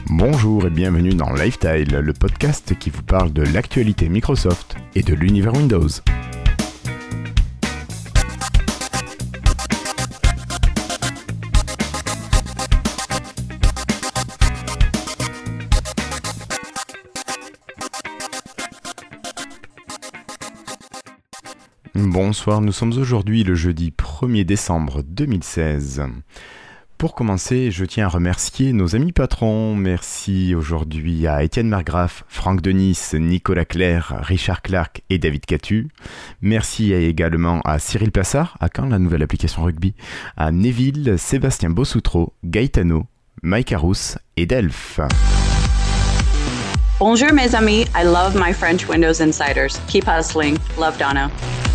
Bonjour et bienvenue dans Lifestyle, le podcast qui vous parle de l'actualité Microsoft et de l'univers Windows. Bonsoir, nous sommes aujourd'hui le jeudi 1er décembre 2016. Pour commencer, je tiens à remercier nos amis patrons. Merci aujourd'hui à Étienne Margraff, Franck Denis, Nicolas Claire, Richard Clark et David Catu. Merci également à Cyril Plassard, à quand la nouvelle application rugby, à Neville, Sébastien Bossoutreau, Gaetano, Mike Arous et Delph. Bonjour mes amis, I love my French Windows Insiders. Keep hustling. Love Donna.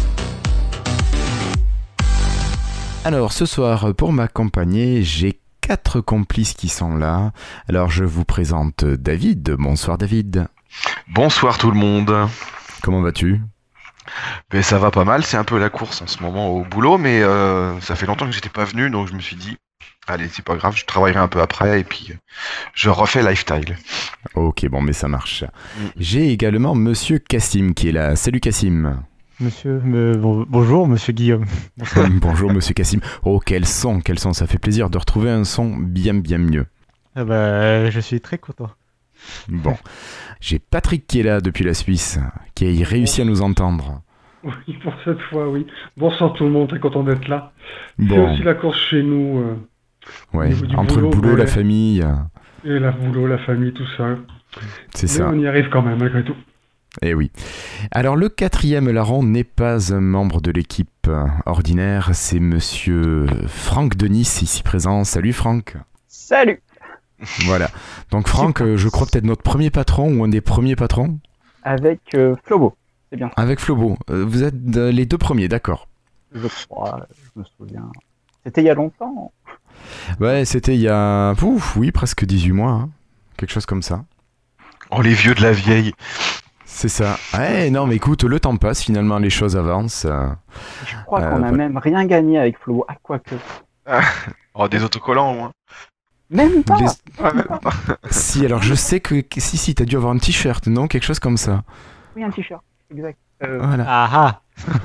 Alors ce soir, pour m'accompagner, j'ai 4 complices qui sont là. Alors je vous présente David. Bonsoir David. Bonsoir tout le monde. Comment vas-tu ? Ben, ça va pas mal, c'est un peu la course en ce moment au boulot, mais ça fait longtemps que j'étais pas venu, donc je me suis dit, allez c'est pas grave, je travaillerai un peu après et puis je refais Lifestyle. Ok, bon mais ça marche. J'ai également Monsieur Cassim qui est là. Salut Cassim. Bonjour Monsieur Guillaume. Bonjour Monsieur Cassim. Oh quel son, ça fait plaisir de retrouver un son bien mieux. Ah bah, je suis très content. Bon, j'ai Patrick qui est là depuis la Suisse, qui a réussi à nous entendre. Oui, pour cette fois, oui. Bonsoir tout le monde, très content d'être là. Bon. C'est aussi la course chez nous. Ouais, entre le boulot, la famille. Et la boulot, la famille, tout ça. C'est Mais ça. on y arrive quand même, malgré tout. Eh oui. Alors le 4e larron n'est pas un membre de l'équipe ordinaire, c'est Monsieur Franck Denis ici présent. Salut Franck. Salut. Voilà. Donc Franck, je crois peut-être notre premier patron ou un des premiers patrons. Avec Flobo, c'est bien. Avec Flobo. Vous êtes les 2 premiers, d'accord. Je crois, je me souviens. C'était il y a longtemps. Ouais, c'était il y a... oui, presque 18 mois. Hein. Quelque chose comme ça. Oh les vieux de la vieille. C'est ça. Ouais, non, mais écoute, le temps passe, finalement, les choses avancent. Je crois qu'on a même rien gagné avec Flobo. Ah, quoique. Oh, des autocollants au moins. Même pas. Si, alors je sais que... Si, t'as dû avoir un t-shirt, non ? Quelque chose comme ça. Oui, un t-shirt, exact. Voilà. Ah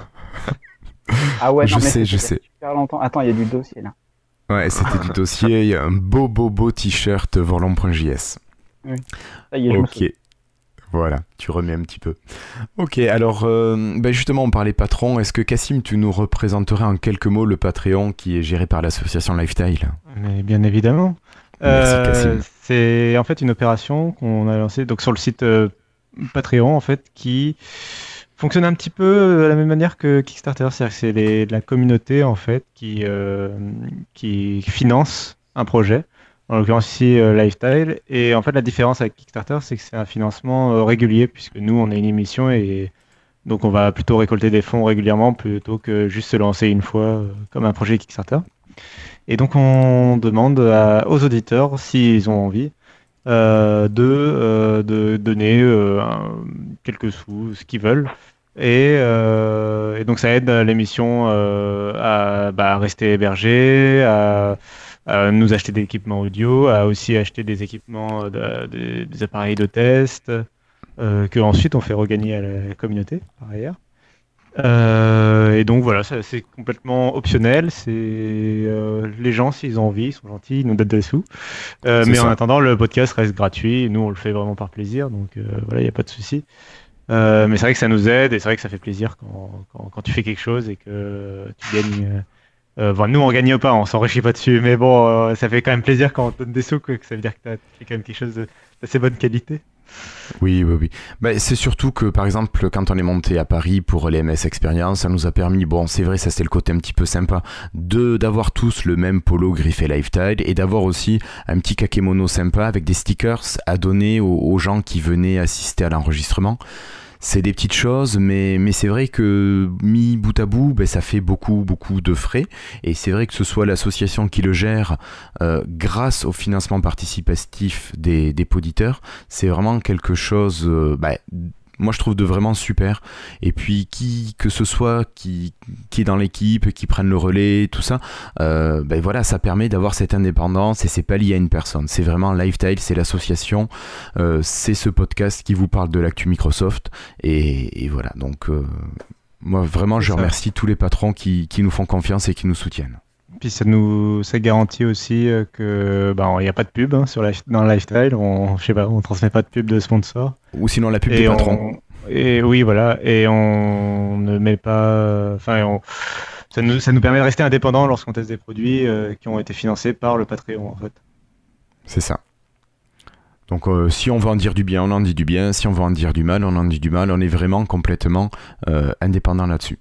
Ah ouais, non, je mais sais. super longtemps. Attends, il y a du dossier là. Ouais, c'était du dossier. Il y a un beau t-shirt Vorlon.js. Oui. Ça y est, je me souviens. Ok. Voilà, tu remets un petit peu. Ok, alors, justement, on parlait patron. Est-ce que, Cassim, tu nous représenterais en quelques mots le Patreon qui est géré par l'association Lifestyle ? Mais bien évidemment. Merci, Cassim. C'est en fait une opération qu'on a lancée donc, sur le site Patreon, en fait, qui fonctionne un petit peu de la même manière que Kickstarter. C'est-à-dire que c'est la communauté, en fait, qui finance un projet. En l'occurrence ici Lifestyle, et en fait la différence avec Kickstarter c'est que c'est un financement régulier puisque nous on est une émission et donc on va plutôt récolter des fonds régulièrement plutôt que juste se lancer une fois comme un projet Kickstarter. Et donc on demande aux auditeurs s'ils ont envie de donner quelques sous, ce qu'ils veulent. Et donc ça aide l'émission à rester hébergée, à nous acheter des équipements audio, à aussi acheter des équipements, des appareils de test, que ensuite on fait regagner à la communauté par ailleurs. Et donc voilà, c'est complètement optionnel. C'est les gens s'ils ont envie, ils sont gentils, ils nous donnent des sous. Mais ça. En attendant, le podcast reste gratuit. Et nous, on le fait vraiment par plaisir, donc voilà, il n'y a pas de souci. Mais c'est vrai que ça nous aide et c'est vrai que ça fait plaisir quand tu fais quelque chose et que tu gagnes. Nous on gagne pas, on s'enrichit pas dessus, mais bon, ça fait quand même plaisir quand on te donne des sous, quoi, que ça veut dire que tu as fait quand même quelque chose d'assez bonne qualité. Oui. C'est surtout que par exemple quand on est monté à Paris pour les MS Experience, ça nous a permis, bon c'est vrai, ça c'était le côté un petit peu sympa, d'avoir tous le même polo griffé Lifestyle et d'avoir aussi un petit kakémono sympa avec des stickers à donner aux gens qui venaient assister à l'enregistrement. C'est des petites choses, mais c'est vrai que mis bout à bout, ça fait beaucoup de frais. Et c'est vrai que ce soit l'association qui le gère grâce au financement participatif des poditeurs, c'est vraiment quelque chose moi je trouve de vraiment super. Et puis qui que ce soit qui est dans l'équipe, qui prenne le relais, tout ça, voilà, ça permet d'avoir cette indépendance et c'est pas lié à une personne. C'est vraiment Lifetile, c'est l'association, c'est ce podcast qui vous parle de l'actu Microsoft et voilà. Donc moi vraiment je remercie tous les patrons qui nous font confiance et qui nous soutiennent. Puis ça garantit aussi que il n'y a pas de pub dans Lifetile, on transmet pas de pub de sponsor. Ou sinon la pub des patrons. Et oui, voilà, et on ne met pas, ça nous permet de rester indépendant lorsqu'on teste des produits qui ont été financés par le Patreon en fait. C'est ça. Donc si on veut en dire du bien, on en dit du bien, si on veut en dire du mal, on en dit du mal, on est vraiment complètement indépendant là-dessus.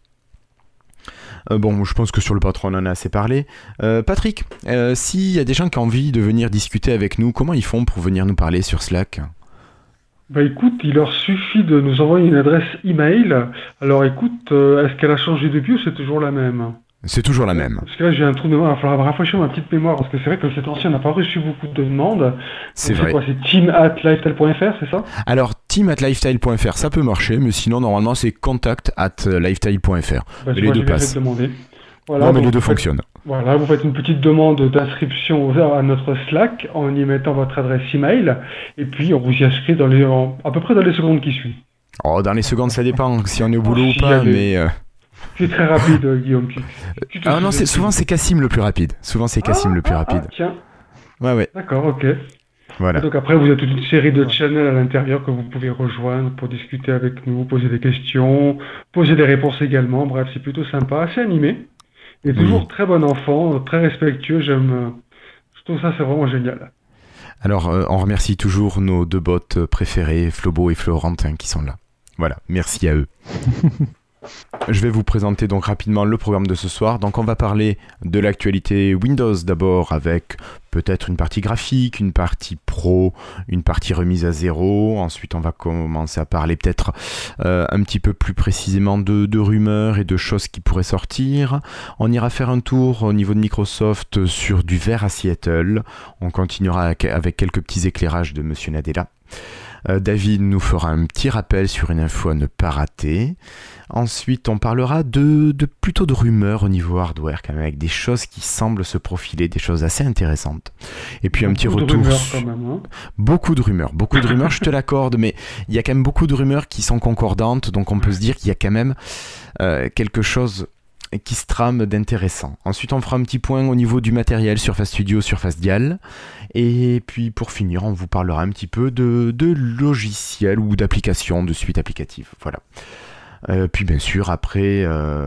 Je pense que sur le patron, on en a assez parlé. Patrick, s'il y a des gens qui ont envie de venir discuter avec nous, comment ils font pour venir nous parler sur Slack ? Écoute, il leur suffit de nous envoyer une adresse email. Alors écoute, est-ce qu'elle a changé depuis ou c'est toujours la même ? C'est toujours la même. Parce que là, j'ai un trou de mémoire, il va falloir rafraîchir ma petite mémoire, parce que c'est vrai que cette ancienne n'a pas reçu beaucoup de demandes. C'est vrai. C'est team@lifetile.fr, c'est ça ? Alors, team@lifetile.fr, ça peut marcher, mais sinon, normalement, c'est contact@lifetile.fr. Les deux passent. Voilà, non, mais les deux fonctionnent. Voilà, vous faites une petite demande d'inscription à notre Slack en y mettant votre adresse email, et puis on vous y inscrit à peu près dans les secondes qui suivent. Oh, dans les secondes, ça dépend si on est au boulot ou pas, mais... C'est très rapide, Guillaume. Non, souvent c'est Cassim le plus rapide. Tiens. Ouais. D'accord, ok. Voilà. Donc après, vous avez toute une série de channels à l'intérieur que vous pouvez rejoindre pour discuter avec nous, poser des questions, poser des réponses également. Bref, c'est plutôt sympa, assez animé. Et toujours très bon enfant, très respectueux. Je trouve ça, c'est vraiment génial. Alors, on remercie toujours nos deux bots préférés, Flobo et Florentin, qui sont là. Voilà, merci à eux. Je vais vous présenter donc rapidement le programme de ce soir. Donc on va parler de l'actualité Windows d'abord avec peut-être une partie graphique, une partie pro, une partie remise à zéro. Ensuite on va commencer à parler peut-être un petit peu plus précisément de rumeurs et de choses qui pourraient sortir. On ira faire un tour au niveau de Microsoft sur du verre à Seattle. On continuera avec quelques petits éclairages de Monsieur Nadella. David nous fera un petit rappel sur une info à ne pas rater. Ensuite, on parlera plutôt de rumeurs au niveau hardware, quand même, avec des choses qui semblent se profiler, des choses assez intéressantes. Et puis un petit retour. Beaucoup de rumeurs, je te l'accorde, mais il y a quand même beaucoup de rumeurs qui sont concordantes, donc on peut se dire qu'il y a quand même quelque chose qui se trame d'intéressant. Ensuite, on fera un petit point au niveau du matériel Surface Studio, Surface Dial. Et puis, pour finir, on vous parlera un petit peu de logiciels ou d'applications, de suites applicatives. Voilà. Puis, bien sûr, après,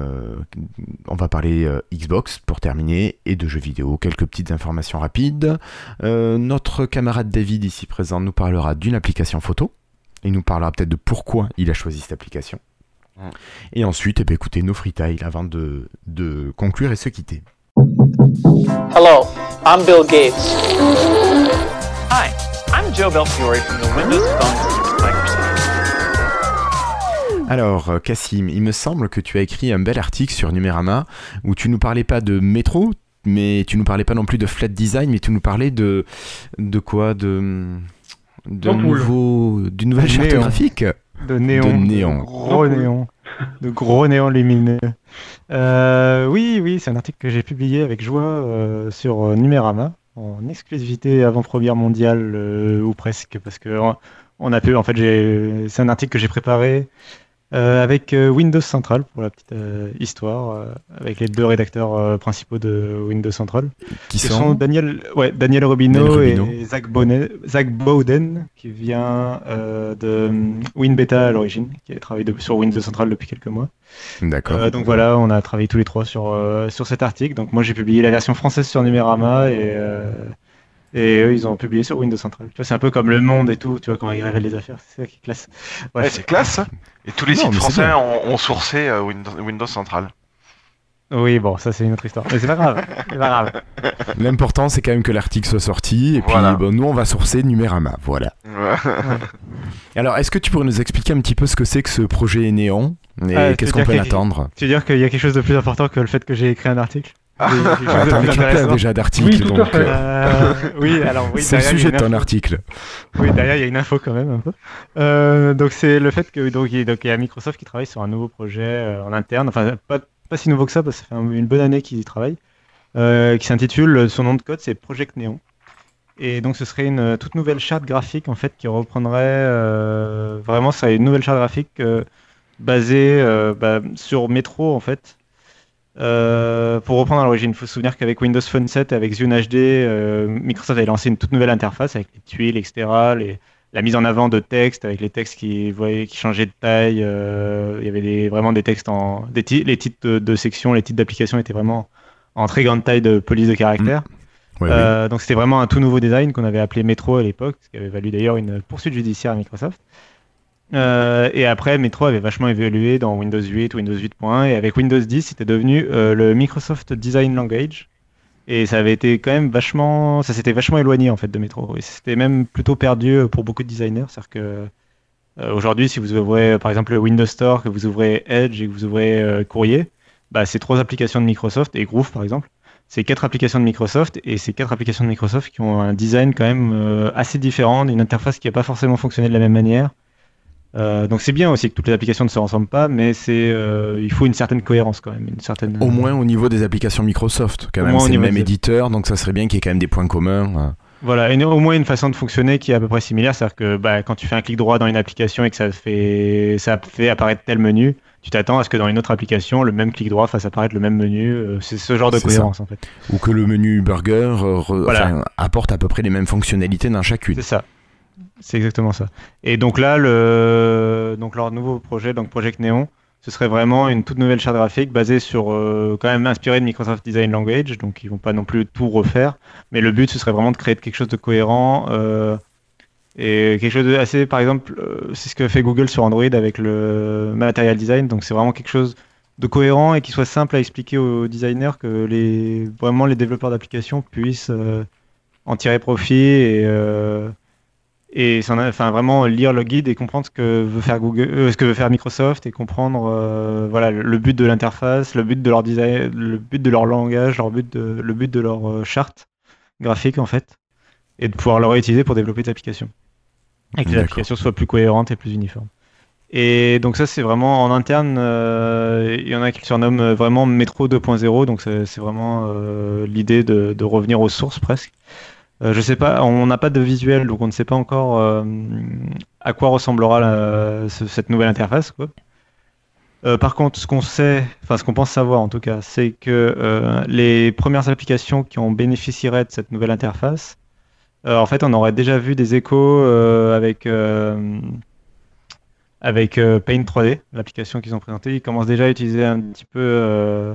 on va parler Xbox pour terminer et de jeux vidéo. Quelques petites informations rapides. Notre camarade David, ici présent, nous parlera d'une application photo. Il nous parlera peut-être de pourquoi il a choisi cette application. Et ensuite, écoutez nos freetiles avant de conclure et se quitter. Hello, I'm Bill Gates. Hi, I'm Joe Belfiore from the Windows Phone team at Microsoft. Alors, Cassim, il me semble que tu as écrit un bel article sur Numérama où tu nous parlais pas de métro, mais tu nous parlais pas non plus de flat design, mais tu nous parlais de quoi, d'une nouvelle charte graphique. De néon. De gros néons lumineux. Oui, c'est un article que j'ai publié avec joie sur Numérama, en exclusivité avant-première mondiale, ou presque, parce que on a pu, en fait, c'est un article que j'ai préparé avec Windows Central, pour la petite histoire, avec les deux rédacteurs principaux de Windows Central, qui sont Daniel Robineau et Zach Bowden, qui vient de WinBeta à l'origine, qui a travaillé sur Windows Central depuis quelques mois. D'accord. Donc voilà, on a travaillé tous les trois sur cet article. Donc moi j'ai publié la version française sur Numérama et eux, ils ont publié sur Windows Central. Tu vois, c'est un peu comme Le Monde et tout, tu vois, quand ils révèlent les affaires. C'est ça qui est classe. Ouais, c'est classe. Et tous les sites français ont sourcé Windows Central. Oui, bon, ça c'est une autre histoire. Mais c'est pas grave. L'important, c'est quand même que l'article soit sorti. Et puis, nous, on va sourcer Numérama. Voilà. Ouais. Alors, est-ce que tu pourrais nous expliquer un petit peu ce que c'est que ce projet Néon et qu'est-ce qu'on peut en attendre ? Tu veux dire qu'il y a quelque chose de plus important que le fait que j'ai écrit un article ? T'en écris plein déjà d'articles. Oui, tout à fait. Oui, alors oui. C'est le derrière, sujet il y de a une ton info. article. Oui, derrière il y a une info quand même un peu. Donc c'est le fait que il y a Microsoft qui travaille sur un nouveau projet en interne. Enfin pas si nouveau que ça parce que ça fait une bonne année qu'ils y travaillent. Qui s'intitule, son nom de code c'est Project Neon. Et donc ce serait une toute nouvelle charte graphique en fait qui reprendrait vraiment ça une nouvelle charte graphique basée sur Metro en fait. Pour reprendre à l'origine, il faut se souvenir qu'avec Windows Phone 7 et avec Zune HD, Microsoft avait lancé une toute nouvelle interface avec les tuiles, etc. La mise en avant de textes avec les textes qui changeaient de taille. Il y avait vraiment des textes les titres de section, les titres d'application étaient vraiment en très grande taille de police de caractère. Oui. Donc c'était vraiment un tout nouveau design qu'on avait appelé Metro à l'époque, ce qui avait valu d'ailleurs une poursuite judiciaire à Microsoft. Et après, Metro avait vachement évolué dans Windows 8, Windows 8.1, et avec Windows 10, c'était devenu le Microsoft Design Language. Et ça avait été quand même ça s'était vachement éloigné en fait de Metro. Et c'était même plutôt perdu pour beaucoup de designers. C'est-à-dire que aujourd'hui, si vous ouvrez par exemple le Windows Store, que vous ouvrez Edge et que vous ouvrez Courrier, c'est 3 applications de Microsoft et Groove par exemple. C'est 4 applications de Microsoft et c'est 4 applications de Microsoft qui ont un design quand même assez différent, une interface qui n'a pas forcément fonctionné de la même manière. Donc c'est bien aussi que toutes les applications ne se ressemblent pas, mais il faut une certaine cohérence quand même, Au moins au niveau des applications Microsoft, quand même, c'est le même éditeur, donc ça serait bien qu'il y ait quand même des points communs. Voilà, et au moins une façon de fonctionner qui est à peu près similaire, c'est-à-dire que quand tu fais un clic droit dans une application et que ça fait apparaître tel menu, tu t'attends à ce que dans une autre application, le même clic droit fasse apparaître le même menu. C'est ce genre de cohérence en fait. Ou que le menu burger apporte à peu près les mêmes fonctionnalités dans chacune. C'est ça. C'est exactement ça. Et donc là, leur nouveau projet, donc Project Neon, ce serait vraiment une toute nouvelle charte graphique basée sur, quand même inspirée de Microsoft Design Language, donc ils vont pas non plus tout refaire, mais le but ce serait vraiment de créer quelque chose de cohérent et quelque chose de assez, par exemple, c'est ce que fait Google sur Android avec le Material Design, donc c'est vraiment quelque chose de cohérent et qui soit simple à expliquer aux designers, que vraiment les développeurs d'applications puissent en tirer profit et vraiment lire le guide et comprendre ce que veut faire ce que veut faire Microsoft et comprendre le but de l'interface, le but de leur design, le but de leur langage, le but de leur charte graphique en fait, et de pouvoir le réutiliser pour développer des applications et que les applications soient plus cohérentes et plus uniformes. Et donc ça c'est vraiment en interne, il y en a qui le surnomment vraiment Metro 2.0, donc c'est vraiment l'idée de revenir aux sources presque. Je sais pas, on n'a pas de visuel, donc on ne sait pas encore à quoi ressemblera cette nouvelle interface, quoi. Par contre, ce qu'on pense savoir en tout cas, c'est que les premières applications qui en bénéficieraient de cette nouvelle interface, en fait, on aurait déjà vu des échos avec Paint 3D, l'application qu'ils ont présentée. Ils commencent déjà à utiliser un petit peu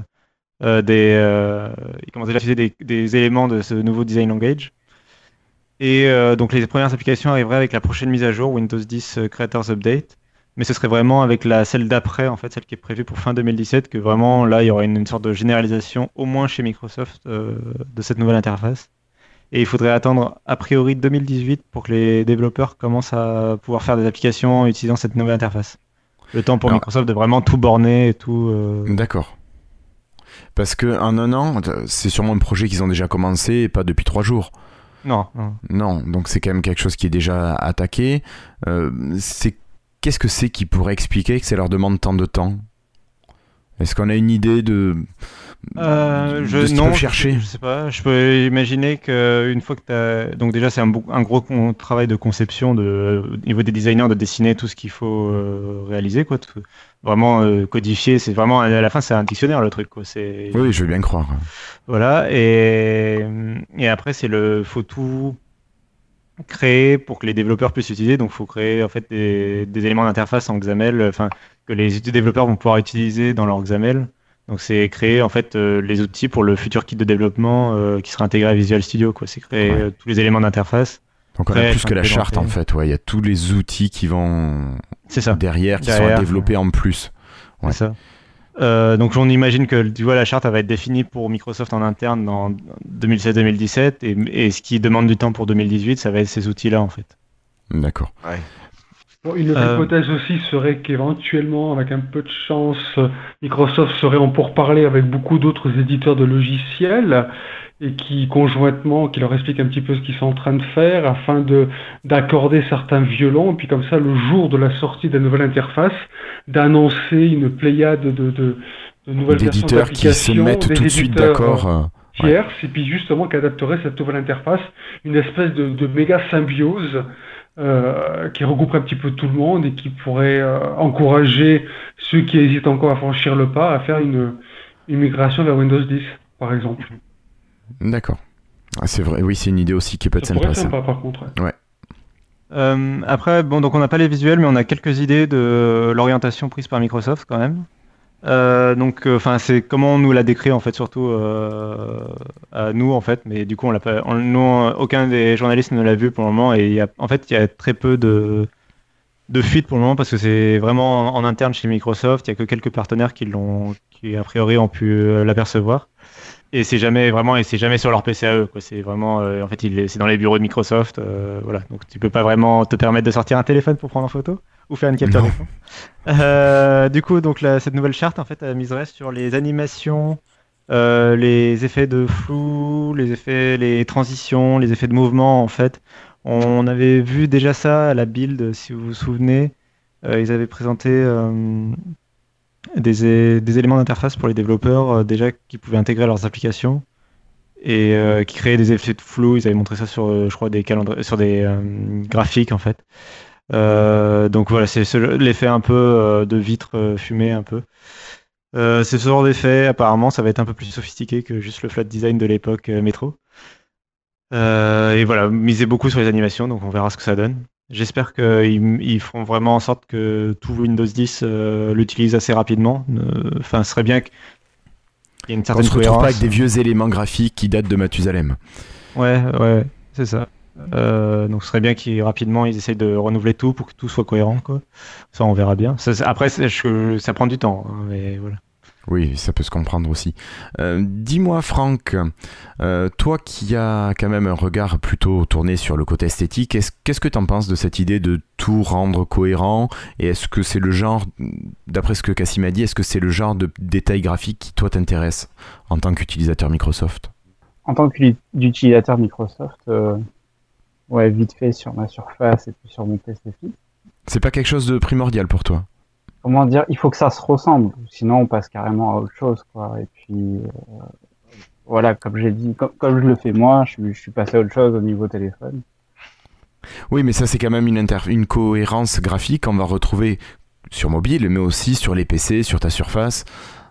ils commencent déjà à utiliser des éléments de ce nouveau design language. Et donc les premières applications arriveraient avec la prochaine mise à jour, Windows 10 Creators Update. Mais ce serait vraiment avec celle d'après, en fait, celle qui est prévue pour fin 2017, que vraiment là il y aurait une sorte de généralisation, au moins chez Microsoft, de cette nouvelle interface. Et il faudrait attendre a priori 2018 pour que les développeurs commencent à pouvoir faire des applications en utilisant cette nouvelle interface. Le temps pour Microsoft de vraiment tout borner et tout. D'accord. Parce qu'en un an, c'est sûrement un projet qu'ils ont déjà commencé et pas depuis 3 jours. Non, donc c'est quand même quelque chose qui est déjà attaqué. Qu'est-ce que c'est qui pourrait expliquer que ça leur demande tant de temps ? Est-ce qu'on a une idée de ce qu'ils peuvent chercher ? Je sais pas. Je peux imaginer qu'une fois que tu as... Donc déjà, c'est un gros travail de conception au niveau des designers, de dessiner tout ce qu'il faut réaliser, quoi. Vraiment codifier. C'est vraiment, à la fin, c'est un dictionnaire, le truc, quoi. Oui, je veux bien croire. Voilà. Et après, faut tout créer pour que les développeurs puissent utiliser. Donc, il faut créer en fait des éléments d'interface en XAML, que les développeurs vont pouvoir utiliser dans leur XAML. Donc, c'est créer en fait les outils pour le futur kit de développement qui sera intégré à Visual Studio, quoi. C'est créer tous les éléments d'interface. Donc, on a plus que la charte en fait. Ouais, il y a tous les outils qui vont derrière qui sont à développer en plus. Ouais. C'est ça. Donc on imagine que la charte va être définie pour Microsoft en interne en 2016-2017 et ce qui demande du temps pour 2018, ça va être ces outils-là en fait. D'accord. Ouais. Bon, une autre hypothèse aussi serait qu'éventuellement, avec un peu de chance, Microsoft serait en pourparlers avec beaucoup d'autres éditeurs de logiciels et qui conjointement, qui leur expliquent un petit peu ce qu'ils sont en train de faire afin d'accorder certains violons et puis comme ça, le jour de la sortie de la nouvelle interface, d'annoncer une pléiade de nouvelles versions d'éditeurs qui se d'applications, mettent des tout de suite éditeurs, d'accord. tierces, et puis justement qui adapterait cette nouvelle interface, une espèce de méga symbiose qui regrouperait un petit peu tout le monde et qui pourrait encourager ceux qui hésitent encore à franchir le pas à faire une migration vers Windows 10, par exemple. D'accord. Ah, c'est vrai, oui, c'est une idée aussi qui peut être Ça pourrait sympa. être sympa, par contre. Ouais. Après, bon, donc on n'a pas les visuels, mais on a quelques idées de l'orientation prise par Microsoft quand même. Donc, c'est comment on nous l'a décrit en fait, surtout à nous en fait, mais du coup, on l'a pas, aucun des journalistes ne l'a vu pour le moment, et il y a très peu de fuites pour le moment parce que c'est vraiment en interne chez Microsoft. Il y a que quelques partenaires qui a priori ont pu l'apercevoir. Et c'est jamais sur leur PC à eux, quoi. C'est vraiment, en fait, c'est dans les bureaux de Microsoft, voilà. Donc tu peux pas vraiment te permettre de sortir un téléphone pour prendre en photo ou faire une capture d'écran. Du coup, donc cette nouvelle charte, en fait, elle miserait sur les animations, les effets de flou, les transitions, les effets de mouvement, en fait. On avait vu déjà ça à la build, si vous vous souvenez. Ils avaient présenté des éléments d'interface pour les développeurs déjà qui pouvaient intégrer leurs applications et qui créaient des effets de flou. Ils avaient montré ça sur, je crois, sur des graphiques en fait. Donc voilà, c'est l'effet un peu de vitre fumée un peu. C'est ce genre d'effet. Apparemment, ça va être un peu plus sophistiqué que juste le flat design de l'époque métro. Et voilà, miser beaucoup sur les animations, donc on verra ce que ça donne. J'espère qu'ils feront vraiment en sorte que tout Windows 10 l'utilise assez rapidement. Ce serait bien qu'il y ait une certaine cohérence. On se retrouve pas avec cohérence. des vieux éléments graphiques qui datent de Mathusalem. Ouais, c'est ça. Donc ce serait bien rapidement ils essayent de renouveler tout pour que tout soit cohérent, quoi. Ça, on verra bien. Après, ça prend du temps, hein, mais voilà. Oui, ça peut se comprendre aussi. Dis-moi, Franck, toi qui as quand même un regard plutôt tourné sur le côté esthétique, qu'est-ce que tu en penses de cette idée de tout rendre cohérent? Et est-ce que c'est le genre, d'après ce que Cassim a dit, est-ce que c'est le genre de détail graphique qui, toi, t'intéresse en tant qu'utilisateur Microsoft? En tant qu'utilisateur Microsoft, ouais, vite fait sur ma Surface et puis sur mon PC fixe. C'est pas quelque chose de primordial pour toi? Comment dire, il faut que ça se ressemble, sinon on passe carrément à autre chose, quoi. Et puis, voilà, comme j'ai dit, comme je le fais moi, je suis passé à autre chose au niveau téléphone. Oui, mais ça c'est quand même une cohérence graphique qu'on va retrouver sur mobile, mais aussi sur les PC, sur ta Surface.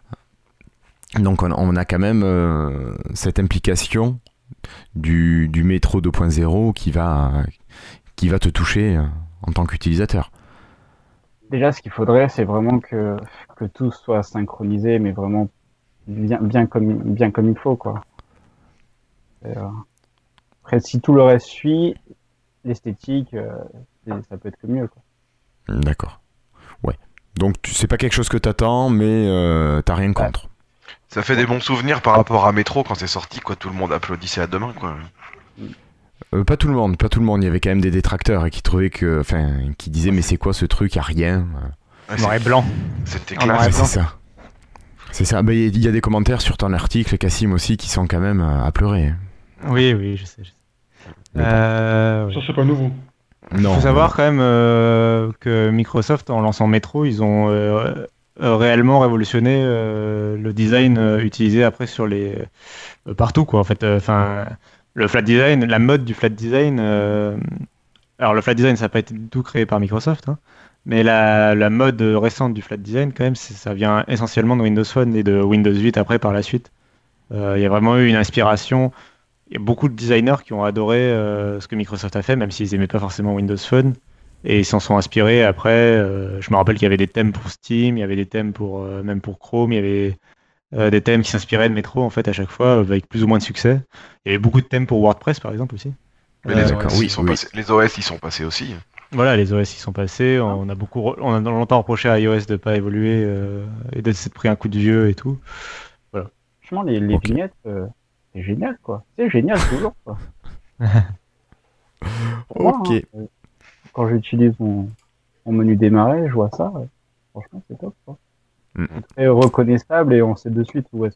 Donc on a quand même cette implication du métro 2.0 qui va te toucher en tant qu'utilisateur. Déjà, ce qu'il faudrait, c'est vraiment que tout soit synchronisé, mais vraiment bien comme il faut, quoi. Après, si tout le reste suit, l'esthétique, ça peut être que mieux, quoi. D'accord. Ouais. Donc c'est pas quelque chose que t'attends, mais t'as rien contre. Ça fait des bons souvenirs par rapport à Metro quand c'est sorti, quoi. Tout le monde applaudissait à deux mains, quoi. Pas tout le monde. Il y avait quand même des détracteurs qui disaient mais c'est quoi ce truc, y a rien. Noir et blanc. C'était En noir clair. et blanc. C'est ça. C'est ça. Bah, il y a des commentaires sur ton article, Cassim aussi, qui sont quand même à pleurer. Oui, je sais. Ouais. Ça, c'est pas nouveau. Il faut savoir quand même que Microsoft, en lançant Metro, ils ont réellement révolutionné le design utilisé après sur partout, quoi. En fait, le flat design, la mode du flat design. Alors le flat design, ça n'a pas été du tout créé par Microsoft, hein, mais la mode récente du flat design, quand même, ça vient essentiellement de Windows Phone et de Windows 8 après par la suite. Il y a vraiment eu une inspiration. Il y a beaucoup de designers qui ont adoré ce que Microsoft a fait, même s'ils n'aimaient pas forcément Windows Phone. Et ils s'en sont inspirés après. Je me rappelle qu'il y avait des thèmes pour Steam, il y avait des thèmes même pour Chrome, il y avait des thèmes qui s'inspiraient de Metro en fait à chaque fois, avec plus ou moins de succès. Il y avait beaucoup de thèmes pour WordPress par exemple aussi. Mais les OS, les OS, ils sont passés aussi. Voilà, les OS ils sont passés. On a longtemps reproché à iOS de pas évoluer et de s'être pris un coup de vieux et tout. Voilà. Franchement, les vignettes, c'est génial, quoi. C'est génial toujours, quoi. Ok. Moi, quand j'utilise mon menu démarrer, je vois ça. Franchement, c'est top, quoi. Mm. C'est très reconnaissable et on sait de suite où est-ce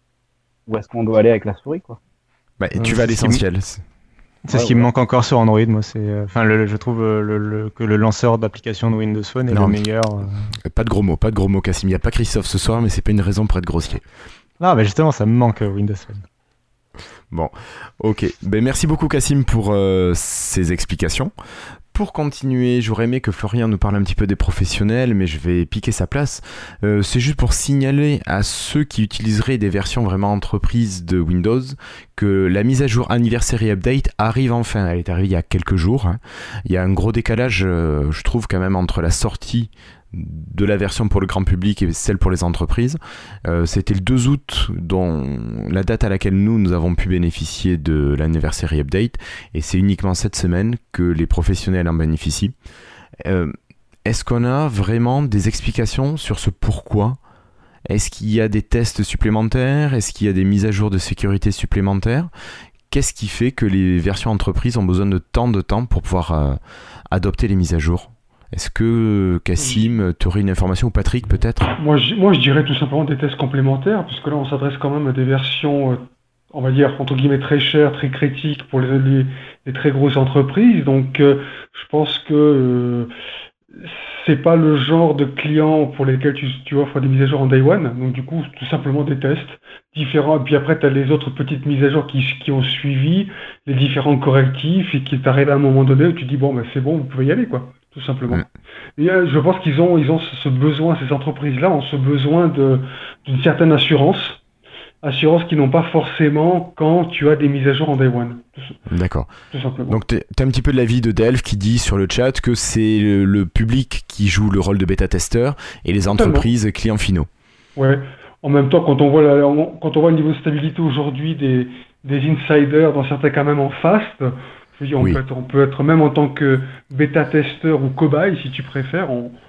qu'on doit aller avec la souris, quoi. Bah, et tu vas à l'essentiel. C'est ce qui me manque encore sur Android, moi. Je trouve que le lanceur d'application de Windows Phone est le meilleur. Pas de gros mots, Cassim. Il n'y a pas Christophe ce soir, mais c'est pas une raison pour être grossier. Non, mais justement, ça me manque Windows Phone. Bon, ok. Ben, merci beaucoup, Cassim, pour ces explications. Pour continuer, j'aurais aimé que Florian nous parle un petit peu des professionnels, mais je vais piquer sa place. C'est juste pour signaler à ceux qui utiliseraient des versions vraiment entreprises de Windows que la mise à jour Anniversary Update arrive enfin. Elle est arrivée il y a quelques jours. Il y a un gros décalage, je trouve, quand même, entre la sortie de la version pour le grand public et celle pour les entreprises. C'était le 2 août, dont la date à laquelle nous avons pu bénéficier de l'Anniversary Update, et c'est uniquement cette semaine que les professionnels en bénéficient. Est-ce qu'on a vraiment des explications sur ce pourquoi ? Est-ce qu'il y a des tests supplémentaires ? Est-ce qu'il y a des mises à jour de sécurité supplémentaires ? Qu'est-ce qui fait que les versions entreprises ont besoin de tant de temps pour pouvoir adopter les mises à jour ? Est-ce que, Cassim, tu aurais une information, ou Patrick peut-être ? Moi, je dirais tout simplement des tests complémentaires, puisque là, on s'adresse quand même à des versions, on va dire, entre guillemets, très chères, très critiques pour les très grosses entreprises. Donc, je pense que c'est pas le genre de client pour lesquels tu offres des mises à jour en day one. Donc, du coup, tout simplement des tests différents. Et puis après, tu as les autres petites mises à jour qui ont suivi, les différents correctifs, et qui t'arrivent à un moment donné où tu dis, bon, ben, c'est bon, vous pouvez y aller, quoi. Tout simplement. Et, je pense qu'ils ont ce besoin, ces entreprises-là ont ce besoin d'une certaine assurance qu'ils n'ont pas forcément quand tu as des mises à jour en day one. D'accord. Tout simplement. Donc t'es un petit peu de l'avis de Delph qui dit sur le chat que c'est le public qui joue le rôle de bêta-testeur et les entreprises clients finaux. Ouais. En même temps, quand on voit le niveau de stabilité aujourd'hui des insiders dans certains cas même en fast. Je veux dire, on peut être même en tant que bêta-testeur ou cobaye, si tu préfères,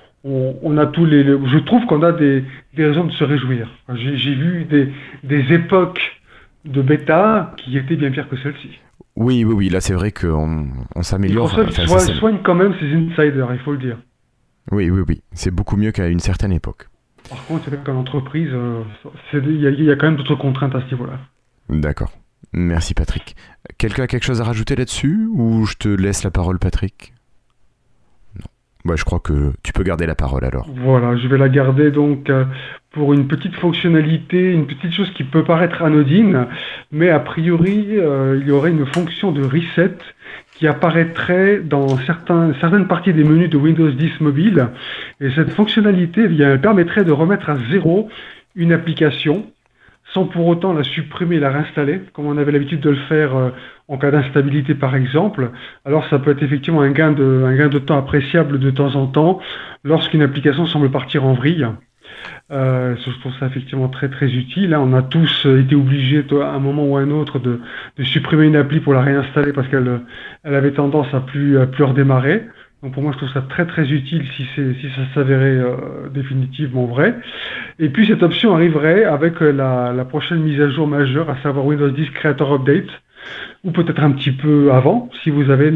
on a tous je trouve qu'on a des raisons de se réjouir. J'ai vu des époques de bêta qui étaient bien pires que celle-ci. Oui, là c'est vrai qu'on s'améliore. Microsoft soigne quand même ses insiders, il faut le dire. Oui, c'est beaucoup mieux qu'à une certaine époque. Par contre, c'est vrai qu'en entreprise, il y a quand même d'autres contraintes à ce niveau-là. D'accord. Merci Patrick. Quelqu'un a quelque chose à rajouter là-dessus ou je te laisse la parole, Patrick ? Non. Bah, je crois que tu peux garder la parole alors. Voilà, je vais la garder donc pour une petite fonctionnalité, une petite chose qui peut paraître anodine, mais a priori il y aurait une fonction de reset qui apparaîtrait dans certaines parties des menus de Windows 10 mobile. Et cette fonctionnalité, elle permettrait de remettre à zéro une application sans pour autant la supprimer et la réinstaller, comme on avait l'habitude de le faire en cas d'instabilité par exemple. Alors ça peut être effectivement un gain de temps appréciable de temps en temps lorsqu'une application semble partir en vrille. Je trouve ça effectivement très très utile. Là, on a tous été obligés à un moment ou à un autre de supprimer une appli pour la réinstaller parce qu'elle avait tendance à plus redémarrer. Donc pour moi, je trouve ça très très utile si ça s'avérait définitivement vrai. Et puis cette option arriverait avec la prochaine mise à jour majeure, à savoir Windows 10 Creator Update, ou peut-être un petit peu avant, si vous avez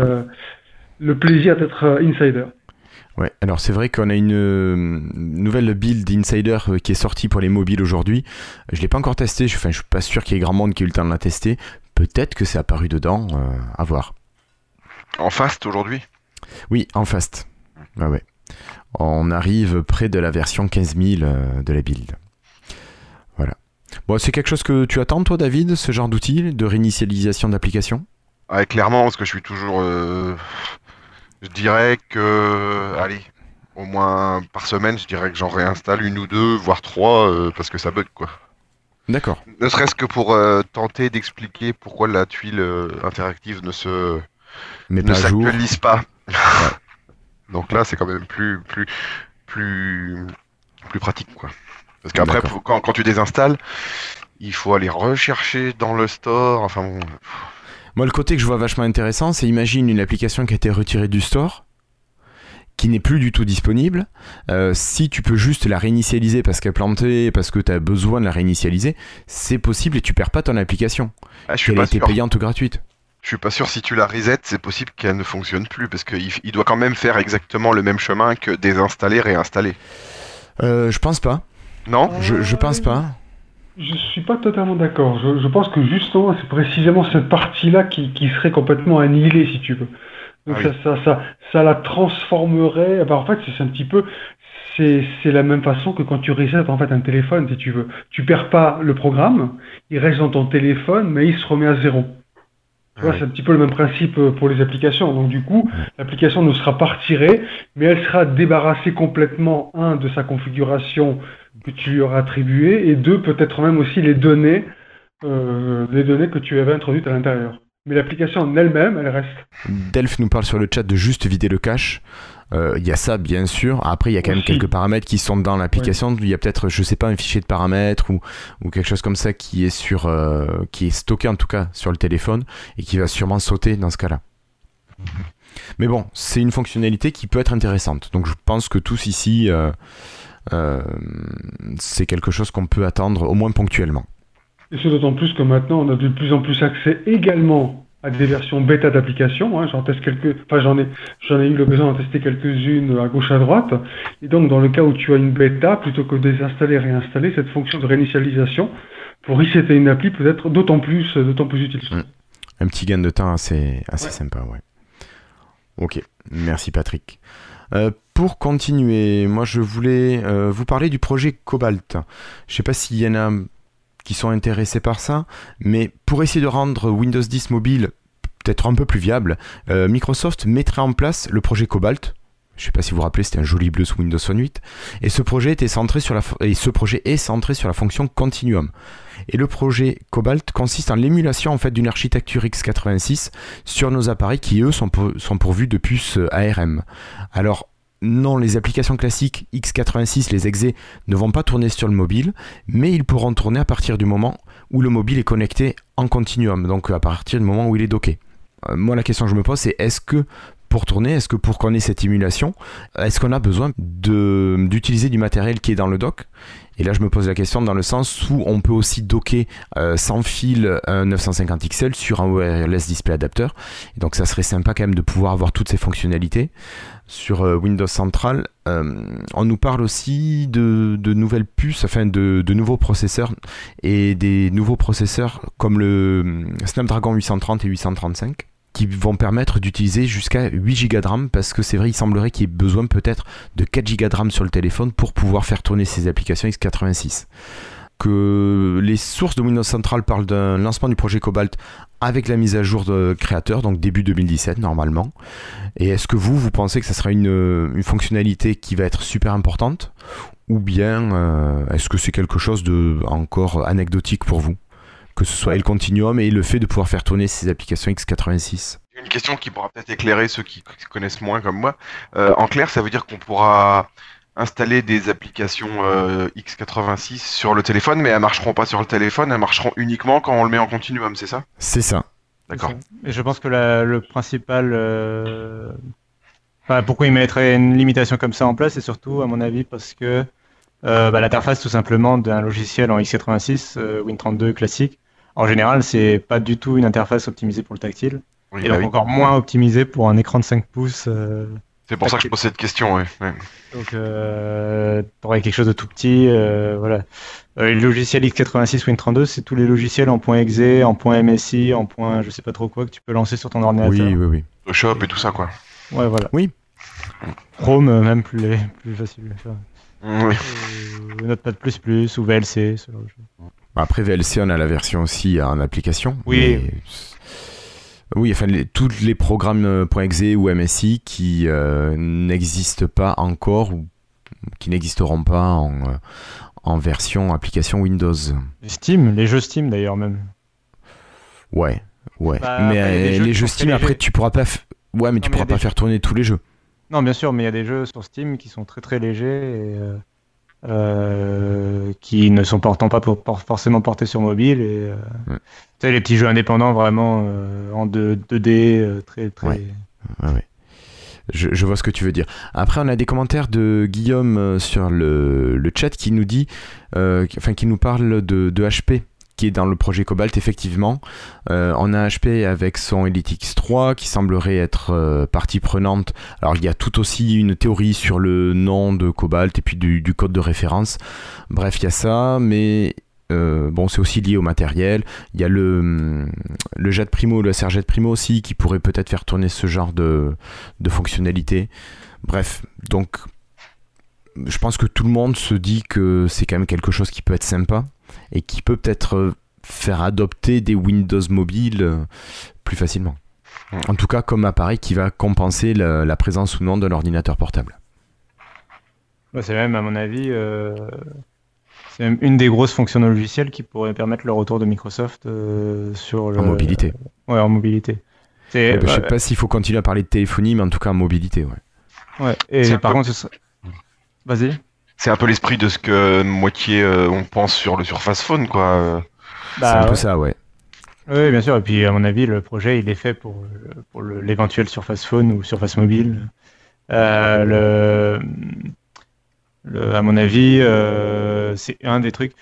le plaisir d'être insider. Ouais, alors c'est vrai qu'on a une nouvelle build Insider qui est sortie pour les mobiles aujourd'hui. Je ne l'ai pas encore testé, je suis pas sûr qu'il y ait grand monde qui ait eu le temps de la tester. Peut-être que c'est apparu dedans, à voir. En fast aujourd'hui ? Oui, en fast. Ouais. On arrive près de la version 15000 de la build. Voilà. Bon, c'est quelque chose que tu attends, toi, David, ce genre d'outil de réinitialisation d'application ? Ouais, clairement, parce que je suis toujours... Je dirais que... Allez, au moins par semaine, je dirais que j'en réinstalle 1 ou 2, voire 3, parce que ça bug, quoi. D'accord. Ne serait-ce que pour tenter d'expliquer pourquoi la tuile interactive ne s'actualise pas. Ouais. Donc là, c'est quand même plus pratique, quoi. Parce qu'après, quand tu désinstalles, il faut aller rechercher dans le store. Enfin bon. Moi, le côté que je vois vachement intéressant, c'est imagine une application qui a été retirée du store, qui n'est plus du tout disponible. Si tu peux juste la réinitialiser parce qu'elle est plantée, parce que tu as besoin de la réinitialiser, c'est possible et tu perds pas ton application. Ah, je suis Elle pas a été sûr. payante ou gratuite. Je suis pas sûr si tu la reset, c'est possible qu'elle ne fonctionne plus parce qu'il doit quand même faire exactement le même chemin que désinstaller, réinstaller. Je pense pas. Non ? Je pense pas. Je suis pas totalement d'accord. Je pense que justement, c'est précisément cette partie-là qui serait complètement annihilée, si tu veux. Donc ça la transformerait. En fait, c'est un petit peu, c'est la même façon que quand tu resets en fait un téléphone, si tu veux. Tu perds pas le programme, il reste dans ton téléphone, mais il se remet à zéro. Tu vois, c'est un petit peu le même principe pour les applications. Donc du coup, l'application ne sera pas retirée, mais elle sera débarrassée complètement, de sa configuration que tu lui auras attribuée, et deux, peut-être même aussi les données que tu avais introduites à l'intérieur. Mais l'application en elle-même, elle reste. Delph nous parle sur le chat de juste vider le cache. Il y a ça, bien sûr. Après, il y a quand même quelques paramètres qui sont dans l'application. Il y a peut-être, je sais pas, un fichier de paramètres ou quelque chose comme ça qui est qui est stocké en tout cas sur le téléphone et qui va sûrement sauter dans ce cas-là. Mais bon, c'est une fonctionnalité qui peut être intéressante. Donc, je pense que tous ici, c'est quelque chose qu'on peut attendre au moins ponctuellement. Et c'est d'autant plus que maintenant, on a de plus en plus accès également à des versions bêta d'applications. J'en ai eu l'occasion d'en tester quelques-unes à gauche à droite. Et donc, dans le cas où tu as une bêta, plutôt que de désinstaller et réinstaller, cette fonction de réinitialisation pour resetter une appli peut être d'autant plus utile. Un petit gain de temps assez sympa, ouais. Ok, merci Patrick. Pour continuer, moi je voulais vous parler du projet Cobalt. Je sais pas s'il y en a qui sont intéressés par ça, mais pour essayer de rendre Windows 10 mobile peut-être un peu plus viable, Microsoft mettrait en place le projet Cobalt. Je ne sais pas si vous vous rappelez, c'était un joli bleu sous Windows Phone 8. Et ce projet est centré sur la fonction Continuum. Et le projet Cobalt consiste en l'émulation en fait d'une architecture x86 sur nos appareils qui eux sont pourvus de puces ARM. Alors non, les applications classiques x86, les exe, ne vont pas tourner sur le mobile, mais ils pourront tourner à partir du moment où le mobile est connecté en continuum, donc à partir du moment où il est docké. Moi, la question que je me pose, c'est est-ce que pour qu'on ait cette émulation, est-ce qu'on a besoin d'utiliser du matériel qui est dans le dock ? Et là, je me pose la question dans le sens où on peut aussi docker sans fil un 950 XL sur un wireless display adapter. Et donc, ça serait sympa quand même de pouvoir avoir toutes ces fonctionnalités. Sur Windows Central, on nous parle aussi de nouvelles puces, enfin de nouveaux processeurs et des nouveaux processeurs comme le Snapdragon 830 et 835 qui vont permettre d'utiliser jusqu'à 8 Go de RAM parce que c'est vrai, il semblerait qu'il y ait besoin peut-être de 4 Go de RAM sur le téléphone pour pouvoir faire tourner ces applications x86. Que les sources de Windows Central parlent d'un lancement du projet Cobalt avec la mise à jour de créateur, donc début 2017 normalement. Et est-ce que vous pensez que ça sera une fonctionnalité qui va être super importante ou bien est-ce que c'est quelque chose de encore anecdotique pour vous ? Que ce soit le Continuum et le fait de pouvoir faire tourner ces applications x86. Une question qui pourra peut-être éclairer ceux qui connaissent moins comme moi. En clair, ça veut dire qu'on pourra installer des applications x86 sur le téléphone, mais elles marcheront pas sur le téléphone, elles marcheront uniquement quand on le met en continuum, c'est ça ? C'est ça. D'accord. Et je pense que le principal... pourquoi ils mettraient une limitation comme ça en place, c'est surtout, à mon avis, parce que l'interface tout simplement d'un logiciel en x86, Win32 classique, en général, c'est pas du tout une interface optimisée pour le tactile, Oui, et donc encore moins optimisée pour un écran de 5 pouces. C'est pour ça que je pose cette question, ouais. Donc, t'aurais quelque chose de tout petit, voilà. Les logiciels x86 Win32, c'est tous les logiciels en .exe, en .msi, en je sais pas trop quoi, que tu peux lancer sur ton ordinateur. Oui. Photoshop et tout ça, quoi. Ouais, voilà. Oui. Chrome, même plus facile à faire. Oui. Notepad++ ou VLC, ce genre de choses. Après VLC, on a la version aussi en application. Oui. Oui, enfin, tous les programmes .exe ou MSI qui n'existent pas encore ou qui n'existeront pas en version application Windows. Steam, les jeux Steam d'ailleurs même. Ouais. Mais les jeux Steam, après, tu pourras pas... tu pourras pas faire tourner tous les jeux. Non, bien sûr, mais il y a des jeux sur Steam qui sont très très légers et qui ne sont pourtant pas forcément portés sur mobile. Et tu sais, les petits jeux indépendants vraiment en 2D, très très. Ouais. Je vois ce que tu veux dire. Après, on a des commentaires de Guillaume sur le chat qui nous dit, qui nous parle de HP qui est dans le projet Cobalt, effectivement. On a HP avec son Elite X3 qui semblerait être partie prenante. Alors il y a tout aussi une théorie sur le nom de Cobalt et puis du code de référence. Bref, il y a ça, mais c'est aussi lié au matériel. Il y a le Jet Primo, le SR Jet Primo aussi, qui pourrait peut-être faire tourner ce genre de fonctionnalité. Bref, donc je pense que tout le monde se dit que c'est quand même quelque chose qui peut être sympa et qui peut peut-être faire adopter des Windows mobiles plus facilement. En tout cas, comme appareil qui va compenser la présence ou non d'un ordinateur portable. C'est même, à mon avis, c'est même une des grosses fonctions logicielles qui pourrait permettre le retour de Microsoft sur en mobilité. Ouais, en mobilité. Je sais pas s'il faut continuer à parler de téléphonie, mais en tout cas en mobilité, ouais. Ouais. Et par contre, vas-y. C'est un peu l'esprit de ce que moitié on pense sur le Surface Phone, quoi. C'est un peu ça, ouais. Oui, bien sûr. Et puis, à mon avis, le projet, il est fait pour l'éventuel Surface Phone ou Surface Mobile. À mon avis, c'est un des trucs.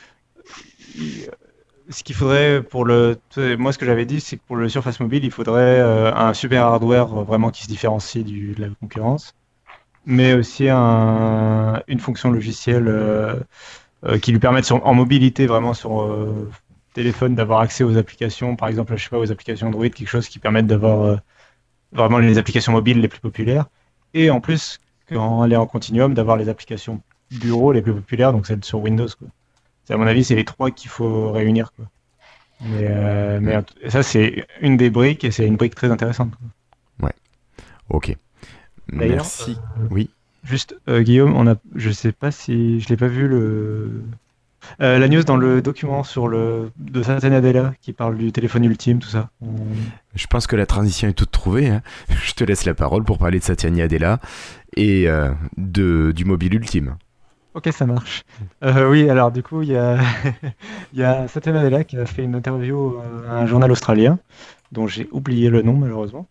Ce qu'il faudrait moi, ce que j'avais dit, c'est que pour le Surface Mobile, il faudrait un super hardware vraiment qui se différencie de la concurrence, mais aussi une fonction logicielle qui lui permette en mobilité, vraiment sur téléphone, d'avoir accès aux applications, par exemple, je sais pas, aux applications Android, quelque chose qui permette d'avoir vraiment les applications mobiles les plus populaires, et en plus, quand elle est en continuum, d'avoir les applications bureau les plus populaires, donc celles sur Windows, quoi. À mon avis, c'est les trois qu'il faut réunir, quoi. Mais ça, c'est une des briques et c'est une brique très intéressante, quoi. Ouais. Ok. D'ailleurs, merci. Oui. Juste, Guillaume, je sais pas si je l'ai pas vu la news dans le document de Satya Nadella qui parle du téléphone ultime, tout ça. Je pense que la transition est toute trouvée, hein. Je te laisse la parole pour parler de Satya Nadella et du mobile ultime. Ok, ça marche. Oui, alors du coup, il y a, il y a Satya Nadella qui a fait une interview à un journal australien, dont j'ai oublié le nom malheureusement,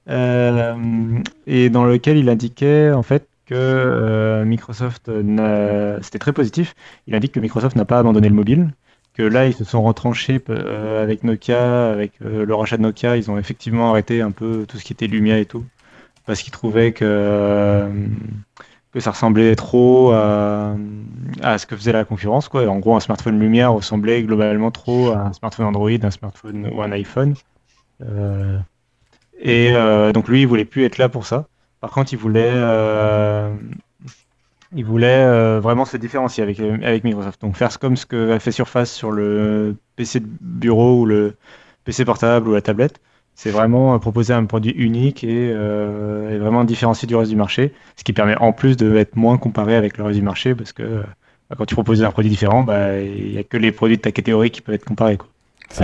et dans lequel il indiquait en fait que Microsoft, c'était très positif, il indique que Microsoft n'a pas abandonné le mobile, que là ils se sont retranchés avec Nokia, avec le rachat de Nokia, ils ont effectivement arrêté un peu tout ce qui était Lumia et tout, parce qu'ils trouvaient que ça ressemblait trop à ce que faisait la concurrence, quoi. En gros, un smartphone Lumia ressemblait globalement trop à un smartphone Android, un smartphone ou un iPhone. Donc lui, il voulait plus être là pour ça. Par contre, il voulait vraiment se différencier avec Microsoft. Donc faire comme ce que a fait Surface sur le PC de bureau ou le PC portable ou la tablette. C'est vraiment proposer un produit unique et vraiment différencié du reste du marché, ce qui permet en plus d'être moins comparé avec le reste du marché, parce que quand tu proposes un produit différent, il n'y a que les produits de ta catégorie qui peuvent être comparés, quoi.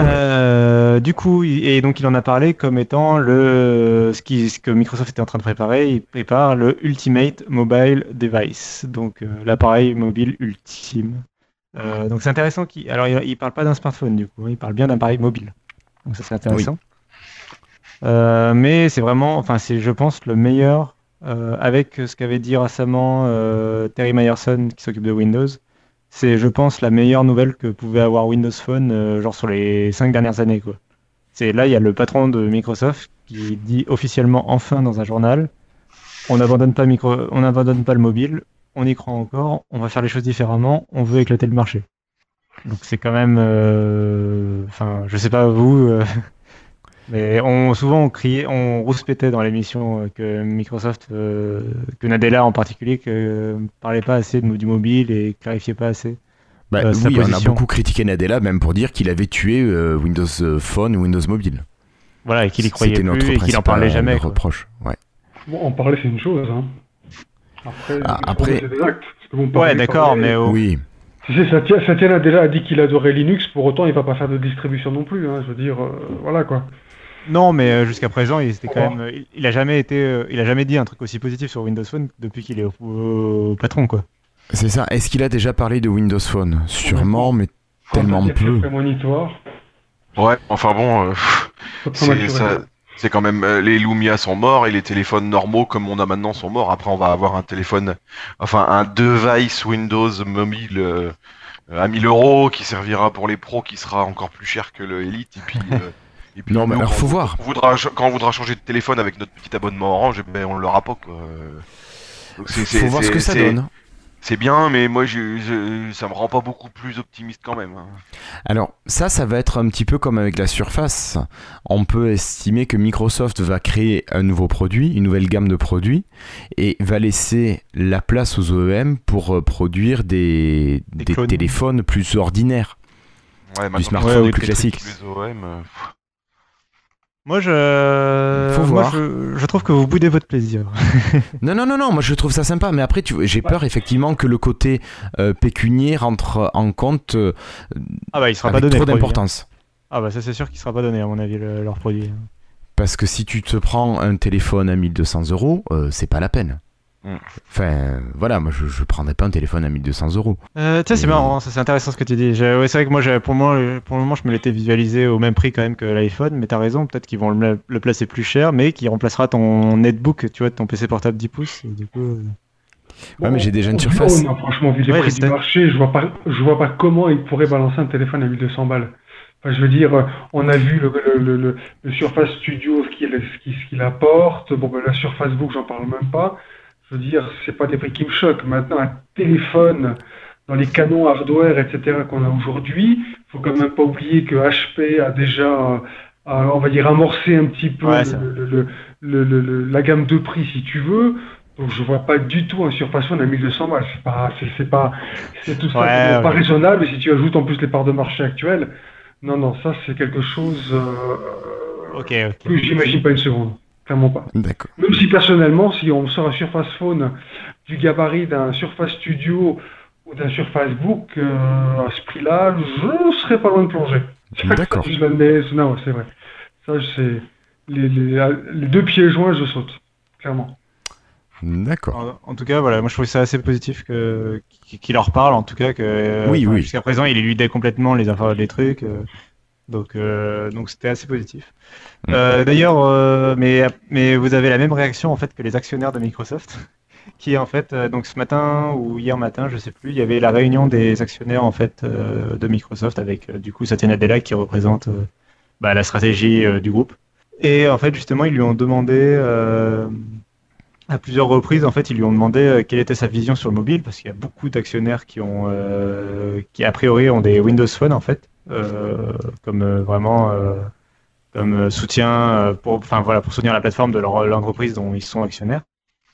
Du coup, et donc il en a parlé comme étant ce que Microsoft était en train de préparer. Il prépare le Ultimate Mobile Device, donc l'appareil mobile ultime. Donc c'est intéressant. Alors il parle pas d'un smartphone, du coup, il parle bien d'un appareil mobile. Donc ça c'est intéressant. Oui. Mais c'est vraiment, je pense, le meilleur, avec ce qu'avait dit récemment Terry Myerson qui s'occupe de Windows. C'est, je pense, la meilleure nouvelle que pouvait avoir Windows Phone, genre sur les 5 dernières années, quoi. Là, il y a le patron de Microsoft qui dit officiellement, enfin, dans un journal, on n'abandonne pas le mobile, on y croit encore, on va faire les choses différemment, on veut éclater le marché. Donc c'est quand même, je sais pas vous. Mais souvent on criait, on rouspétait dans l'émission que Microsoft, que Nadella en particulier, parlait pas assez du mobile et clarifiait pas assez. Oui, on a beaucoup critiqué Nadella, même pour dire qu'il avait tué Windows Phone ou Windows Mobile. Voilà, et qu'il y croyait plus et qu'il en parlait jamais. Reproche, ouais. Bon, en parler c'est une chose, hein. Après... c'est des actes. Ouais, d'accord, mais oui. Tu sais, Satya Nadella a dit qu'il adorait Linux, pour autant il va pas faire de distribution non plus, hein. Je veux dire, voilà quoi. Non, mais jusqu'à présent, il a jamais dit un truc aussi positif sur Windows Phone depuis qu'il est au patron, quoi. C'est ça. Est-ce qu'il a déjà parlé de Windows Phone ? Sûrement, mais tellement peu. Ouais, enfin bon, c'est quand même, les Lumia sont morts et les téléphones normaux comme on a maintenant sont morts. Après, on va avoir un device Windows mobile à 1 000 €, qui servira pour les pros, qui sera encore plus cher que le Elite, et puis Non, mais nous, alors faut voir. quand on voudra changer de téléphone avec notre petit abonnement Orange, ben on l'aura pas, quoi. Donc Faut voir ce que ça donne. C'est bien, mais moi, ça me rend pas beaucoup plus optimiste quand même. Alors ça va être un petit peu comme avec la Surface. On peut estimer que Microsoft va créer un nouveau produit, une nouvelle gamme de produits, et va laisser la place aux OEM pour produire des téléphones plus ordinaires, du smartphone plus classique. Les OEM, Moi, je trouve que vous boudez votre plaisir. Non, moi je trouve ça sympa, mais après j'ai peur effectivement que le côté pécunier rentre en compte il sera avec pas donné trop le produit, d'importance. hein. Ça c'est sûr qu'il sera pas donné à mon avis leur produit. Parce que si tu te prends un téléphone à 1 200 €, c'est pas la peine. Enfin, voilà, moi je prendrais pas un téléphone à 1 200 €. C'est marrant, ça, c'est intéressant ce que tu dis. C'est vrai que moi, pour le moment, je me l'étais visualisé au même prix quand même que l'iPhone, mais t'as raison, peut-être qu'ils vont le placer plus cher, mais qui remplacera ton netbook, tu vois, ton PC portable 10 pouces. Et du coup, mais j'ai déjà une Surface. Non, franchement, vu les prix du marché, je vois pas comment ils pourraient balancer un téléphone à 1 200 balles. Enfin, je veux dire, on a vu le Surface Studio, ce qu'il apporte. La Surface Book, j'en parle même pas. Je veux dire, c'est pas des prix qui me choquent. Maintenant, un téléphone dans les canons hardware, etc., qu'on a aujourd'hui, faut quand même pas oublier que HP a déjà, on va dire, amorcé un petit peu la gamme de prix, si tu veux. Donc, je vois pas du tout un Surface Phone à 1 200 balles. C'est tout ça pas raisonnable. Et si tu ajoutes en plus les parts de marché actuelles, non, ça c'est quelque chose que j'imagine pas une seconde. Clairement pas. D'accord. Même si personnellement, si on sort un Surface Phone du gabarit d'un Surface Studio ou d'un Surface Book à ce prix-là, je serais pas loin de plonger. D'accord. Non, c'est vrai. Ça, c'est les deux pieds joints, je saute. Clairement. D'accord. En tout cas, voilà, moi je trouvais ça assez positif qu'il leur parle, en tout cas que oui. Jusqu'à présent, il éludait complètement les trucs. Donc c'était assez positif. D'ailleurs, mais vous avez la même réaction en fait que les actionnaires de Microsoft, qui en fait donc ce matin ou hier matin, je sais plus, il y avait la réunion des actionnaires en fait de Microsoft avec du coup Satya Nadella qui représente la stratégie du groupe. Et en fait justement ils lui ont demandé à plusieurs reprises en fait ils lui ont demandé quelle était sa vision sur le mobile, parce qu'il y a beaucoup d'actionnaires qui a priori ont des Windows Phone en fait. Comme soutien pour soutenir la plateforme de l'entreprise dont ils sont actionnaires.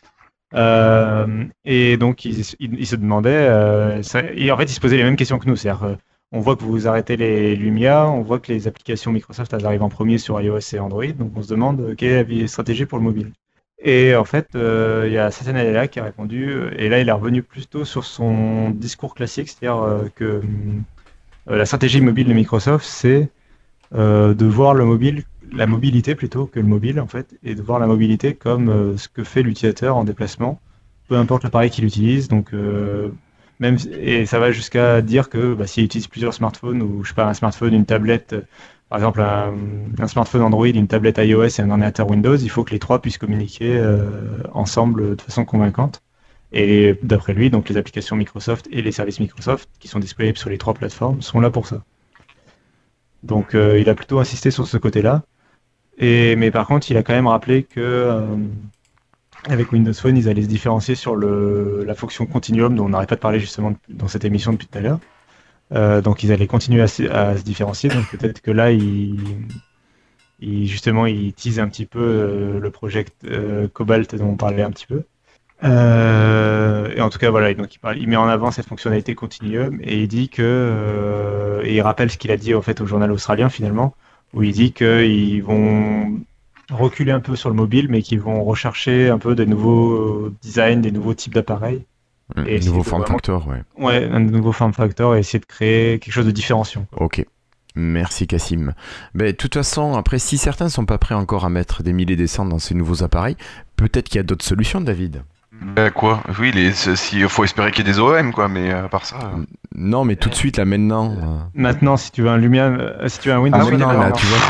Et donc ils se demandaient, et en fait ils se posaient les mêmes questions que nous, c'est-à-dire on voit que vous arrêtez les Lumia, on voit que les applications Microsoft elles arrivent en premier sur iOS et Android, donc on se demande quelle est la stratégie pour le mobile. Et en fait, il y a Satya Nadella qui a répondu, et là il est revenu plutôt sur son discours classique, c'est-à-dire que la stratégie mobile de Microsoft, c'est de voir la mobilité plutôt que le mobile en fait, et de voir la mobilité comme ce que fait l'utilisateur en déplacement, peu importe l'appareil qu'il utilise. Donc et ça va jusqu'à dire que s'il utilise plusieurs smartphones, ou je sais pas, un smartphone, une tablette, par exemple un smartphone Android, une tablette iOS et un ordinateur Windows, il faut que les trois puissent communiquer ensemble de façon convaincante. Et d'après lui, donc les applications Microsoft et les services Microsoft qui sont disponibles sur les trois plateformes sont là pour ça. Donc il a plutôt insisté sur ce côté-là. Mais par contre, il a quand même rappelé que avec Windows Phone, ils allaient se différencier sur la fonction Continuum dont on n'arrête pas de parler justement dans cette émission depuis tout à l'heure. Donc ils allaient continuer à se différencier. Donc peut-être que là, justement, il tease un petit peu le projet Cobalt dont on parlait un petit peu. Et en tout cas voilà, donc il met en avant cette fonctionnalité Continuum, et il dit que et il rappelle ce qu'il a dit en fait au journal australien finalement, où il dit qu'ils vont reculer un peu sur le mobile, mais qu'ils vont rechercher un peu de nouveaux designs, des nouveaux types d'appareils, et nouveau form factor, un nouveau form factor, et essayer de créer quelque chose de différenciant, quoi. Ok. Merci Cassim. De toute façon, après, si certains ne sont pas prêts encore à mettre des milliers des cents dans ces nouveaux appareils, peut-être qu'il y a d'autres solutions, David. Quoi ? Oui, il faut espérer qu'il y ait des OEM, quoi, mais à part ça... Non, mais tout de suite, là, maintenant... Maintenant, si tu veux un Lumia, si tu veux un Windows... Ah oui, non, là, tu vois...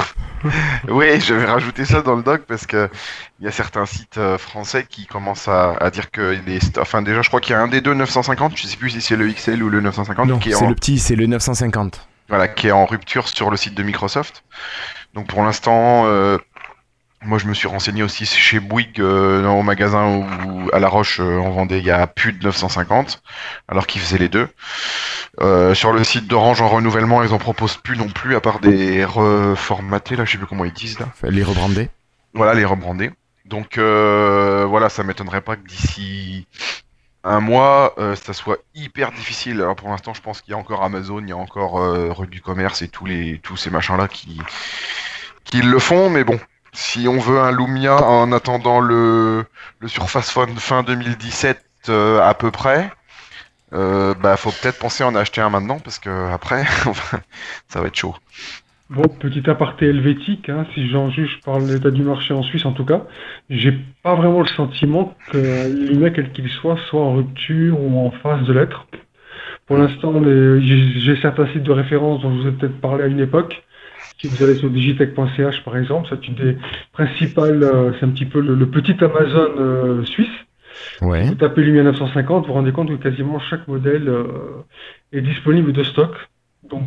Oui, je vais rajouter ça dans le doc parce que il y a certains sites français qui commencent à dire que enfin déjà je crois qu'il y a un des deux 950, je sais plus si c'est le XL ou le 950 Non, qui est c'est le petit, c'est le 950. voilà, qui est en rupture sur le site de Microsoft. Donc pour l'instant, moi je me suis renseigné aussi chez Bouygues au magasin où à La Roche on vendait il y a plus de 950 alors qu'ils faisaient les deux. Sur le site d'Orange en renouvellement, ils en proposent plus non plus à part des reformatés là, je sais plus comment ils disent là. Enfin, les rebrandés. Voilà, les rebrandés. Donc voilà, ça m'étonnerait pas que d'ici un mois, ça soit hyper difficile. Alors pour l'instant, je pense qu'il y a encore Amazon, il y a encore Rue du Commerce et tous ces machins-là qui le font, mais bon. Si on veut un Lumia en attendant le Surface Phone fin 2017 à peu près, faut peut-être penser à en acheter un maintenant parce que après ça va être chaud. Bon, petit aparté helvétique, hein, si j'en juge par l'état du marché en Suisse en tout cas, j'ai pas vraiment le sentiment que Lumia, quel qu'il soit en rupture ou en phase de l'être. Pour l'instant, j'ai certains sites de référence dont je vous ai peut-être parlé à une époque. Si vous allez sur digitech.ch par exemple, c'est une des principales, c'est un petit peu le petit Amazon suisse. Ouais. Vous tapez Lumia 950, vous vous rendez compte que quasiment chaque modèle est disponible de stock. Donc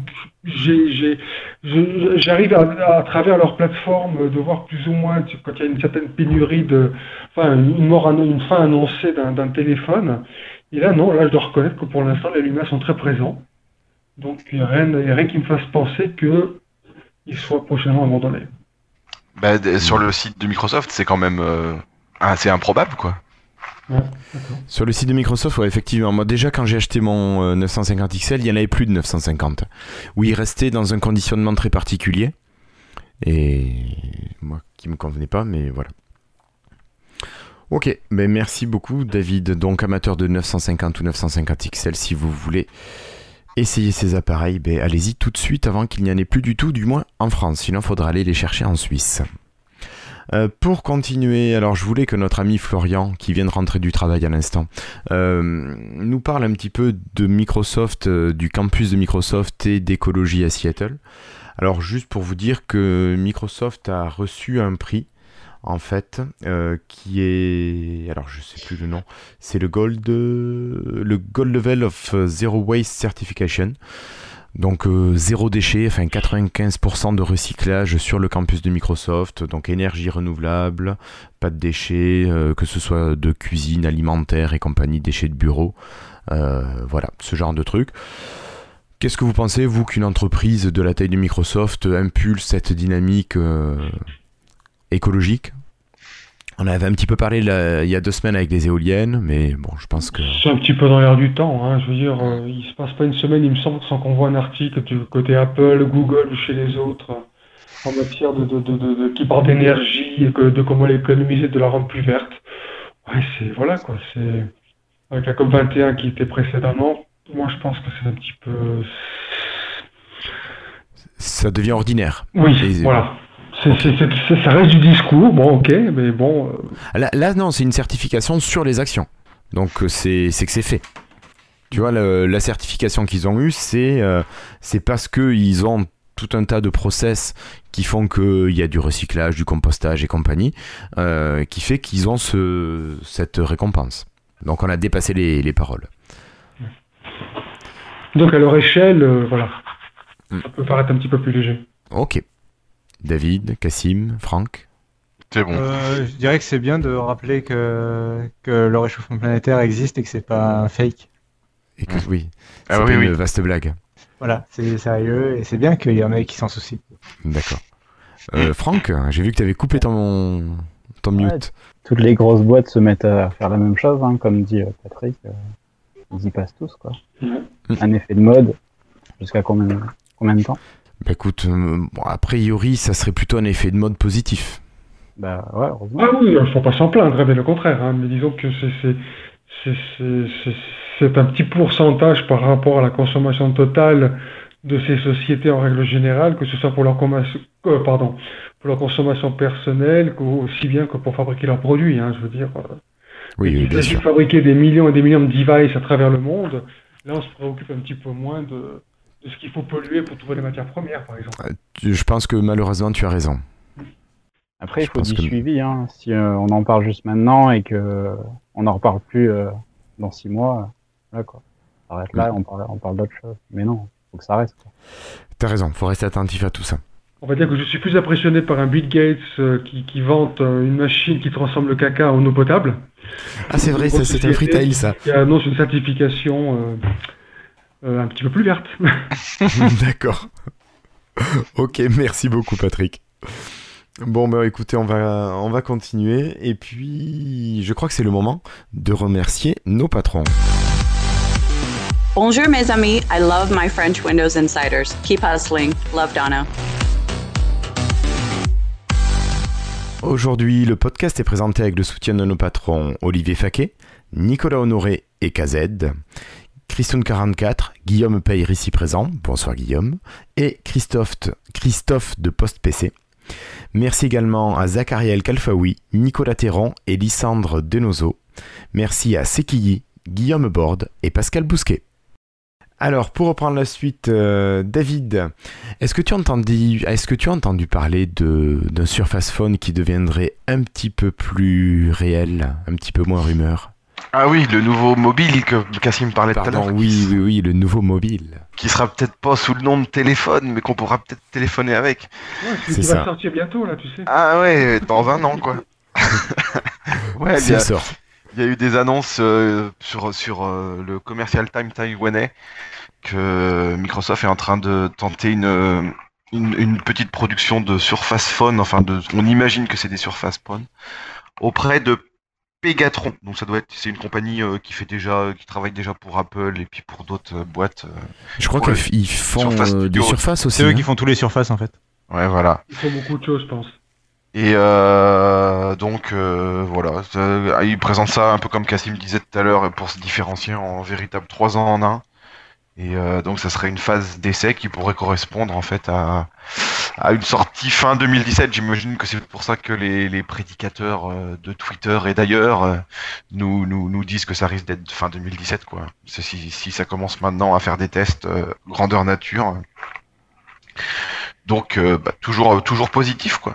j'arrive à travers leur plateforme de voir plus ou moins quand il y a une certaine pénurie une fin annoncée d'un téléphone. Et là non, là je dois reconnaître que pour l'instant les Lumia sont très présents. Donc il n'y a rien qui me fasse penser qu'ils soient prochainement abandonnés. Sur le site de Microsoft, c'est quand même assez improbable quoi. Ouais, sur le site de Microsoft, ouais, effectivement. Moi, déjà, quand j'ai acheté mon 950 XL, il n'y en avait plus de 950. Oui, il restait dans un conditionnement très particulier. Et moi, qui me convenait pas, mais voilà. Ok, merci beaucoup, David. Donc, amateur de 950 ou 950 XL, si vous voulez essayer ces appareils, allez-y tout de suite avant qu'il n'y en ait plus du tout, du moins en France. Sinon, il faudra aller les chercher en Suisse. Pour continuer, alors je voulais que notre ami Florian, qui vient de rentrer du travail à l'instant, nous parle un petit peu de Microsoft, du campus de Microsoft et d'écologie à Seattle. Alors juste pour vous dire que Microsoft a reçu un prix, en fait, qui est... Alors je sais plus le nom, c'est le Gold Level of Zero Waste Certification. Donc zéro déchet, enfin 95% de recyclage sur le campus de Microsoft, donc énergie renouvelable, pas de déchets, que ce soit de cuisine, alimentaire et compagnie, déchets de bureau, voilà, ce genre de truc. Qu'est-ce que vous pensez, vous, qu'une entreprise de la taille de Microsoft impulse cette dynamique écologique ? On avait un petit peu parlé il y a 2 semaines avec les éoliennes, mais bon, je pense que... C'est un petit peu dans l'air du temps, hein. Je veux dire, il se passe pas une semaine, il me semble, sans qu'on voit un article du côté Apple, Google ou chez les autres en matière qui parle d'énergie et de comment l'économiser, de la rendre plus verte. Ouais, voilà quoi, c'est... Avec la COP21 qui était précédemment, moi je pense que c'est un petit peu... Ça devient ordinaire. Oui, voilà. Ça reste du discours, bon ok, mais bon... Là non, c'est une certification sur les actions. Donc c'est que c'est fait. Tu vois, la certification qu'ils ont eue, c'est parce qu'ils ont tout un tas de process qui font qu'il y a du recyclage, du compostage et compagnie, qui fait qu'ils ont cette récompense. Donc on a dépassé les paroles. Donc à leur échelle, voilà. Ça peut paraître un petit peu plus léger. Ok. David, Cassim, Franck. C'est bon. Je dirais que c'est bien de rappeler que le réchauffement planétaire existe et que c'est pas un fake. Et que oui, c'est pas une vaste blague. Voilà, c'est sérieux et c'est bien qu'il y en ait qui s'en soucient. D'accord. Franck, j'ai vu que tu avais coupé ton mute. Toutes les grosses boîtes se mettent à faire la même chose, hein, comme dit Patrick. Ils y passent tous, quoi. Un effet de mode. Jusqu'à combien de temps ? Bah écoute, a priori, ça serait plutôt un effet de mode positif. Bah ouais, heureusement. Ah oui, il ne faut pas s'en plaindre, mais le contraire. Hein. Mais disons que c'est un petit pourcentage par rapport à la consommation totale de ces sociétés en règle générale, que ce soit pour leur consommation personnelle, aussi bien que pour fabriquer leurs produits. Hein, je veux dire, oui, bien sûr. Fabriquer des millions et des millions de devices à travers le monde, là on se préoccupe un petit peu moins de ce qu'il faut polluer pour trouver les matières premières, par exemple. Je pense que malheureusement, tu as raison. Après, il Je faut pense du que- suivi. Hein. Si on en parle juste maintenant et que on n'en reparle plus dans 6 mois, là, quoi. Ça arrête là, on parle d'autre chose. Mais non, faut que ça reste. Quoi. T'as raison, faut rester attentif à tout ça. On va dire que je suis plus impressionné par un Bill Gates qui vante une machine qui transforme le caca en eau potable. Ah, c'est vrai, ça, c'est un freetail, ça. Qui annonce une certification un petit peu plus verte. D'accord. Ok, merci beaucoup, Patrick. Bon, bah écoutez, on va continuer. Et puis, je crois que c'est le moment de remercier nos patrons. Bonjour mes amis, I love my French Windows Insiders. Keep hustling. Love Donna. Aujourd'hui, le podcast est présenté avec le soutien de nos patrons Olivier Faquet, Nicolas Honoré et KZ, Christone44, Guillaume Peyre ici présent, bonsoir Guillaume, et Christophe de PostPC. Merci également à Zachariel Kalfaoui, Nicolas Théron et Lysandre Denozo. Merci à Sekiji, Guillaume Borde et Pascal Bousquet. Alors, pour reprendre la suite, David, est-ce que tu as entendu parler d'un Surface Phone qui deviendrait un petit peu plus réel, un petit peu moins rumeur? Ah oui, le nouveau mobile que Cassim parlait tout à l'heure. Pardon, oui, le nouveau mobile. Qui sera peut-être pas sous le nom de téléphone, mais qu'on pourra peut-être téléphoner avec. Ouais, C'est qui ça. va sortir bientôt, là, tu sais. Ah ouais, dans un an, quoi. Ouais, C'est sort. il y a eu des annonces sur le Commercial Time taïwanais que Microsoft est en train de tenter une petite production de Surface Phone, on imagine que c'est des Surface Phone, auprès de Pegatron. Donc c'est une compagnie qui travaille déjà pour Apple et puis pour d'autres boîtes. Je crois Ouais. qu'ils font Surface des Studio. surfaces aussi. C'est eux hein. qui font tous les surfaces en fait. Ouais, voilà. Ils font beaucoup de choses, je pense. Et donc voilà, il présente ça un peu comme Cassim disait tout à l'heure pour se différencier en véritable 3 ans en 1. Et donc ça serait une phase d'essai qui pourrait correspondre en fait à une sortie fin 2017. J'imagine que c'est pour ça que les prédicateurs de Twitter et d'ailleurs nous disent que ça risque d'être fin 2017 quoi. Si ça commence maintenant à faire des tests grandeur nature. Donc toujours positif quoi.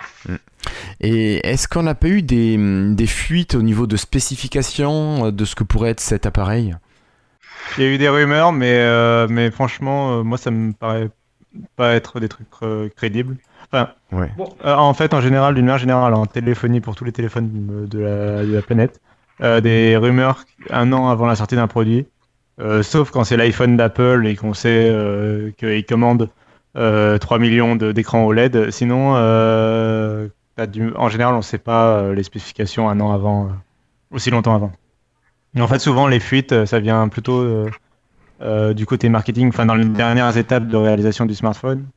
Et est-ce qu'on n'a pas eu des fuites au niveau de spécification de ce que pourrait être cet appareil? Il y a eu des rumeurs, mais franchement, moi ça me paraît pas être des trucs crédibles. Enfin, Ouais. en fait, en général, d'une manière générale, en téléphonie pour tous les téléphones de la planète, des rumeurs un an avant la sortie d'un produit, sauf quand c'est l'iPhone d'Apple et qu'on sait qu'il commande 3 millions d'écrans OLED. Sinon, en général, on ne sait pas les spécifications un an avant, aussi longtemps avant. Et en fait, souvent, les fuites, ça vient plutôt du côté marketing, enfin dans les dernières étapes de réalisation du smartphone.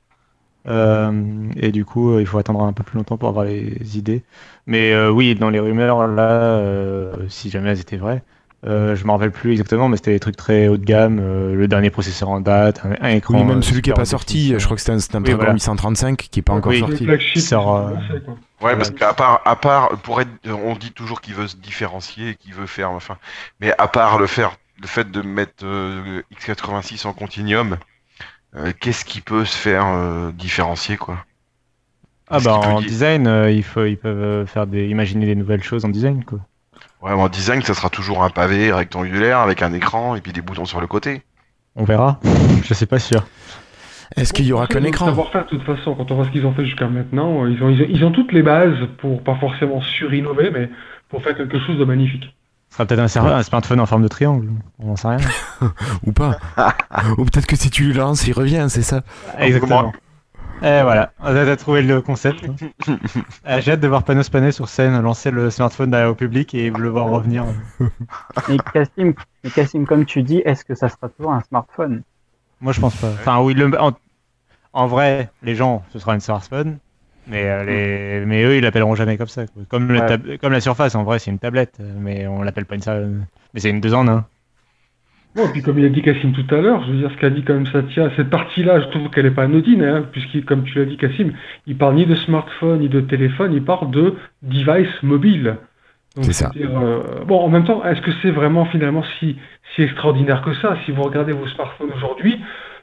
Et du coup, il faut attendre un peu plus longtemps pour avoir les idées. Mais oui, dans les rumeurs, là, si jamais elles étaient vraies, je me rappelle plus exactement, mais c'était des trucs très haut de gamme, le dernier processeur en date, un écran. Oui, même celui qui n'est super pas sorti, définition. je crois que c'était un Snapdragon Oui, voilà. 835 qui n'est pas encore Oui. Le sorti. flagship, sort, c'est ce que c'est, quoi. Ouais, parce qu'à part on dit toujours qu'il veut se différencier, qu'il veut faire, mais à part le fait de mettre x86 en continuum, qu'est-ce qui peut se faire différencier, quoi? Ah Qu'est-ce bah qui peut en dire design, ils peuvent imaginer des nouvelles choses en design quoi. Ouais, mais en design, ça sera toujours un pavé rectangulaire avec un écran et puis des boutons sur le côté. On verra. Je sais pas sûr. Est-ce qu'il y aura qu'un Ils ont écran? le savoir-faire de toute façon, quand on voit ce qu'ils ont fait jusqu'à maintenant, ils ont toutes les bases pour pas forcément surinnover, mais pour faire quelque chose de magnifique. Ce sera peut-être un smartphone en forme de triangle. On n'en sait rien. Ou pas? Ou peut-être que si tu le lances, il revient, c'est ça? Exactement. Et voilà, on a trouvé le concept. J'ai hâte de voir Panos Panay sur scène lancer le smartphone derrière au public et le voir revenir. Mais Cassim, comme tu dis, est-ce que ça sera toujours un smartphone? Moi je pense pas. Enfin oui, en vrai, les gens, ce sera une smartphone, mais eux ils l'appelleront jamais comme ça. Quoi. Comme la Surface, en vrai c'est une tablette, mais on l'appelle pas mais c'est une 2 en 1. Bon, et puis comme il a dit Cassim tout à l'heure, je veux dire, ce qu'a dit quand même Satya, cette partie-là, je trouve qu'elle est pas anodine, hein, puisqu'il, comme tu l'as dit Cassim, il parle ni de smartphone, ni de téléphone, il parle de device mobile. Donc, C'est ça. Bon, en même temps, est-ce que c'est vraiment finalement si extraordinaire que ça? Si vous regardez vos smartphones aujourd'hui,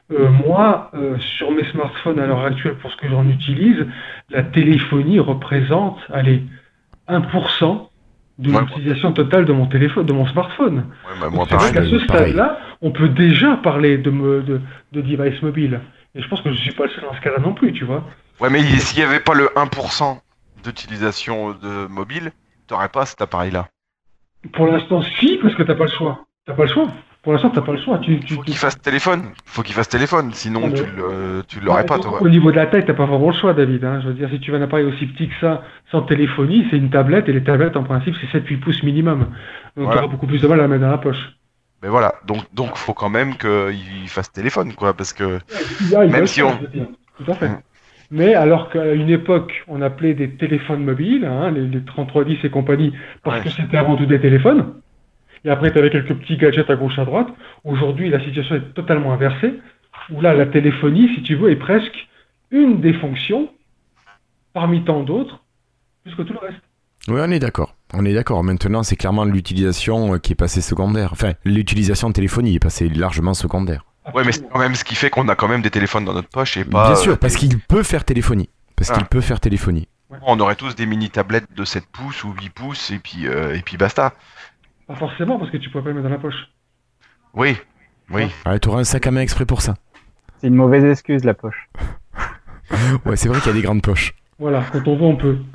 Moi, sur mes smartphones à l'heure actuelle, pour ce que j'en utilise, la téléphonie représente, allez, 1% de l'utilisation totale de mon téléphone, de mon smartphone. Ouais, bah, moi, Donc, c'est vrai pareil. qu'à ce stade-là, on peut déjà parler de device mobile. Et je pense que je suis pas le seul dans ce cas-là non plus, tu vois. Ouais, mais s'il n'y avait pas le 1% d'utilisation de mobile, t'aurais pas cet appareil-là. Pour l'instant, si, parce que t'as pas le choix. T'as pas le choix. Pour l'instant, t'as pas le choix. Faut qu'il fasse téléphone. Faut qu'il fasse téléphone, sinon Ah, mais- tu l'aurais pas, donc, toi. au niveau de la taille, t'as pas vraiment le choix, David. Hein. Je veux dire, si tu veux un appareil aussi petit que ça, sans téléphonie, c'est une tablette, et les tablettes, en principe, c'est 7-8 pouces minimum. Donc, Voilà. t'auras beaucoup plus de mal à la mettre dans la poche. Mais voilà, donc faut quand même qu'il fasse téléphone, quoi, parce que Là, il Même va si le on- faire, je veux dire. Tout à fait. Mm. Mais alors qu'à une époque, on appelait des téléphones mobiles, hein, les 3310 et compagnie, parce Ouais. que c'était avant tout des téléphones. Et après, tu avais quelques petits gadgets à gauche, à droite. Aujourd'hui, la situation est totalement inversée, où là, la téléphonie, si tu veux, est presque une des fonctions, parmi tant d'autres, plus que tout le reste. Oui, on est d'accord. On est d'accord. Maintenant, c'est clairement l'utilisation qui est passée secondaire. Enfin, l'utilisation de téléphonie est passée largement secondaire. ouais, mais c'est quand même ce qui fait qu'on a quand même des téléphones dans notre poche et pas. Bien sûr, parce qu'il peut faire téléphonie. Parce qu'il Ah. peut faire téléphonie. On aurait tous des mini tablettes de 7 pouces ou 8 pouces et puis basta. Pas forcément, parce que tu pourrais pas les mettre dans la poche. Oui, oui. Ouais, t'auras un sac à main exprès pour ça. C'est une mauvaise excuse, la poche. Ouais, c'est vrai qu'il y a des grandes poches. Voilà, quand on veut, on peut.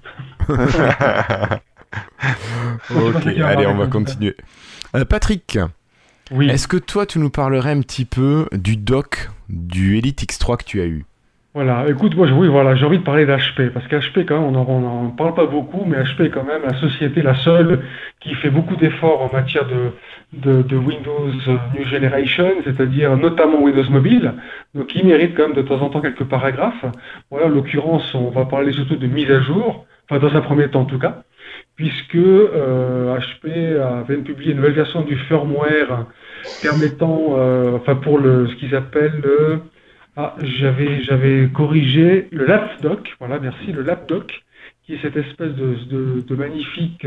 Ok, allez, on va continuer. Patrick, Oui. est-ce que toi, tu nous parlerais un petit peu du dock du Elite X3 que tu as eu? Voilà, écoute, moi, j'ai envie de parler d'HP, parce qu'HP, quand même, on en parle pas beaucoup, mais HP est quand même la société, la seule, qui fait beaucoup d'efforts en matière de Windows New Generation, c'est-à-dire notamment Windows Mobile, donc qui mérite quand même de temps en temps quelques paragraphes. Voilà, en l'occurrence, on va parler surtout de mise à jour, enfin, dans un premier temps en tout cas, puisque HP vient de publier une nouvelle version du firmware permettant, enfin, pour ce qu'ils appellent j'avais corrigé le lapdock, voilà, merci, le lapdock, qui est cette espèce de magnifique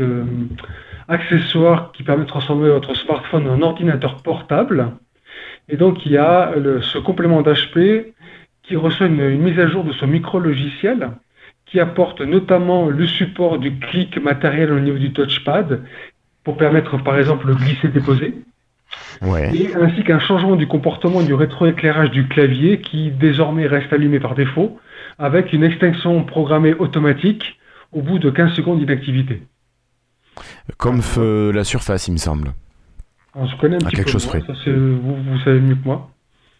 accessoire qui permet de transformer votre smartphone en ordinateur portable. Et donc, il y a ce complément d'HP qui reçoit une mise à jour de son micro-logiciel, qui apporte notamment le support du clic matériel au niveau du touchpad, pour permettre, par exemple, le glisser-déposer. Ouais. Et ainsi qu'un changement du comportement du rétroéclairage du clavier qui désormais reste allumé par défaut avec une extinction programmée automatique au bout de 15 secondes d'inactivité. Comme la Surface, il me semble. Alors, je connais un petit quelque peu chose moins, près. ça, vous savez mieux que moi.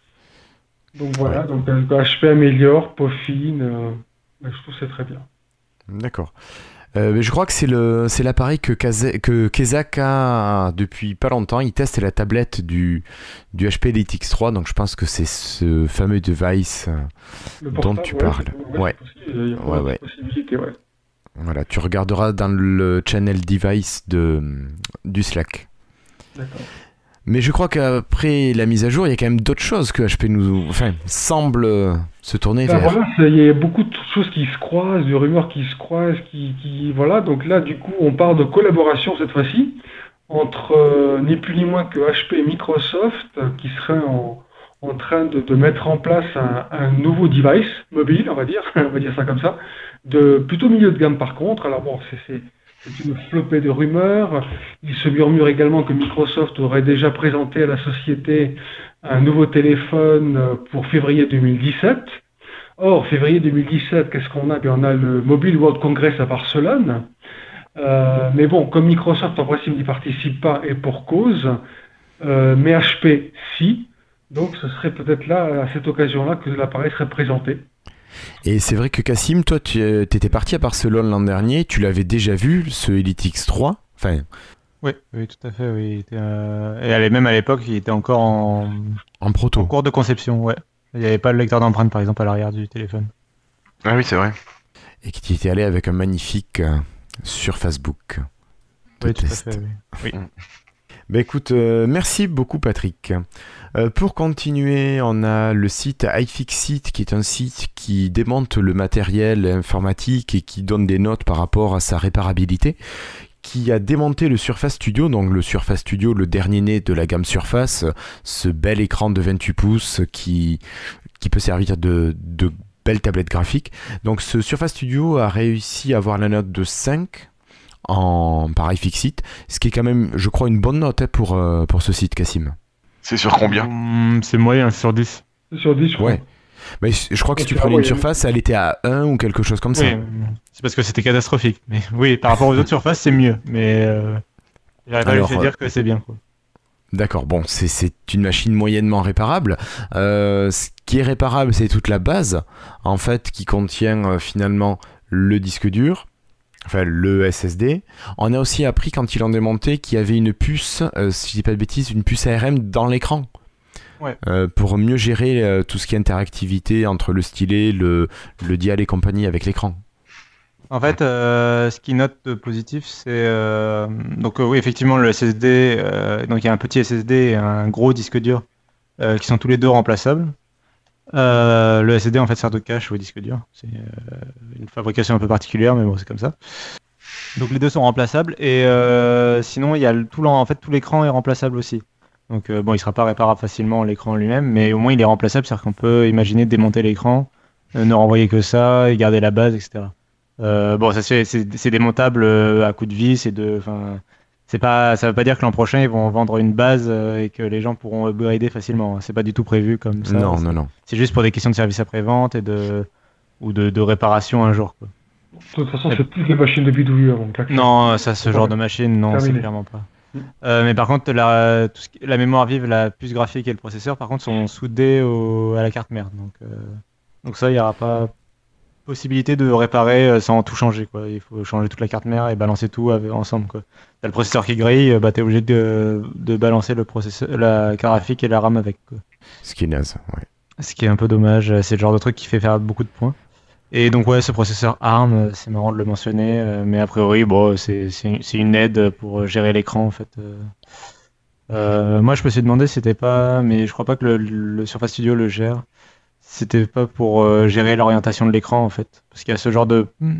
Donc voilà, donc HP améliore, peaufine, je trouve que c'est très bien. D'accord. Je crois que c'est l'appareil que Kezak a depuis pas longtemps. Il teste la tablette du HP Elite X3, donc je pense que c'est ce fameux device Le dont portable, tu ouais, parles. c'est Ouais. possible, il y a Ouais, ouais. possibilité, ouais. Voilà, tu regarderas dans le channel device du Slack. D'accord. Mais je crois qu'après la mise à jour, il y a quand même d'autres choses que HP semble se tourner Ben vers. voilà, il y a beaucoup de choses qui se croisent, de rumeurs qui se croisent, voilà. Donc là, du coup, on parle de collaboration cette fois-ci entre ni plus ni moins que HP et Microsoft qui seraient en train de mettre en place un nouveau device mobile, on va dire ça comme ça, de plutôt milieu de gamme par contre. Alors bon, c'est une flopée de rumeurs. Il se murmure également que Microsoft aurait déjà présenté à la société un nouveau téléphone pour février 2017. Or, février 2017, qu'est-ce qu'on a? Bien, on a le Mobile World Congress à Barcelone. Mais bon, comme Microsoft en principe n'y participe pas et pour cause, mais HP si. Donc ce serait peut-être là, à cette occasion-là, que l'appareil serait présenté. Et c'est vrai que Cassim, toi, tu étais parti à Barcelone l'an dernier, tu l'avais déjà vu, ce Elite X3. Enfin, Oui, tout à fait. Oui. Et même à l'époque, il était encore en proto. cours de conception. Ouais. Il n'y avait pas le lecteur d'empreinte, par exemple, à l'arrière du téléphone. Ah oui, c'est vrai. Et qui était allé avec un magnifique Surface Book. Oui, tout à fait. Oui. Bah écoute, merci beaucoup Patrick. Pour continuer, on a le site iFixit qui est un site qui démonte le matériel informatique et qui donne des notes par rapport à sa réparabilité, qui a démonté le Surface Studio, donc le Surface Studio, le dernier né de la gamme Surface, ce bel écran de 28 pouces qui peut servir de belle tablette graphique. Donc ce Surface Studio a réussi à avoir la note de 5 par iFixit, ce qui est quand même, je crois, une bonne note pour ce site, Cassim. C'est sur combien? C'est moyen, sur 10. Sur 10, je crois. Ouais. Mais je crois que si tu prenais une Surface, elle était à 1 ou quelque chose comme ça. Oui, c'est parce que c'était catastrophique. Mais oui, par rapport aux autres Surfaces, c'est mieux. Mais j'arrive pas à dire que c'est bien, quoi. D'accord, bon, c'est une machine moyennement réparable. Ce qui est réparable, c'est toute la base, en fait, qui contient finalement le disque dur, enfin le SSD. On a aussi appris, quand ils l'ont démonté, qu'il y avait une puce, si je dis pas de bêtises, une puce ARM dans l'écran. Ouais. Pour mieux gérer tout ce qui est interactivité entre le stylet, le dial et compagnie avec l'écran. En fait, ce qui note de positif, c'est donc oui, effectivement, le SSD. Donc il y a un petit SSD et un gros disque dur qui sont tous les deux remplaçables. Le SSD en fait sert de cache au disque dur. C'est une fabrication un peu particulière, mais bon, c'est comme ça. Donc les deux sont remplaçables et sinon il y a tout l'écran est remplaçable aussi. Donc bon, il sera pas réparable facilement l'écran lui-même, mais au moins il est remplaçable, c'est-à-dire qu'on peut imaginer démonter l'écran, ne renvoyer que ça et garder la base, etc. Bon, c'est démontable à coup de vis ça veut pas dire que l'an prochain ils vont vendre une base et que les gens pourront upgrader facilement. C'est pas du tout prévu comme ça. Non. C'est juste pour des questions de service après-vente et de réparation un jour, quoi. De toute façon, c'est plus des machines de bidouilleur. Non, ce genre de machine, non, c'est clairement pas. Mais par contre, la mémoire vive, la puce graphique et le processeur, par contre, sont soudés à la carte mère. Donc ça, il n'y aura pas possibilité de réparer sans tout changer, quoi. Il faut changer toute la carte mère et balancer tout ensemble, quoi. T'as le processeur qui grille, t'es obligé de balancer le processeur, la carte graphique et la RAM avec, quoi. Ce qui est naze, ouais. Ce qui est un peu dommage, c'est le genre de truc qui fait faire beaucoup de points. Et donc ouais, ce processeur ARM, c'est marrant de le mentionner, mais a priori, bon, c'est une aide pour gérer l'écran, en fait. Moi, je me suis demandé si c'était pas, mais je crois pas que le Surface Studio le gère. C'était pas pour gérer l'orientation de l'écran, en fait, parce qu'il y a ce genre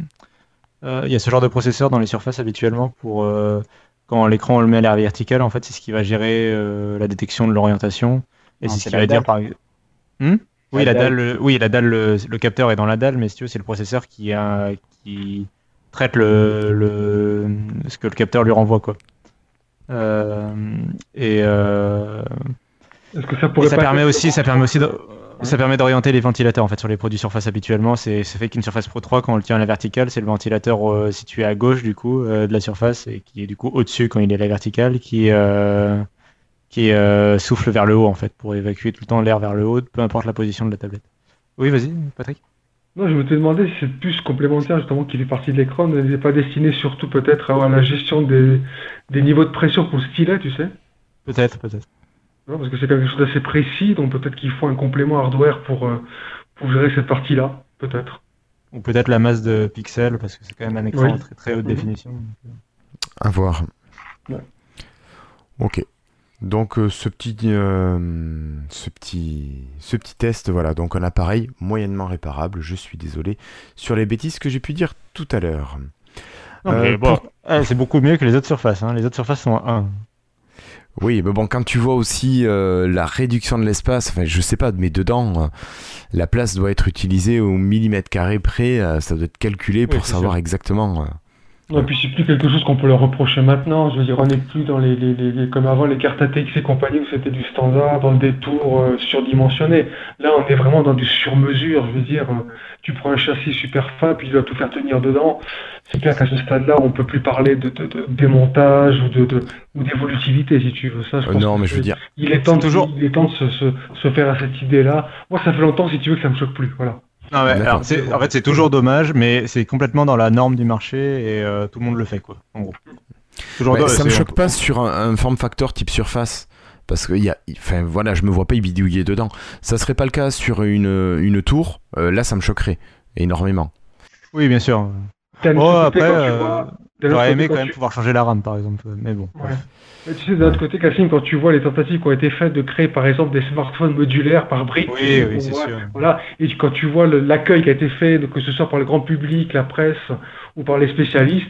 de processeur dans les surfaces habituellement pour quand l'écran on le met à l'air vertical, en fait, c'est ce qui va gérer la détection de l'orientation et c'est ce qui va dire par exemple. Oui, la dalle, le capteur est dans la dalle, mais si tu veux, c'est le processeur qui traite ce que le capteur lui renvoie, quoi. Est-ce que ça pourrait ça permet d'orienter les ventilateurs en fait sur les produits Surface habituellement. C'est fait qu'une Surface Pro 3, quand on le tient à la verticale, c'est le ventilateur situé à gauche du coup de la surface et qui est du coup au-dessus quand il est à la verticale, qui souffle vers le haut en fait pour évacuer tout le temps l'air vers le haut, peu importe la position de la tablette. Oui, vas-y, Patrick. Non, je me suis demandé si cette puce complémentaire justement qui fait partie de l'écran n'est pas destinée surtout peut-être à la gestion des niveaux de pression pour le stylet, tu sais. Peut-être. Non, parce que c'est quelque chose d'assez précis, donc peut-être qu'il faut un complément hardware pour gérer cette partie-là, peut-être. Ou peut-être la masse de pixels, parce que c'est quand même un écran très très haute définition. À voir. Ouais. Ok. Donc ce petit test, voilà, donc un appareil moyennement réparable, je suis désolé sur les bêtises que j'ai pu dire tout à l'heure. C'est beaucoup mieux que les autres surfaces, hein. Les autres surfaces sont à 1. Oui, mais bon, quand tu vois aussi la réduction de l'espace, enfin, je sais pas, mais dedans, la place doit être utilisée au millimètre carré près, ça doit être calculé pour savoir sûr. Exactement. Et puis c'est plus quelque chose qu'on peut leur reprocher maintenant. Je veux dire, on n'est plus dans les comme avant les cartes ATX et compagnie où c'était du standard, dans le détour surdimensionné. Là, on est vraiment dans du sur-mesure. Je veux dire, tu prends un châssis super fin, puis tu dois tout faire tenir dedans. C'est clair qu'à ce stade-là, on peut plus parler de démontage ou d'évolutivité, si tu veux. Ça, je pense non, mais je veux dire, il est temps de se faire à cette idée-là. Moi, ça fait longtemps, si tu veux, que ça me choque plus. Voilà. Non, mais alors, en fait, c'est toujours dommage, mais c'est complètement dans la norme du marché et tout le monde le fait, quoi. En gros. Ça me choque pas sur un form factor type surface. Parce que je me vois pas y bidouiller dedans. Ça serait pas le cas sur une tour. Là, ça me choquerait énormément. Oui, bien sûr. D'un Oh, autre côté, après, quand tu vois- d'un autre j'aurais côté, aimé quand quand même tu- pouvoir changer la RAM, par exemple. Mais bon. Ouais. Mais tu sais, d'un autre côté, Cassim, quand tu vois les tentatives qui ont été faites de créer, par exemple, des smartphones modulaires par briques, Oui, c'est ouais, sûr. voilà, et quand tu vois l'accueil qui a été fait, que ce soit par le grand public, la presse ou par les spécialistes,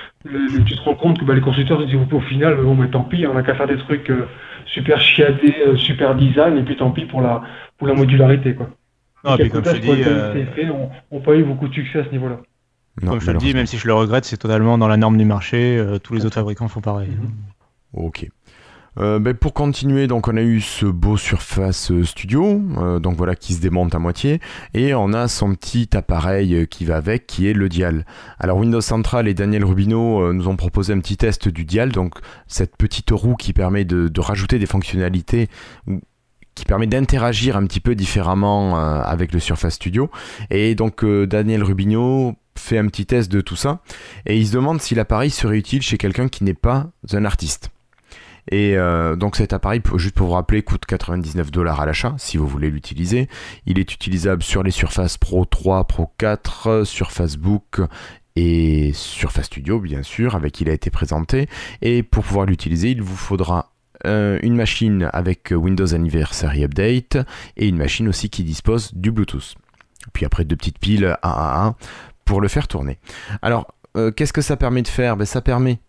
tu te rends compte que les constructeurs se disent au final, bon, mais tant pis, on n'a qu'à faire des trucs super chiadés, super design, et puis tant pis pour la modularité, quoi. Non, Et et puis quelques comme je te tests qui ont dis, été faits ont pas eu beaucoup de succès à ce niveau-là. Non, comme je te le dis, malheureusement. même si je le regrette, c'est totalement dans la norme du marché. Tous les autres fabricants font pareil. Ok. Pour continuer, donc on a eu ce beau Surface Studio, donc voilà, qui se démonte à moitié, et on a son petit appareil qui va avec, qui est le dial. Alors Windows Central et Daniel Rubino nous ont proposé un petit test du dial, donc cette petite roue qui permet de rajouter des fonctionnalités, qui permet d'interagir un petit peu différemment avec le Surface Studio. Et donc Daniel Rubino fait un petit test de tout ça, et il se demande si l'appareil serait utile chez quelqu'un qui n'est pas un artiste. Et donc cet appareil, juste pour vous rappeler, coûte $99 à l'achat si vous voulez l'utiliser. Il est utilisable sur les Surface Pro 3, Pro 4, Surface Book et Surface Studio bien sûr, avec qui il a été présenté. Et pour pouvoir l'utiliser, il vous faudra une machine avec Windows Anniversary Update et une machine aussi qui dispose du Bluetooth. Puis après 2 petites piles 1 à 1 pour le faire tourner. Alors qu'est-ce que ça permet de faire ? Ça permet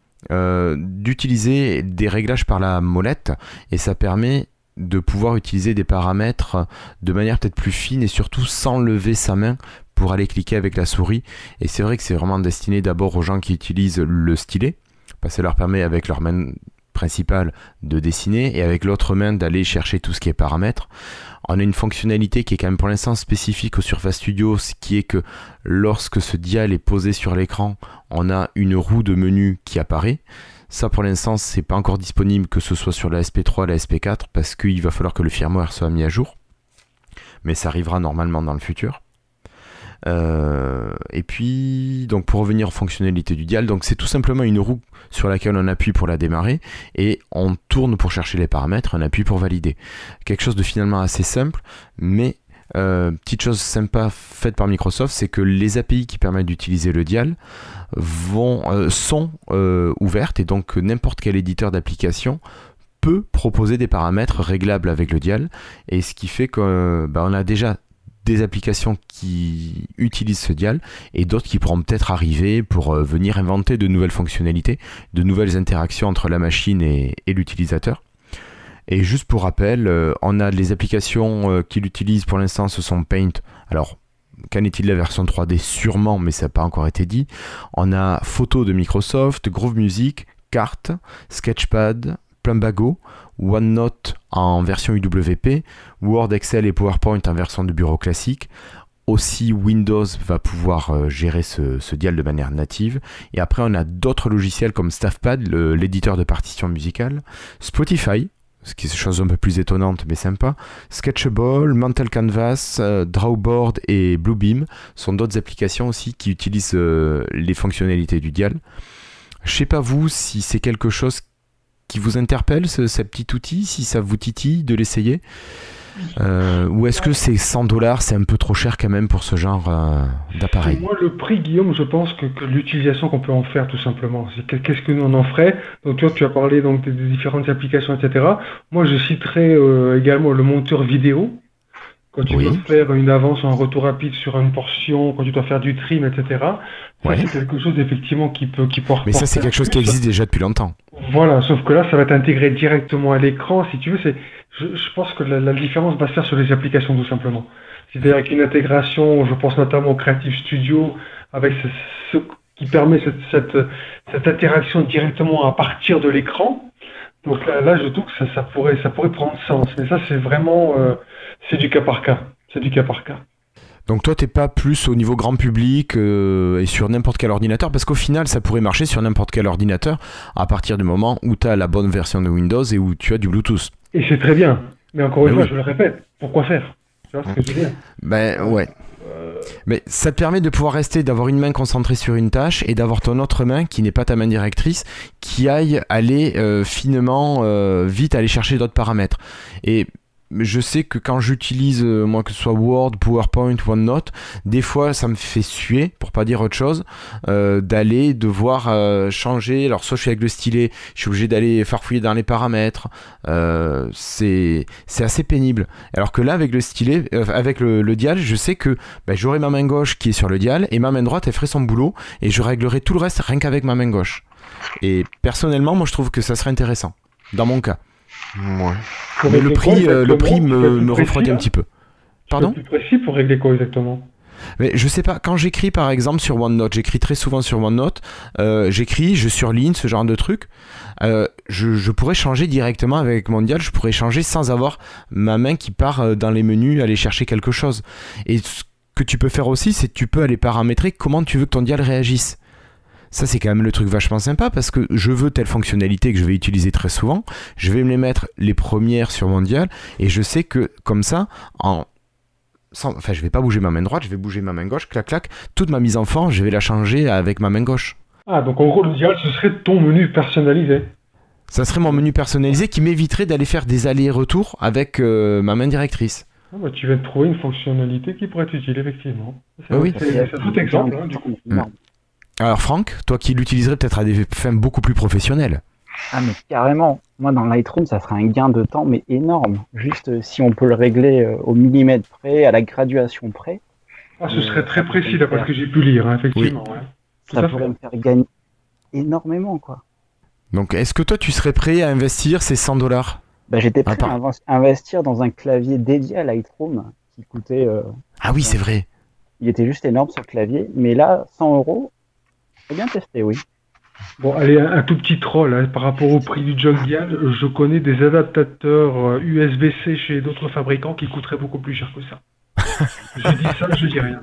d'utiliser des réglages par la molette, et ça permet de pouvoir utiliser des paramètres de manière peut-être plus fine et surtout sans lever sa main pour aller cliquer avec la souris. Et c'est vrai que c'est vraiment destiné d'abord aux gens qui utilisent le stylet, parce que ça leur permet avec leur main principale de dessiner et avec l'autre main d'aller chercher tout ce qui est paramètres. On a une fonctionnalité qui est quand même pour l'instant spécifique au Surface Studio, ce qui est que lorsque ce dial est posé sur l'écran, on a une roue de menu qui apparaît. Ça pour l'instant c'est pas encore disponible, que ce soit sur la SP3, la SP4, parce qu'il va falloir que le firmware soit mis à jour. Mais ça arrivera normalement dans le futur. Et puis donc pour revenir aux fonctionnalités du dial, donc c'est tout simplement une roue sur laquelle on appuie pour la démarrer et on tourne pour chercher les paramètres, on appuie pour valider. Quelque chose de finalement assez simple, mais petite chose sympa faite par Microsoft, c'est que les API qui permettent d'utiliser le dial sont ouvertes, et donc n'importe quel éditeur d'application peut proposer des paramètres réglables avec le dial, et ce qui fait qu'on a déjà des applications qui utilisent ce dial et d'autres qui pourront peut-être arriver pour venir inventer de nouvelles fonctionnalités, de nouvelles interactions entre la machine et l'utilisateur. Et juste pour rappel, on a les applications qui l'utilisent pour l'instant, ce sont Paint. Alors, qu'en est-il de la version 3D ? Sûrement, mais ça n'a pas encore été dit. On a Photo de Microsoft, Groove Music, Carte, Sketchpad, Plumbago, OneNote en version UWP, Word, Excel et PowerPoint en version de bureau classique. Aussi, Windows va pouvoir gérer ce dial de manière native. Et après, on a d'autres logiciels comme StaffPad, l'éditeur de partitions musicales, Spotify, ce qui est une chose un peu plus étonnante mais sympa, Sketchable, Mental Canvas, Drawboard et Bluebeam sont d'autres applications aussi qui utilisent les fonctionnalités du dial. Je sais pas vous si c'est quelque chose qui vous interpelle, ce petit outil, si ça vous titille de l'essayer, ou est-ce que c'est $100, c'est un peu trop cher quand même pour ce genre d'appareil ? Moi, le prix, Guillaume, je pense que l'utilisation qu'on peut en faire, tout simplement. C'est qu'est-ce que nous on en ferait. Donc, toi, tu as parlé donc des différentes applications, etc. Moi, je citerai également le monteur vidéo. Quand tu dois faire une avance ou un retour rapide sur une portion, quand tu dois faire du trim, etc. Ça, c'est quelque chose effectivement qui peut Mais ça, c'est quelque chose qui existe déjà depuis longtemps. Voilà, sauf que là, ça va être intégré directement à l'écran. Si tu veux, je pense que la différence va se faire sur les applications, tout simplement. C'est-à-dire avec une intégration, je pense notamment au Creative Studio, avec ce qui permet cette interaction directement à partir de l'écran. Donc là, je trouve que ça pourrait prendre sens. Mais ça, c'est vraiment, c'est du cas par cas. C'est du cas par cas. Donc toi, t'es pas plus au niveau grand public et sur n'importe quel ordinateur, parce qu'au final, ça pourrait marcher sur n'importe quel ordinateur à partir du moment où tu as la bonne version de Windows et où tu as du Bluetooth. Et c'est très bien. Mais encore une fois, je le répète, pourquoi faire ? Tu vois ce que je veux dire ? Ouais. Mais ça te permet de pouvoir d'avoir une main concentrée sur une tâche et d'avoir ton autre main qui n'est pas ta main directrice qui aille aller finement, vite aller chercher d'autres paramètres. Et je sais que quand j'utilise, moi, que ce soit Word, PowerPoint, OneNote, des fois ça me fait suer, pour pas dire autre chose, d'aller devoir changer. Alors soit je suis avec le stylet, je suis obligé d'aller farfouiller dans les paramètres, c'est assez pénible. Alors que là, avec le stylet, avec le dial, je sais que j'aurai ma main gauche qui est sur le dial et ma main droite elle ferait son boulot et je réglerai tout le reste rien qu'avec ma main gauche. Et personnellement, moi je trouve que ça serait intéressant, dans mon cas. Ouais. Mais le prix me refroidit un petit peu. Pardon ? Tu peux être plus précis pour régler quoi exactement ? Mais je sais pas, quand j'écris par exemple sur OneNote, j'écris très souvent sur OneNote, je surligne ce genre de truc, je pourrais changer directement avec mon dial, je pourrais changer sans avoir ma main qui part dans les menus, aller chercher quelque chose. Et ce que tu peux faire aussi, c'est que tu peux aller paramétrer comment tu veux que ton dial réagisse. Ça, c'est quand même le truc vachement sympa parce que je veux telle fonctionnalité que je vais utiliser très souvent, je vais me les mettre les premières sur mon dial et je sais que comme ça, je vais pas bouger ma main droite, je vais bouger ma main gauche, clac clac, toute ma mise en forme, je vais la changer avec ma main gauche. Ah, donc en gros, le dial, ce serait ton menu personnalisé. Ça serait mon menu personnalisé qui m'éviterait d'aller faire des allers-retours avec ma main directrice. Ah bah, tu viens de trouver une fonctionnalité qui pourrait être utile, effectivement. Oui. C'est tout exemple, du coup. Alors Franck, toi qui l'utiliserais peut-être à des fins beaucoup plus professionnelles. Ah mais carrément, moi dans Lightroom ça ferait un gain de temps mais énorme, juste si on peut le régler au millimètre près, à la graduation près. Ah ce serait très précis d'après ce que j'ai pu lire, effectivement. Oui. Ouais. Ça pourrait me faire gagner énormément quoi. Donc est-ce que toi tu serais prêt à investir ces $100 ? J'étais prêt à investir dans un clavier dédié à Lightroom qui coûtait... Ah oui c'est vrai. Il était juste énorme ce clavier, mais là 100€, c'est bien testé oui. Bon, allez, un tout petit troll, par rapport au prix du junk dial, je connais des adaptateurs USB-C chez d'autres fabricants qui coûteraient beaucoup plus cher que ça. Je dis ça, je dis rien.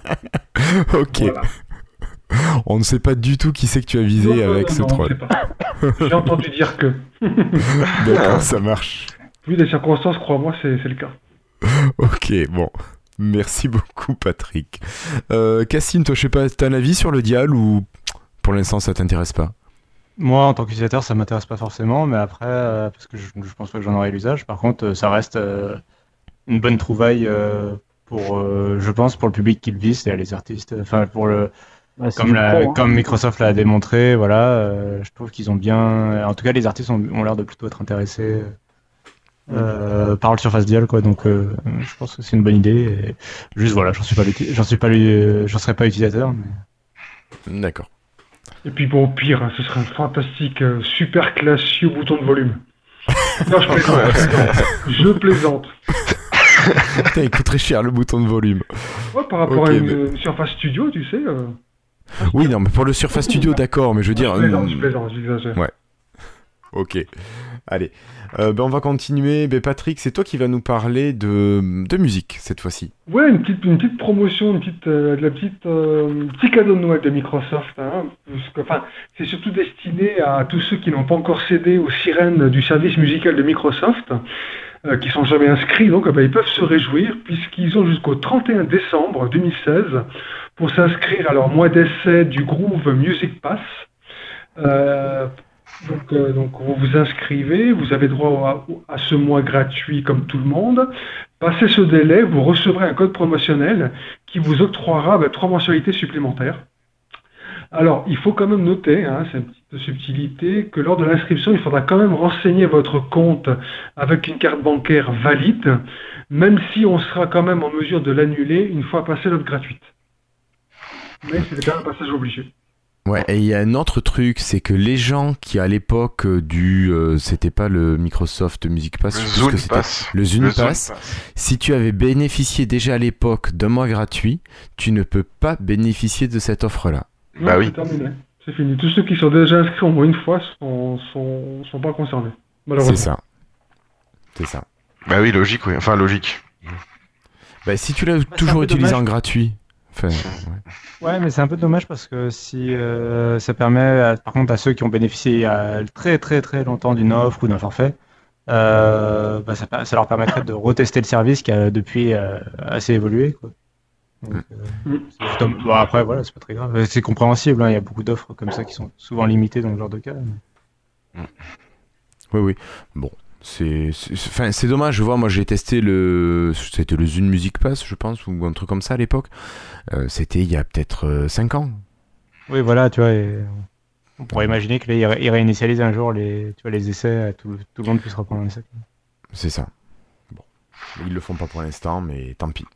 Ok. Voilà. On ne sait pas du tout qui c'est que tu as visé avec ce troll. J'ai entendu dire que. D'accord, ça marche. Vu les circonstances, crois-moi, c'est le cas. Ok, bon. Merci beaucoup, Patrick. Cassine, toi, je sais pas, t'as un avis sur le dial ou pour l'instant ça t'intéresse pas ? Moi, en tant qu'utilisateur, ça m'intéresse pas forcément, mais après, parce que je pense pas que j'en aurai l'usage. Par contre, ça reste une bonne trouvaille je pense, pour le public qui le vise, c'est-à-dire les artistes. Enfin, pour le. Comme Microsoft l'a démontré, voilà, je trouve qu'ils ont bien. En tout cas, les artistes ont l'air de plutôt être intéressés par le Surface Dial, quoi. Donc, je pense que c'est une bonne idée. Et juste, voilà, j'en serais pas utilisateur. Mais... D'accord. Et puis, bon, au pire, ce serait un fantastique, super classieux bouton de volume. Non, je plaisante. Putain, il coûte très cher le bouton de volume. Ouais, par rapport à une Surface Studio, tu sais. Oui, non, mais pour le Surface Studio, d'accord, mais je veux dire. Je plaisante, j'exagère. Ouais. Ok. Allez. On va continuer. Patrick, c'est toi qui vas nous parler de musique cette fois-ci. Ouais, une petite promotion, petit cadeau de Noël de Microsoft. C'est surtout destiné à tous ceux qui n'ont pas encore cédé aux sirènes du service musical de Microsoft. Qui sont jamais inscrits, donc ils peuvent se réjouir puisqu'ils ont jusqu'au 31 décembre 2016 pour s'inscrire à leur mois d'essai du Groove Music Pass. Donc vous vous inscrivez, vous avez droit à ce mois gratuit comme tout le monde. Passé ce délai, vous recevrez un code promotionnel qui vous octroiera 3 mensualités supplémentaires. Alors, il faut quand même noter, c'est une petite subtilité, que lors de l'inscription, il faudra quand même renseigner votre compte avec une carte bancaire valide, même si on sera quand même en mesure de l'annuler une fois passée l'offre gratuite. Mais c'est quand même un passage obligé. Ouais, et il y a un autre truc, c'est que les gens qui à l'époque c'était pas le Microsoft Music Pass, le Zune Pass, si tu avais bénéficié déjà à l'époque d'un mois gratuit, tu ne peux pas bénéficier de cette offre-là. Non, oui. C'est terminé. C'est fini. Tous ceux qui sont déjà inscrits au moins une fois sont pas concernés. Malheureusement. C'est ça. Bah oui, logique, oui. Enfin, logique. Si tu l'as toujours utilisé en gratuit. Ouais, mais c'est un peu dommage parce que si ça permet, par contre, à ceux qui ont bénéficié il y a très très très longtemps d'une offre ou d'un forfait, ça leur permettrait de retester le service qui a depuis assez évolué, quoi. Donc, après, voilà, c'est pas très grave. C'est compréhensible, il y a beaucoup d'offres comme ça qui sont souvent limitées dans ce genre de cas. Oui. Bon, c'est dommage, je vois, moi j'ai testé c'était le Zune Music Pass, je pense, ou un truc comme ça à l'époque. C'était il y a peut-être 5 ans. Oui, voilà, tu vois, on pourrait imaginer que là, ils réinitialisent un jour les essais, tout le monde puisse reprendre un essai. C'est ça. Bon, ils le font pas pour l'instant, mais tant pis.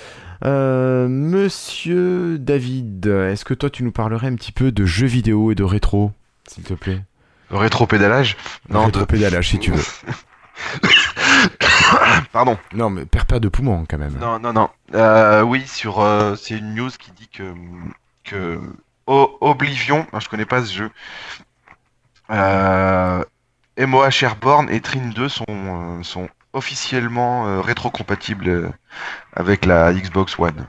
Monsieur David, est-ce que toi tu nous parlerais un petit peu de jeux vidéo et de rétro, s'il te plaît? Rétro-pédalage? Non, rétro-pédalage si tu veux. Pardon. Non, mais perds pas de poumon quand même. Non. Oui, c'est une news qui dit que Oblivion, je connais pas ce jeu. MOH Airborne et Trine 2 sont officiellement rétro-compatibles avec la Xbox One.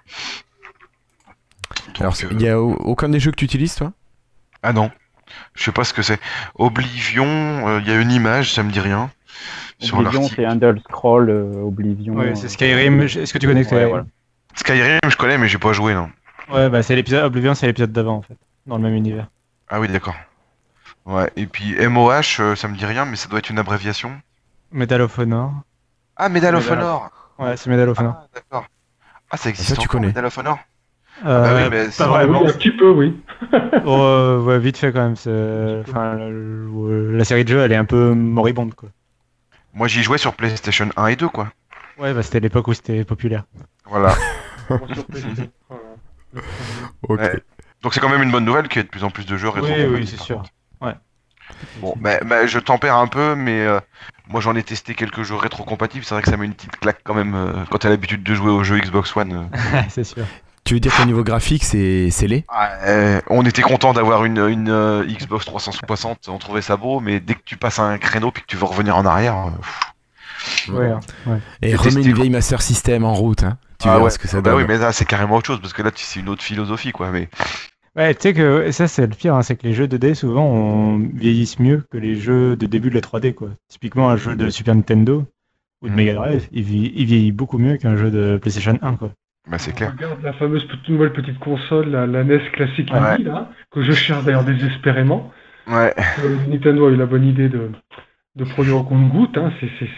Donc, alors, il n'y a aucun des jeux que tu utilises, toi? Ah non, je sais pas ce que c'est. Oblivion, il y a une image, ça me dit rien. Oblivion, c'est Elder Scroll, Oblivion. Ouais, c'est Skyrim. Est-ce que tu connais Skyrim? Voilà. Skyrim, je connais, mais j'ai pas joué, non. Ouais, bah c'est l'épisode Oblivion, c'est l'épisode d'avant en fait, dans le même univers. Ah oui, d'accord. Ouais, et puis MOH, ça me dit rien, mais ça doit être une abréviation. Medal of Honor. Ah, Medal of Honor. Ouais, c'est Medal of Honor. Ah, d'accord. Ah, ça existe Ça, tu encore, connais. Medal of Honor? Bah oui, mais pas vraiment. Oui, un petit peu, oui. Ouais, vite fait quand même. Enfin, la série de jeux, elle est un peu moribonde quoi. Moi, j'y jouais sur PlayStation 1 et 2, quoi. Ouais, bah c'était l'époque où c'était populaire. Voilà. Sur PC. Voilà. Ok. Ouais. Donc c'est quand même une bonne nouvelle qu'il y ait de plus en plus de jeux rétro. Oui, c'est sûr. Bon, bah, je tempère un peu, mais moi j'en ai testé quelques jeux rétro-compatibles. C'est vrai que ça met une petite claque quand même quand t'as l'habitude de jouer aux jeux Xbox One. C'est sûr. Tu veux dire qu'au niveau graphique, c'est laid? On était content d'avoir une Xbox 360, on trouvait ça beau, mais dès que tu passes un créneau puis que tu veux revenir en arrière. Ouais. Et J'ai remets testé, une vieille Master System en route, hein. Tu Ah verras ouais. ce que ça Bah donne. oui, mais là c'est carrément autre chose parce que là c'est une autre philosophie, quoi. Mais Ouais, tu sais que ça c'est le pire, hein, c'est que les jeux 2D souvent vieillissent mieux que les jeux de début de la 3D quoi. Typiquement un jeu de Super Nintendo ou de Mega Drive, il vieillit beaucoup mieux qu'un jeu de PlayStation 1 quoi. bah c'est clair. Regarde la fameuse nouvelle petite console, la NES classique Ouais. mini, là, que je cherche d'ailleurs désespérément. Ouais. Nintendo a eu la bonne idée de produire au compte-gouttes. Hein.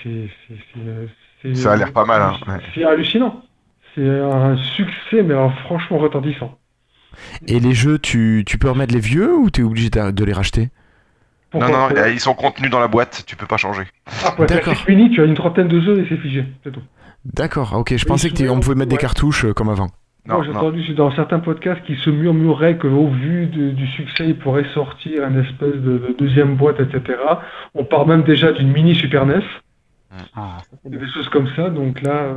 Ça a l'air pas mal, hein. Ouais. C'est hallucinant. C'est un succès, mais alors franchement retentissant. Et les jeux, tu peux remettre les vieux ou t'es obligé de les racheter? Non, ils sont contenus dans la boîte, tu peux pas changer. Pour la D'accord. classique mini, tu as une trentaine de jeux et c'est figé, c'est tout. D'accord, ok, je pensais souvent, qu'on pouvait mettre des ouais. cartouches comme avant. Non, Moi, j'ai entendu dans certains podcasts qui se murmuraient qu'au vu du succès, il pourrait sortir une espèce de deuxième boîte, etc. On parle même déjà d'une mini Super NES, Ah, ça, c'est et bien. des choses comme ça. Donc là,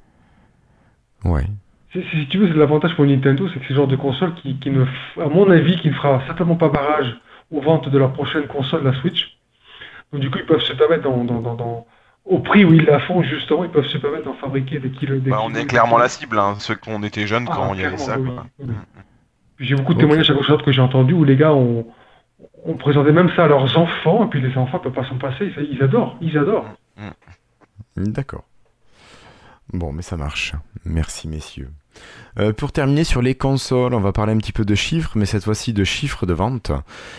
Ouais. si tu veux, c'est l'avantage pour Nintendo, c'est que c'est le genre de console qui ne, à mon avis, qui ne fera certainement pas barrage aux ventes de leur prochaine console, la Switch. Donc du coup, ils peuvent se permettre au prix où ils la font, justement, ils peuvent se permettre d'en fabriquer des kilos. on est clairement la cible, hein, ceux qu'on était jeunes quand il y avait ça, oui, quoi. oui. Puis j'ai beaucoup de témoignages à gauche à droite que j'ai entendus où les gars ont présenté même ça à leurs enfants, et puis les enfants ne peuvent pas s'en passer, ils adorent. D'accord. Bon, mais ça marche. Merci, messieurs. Pour terminer sur les consoles, on va parler un petit peu de chiffres, mais cette fois-ci de chiffres de vente.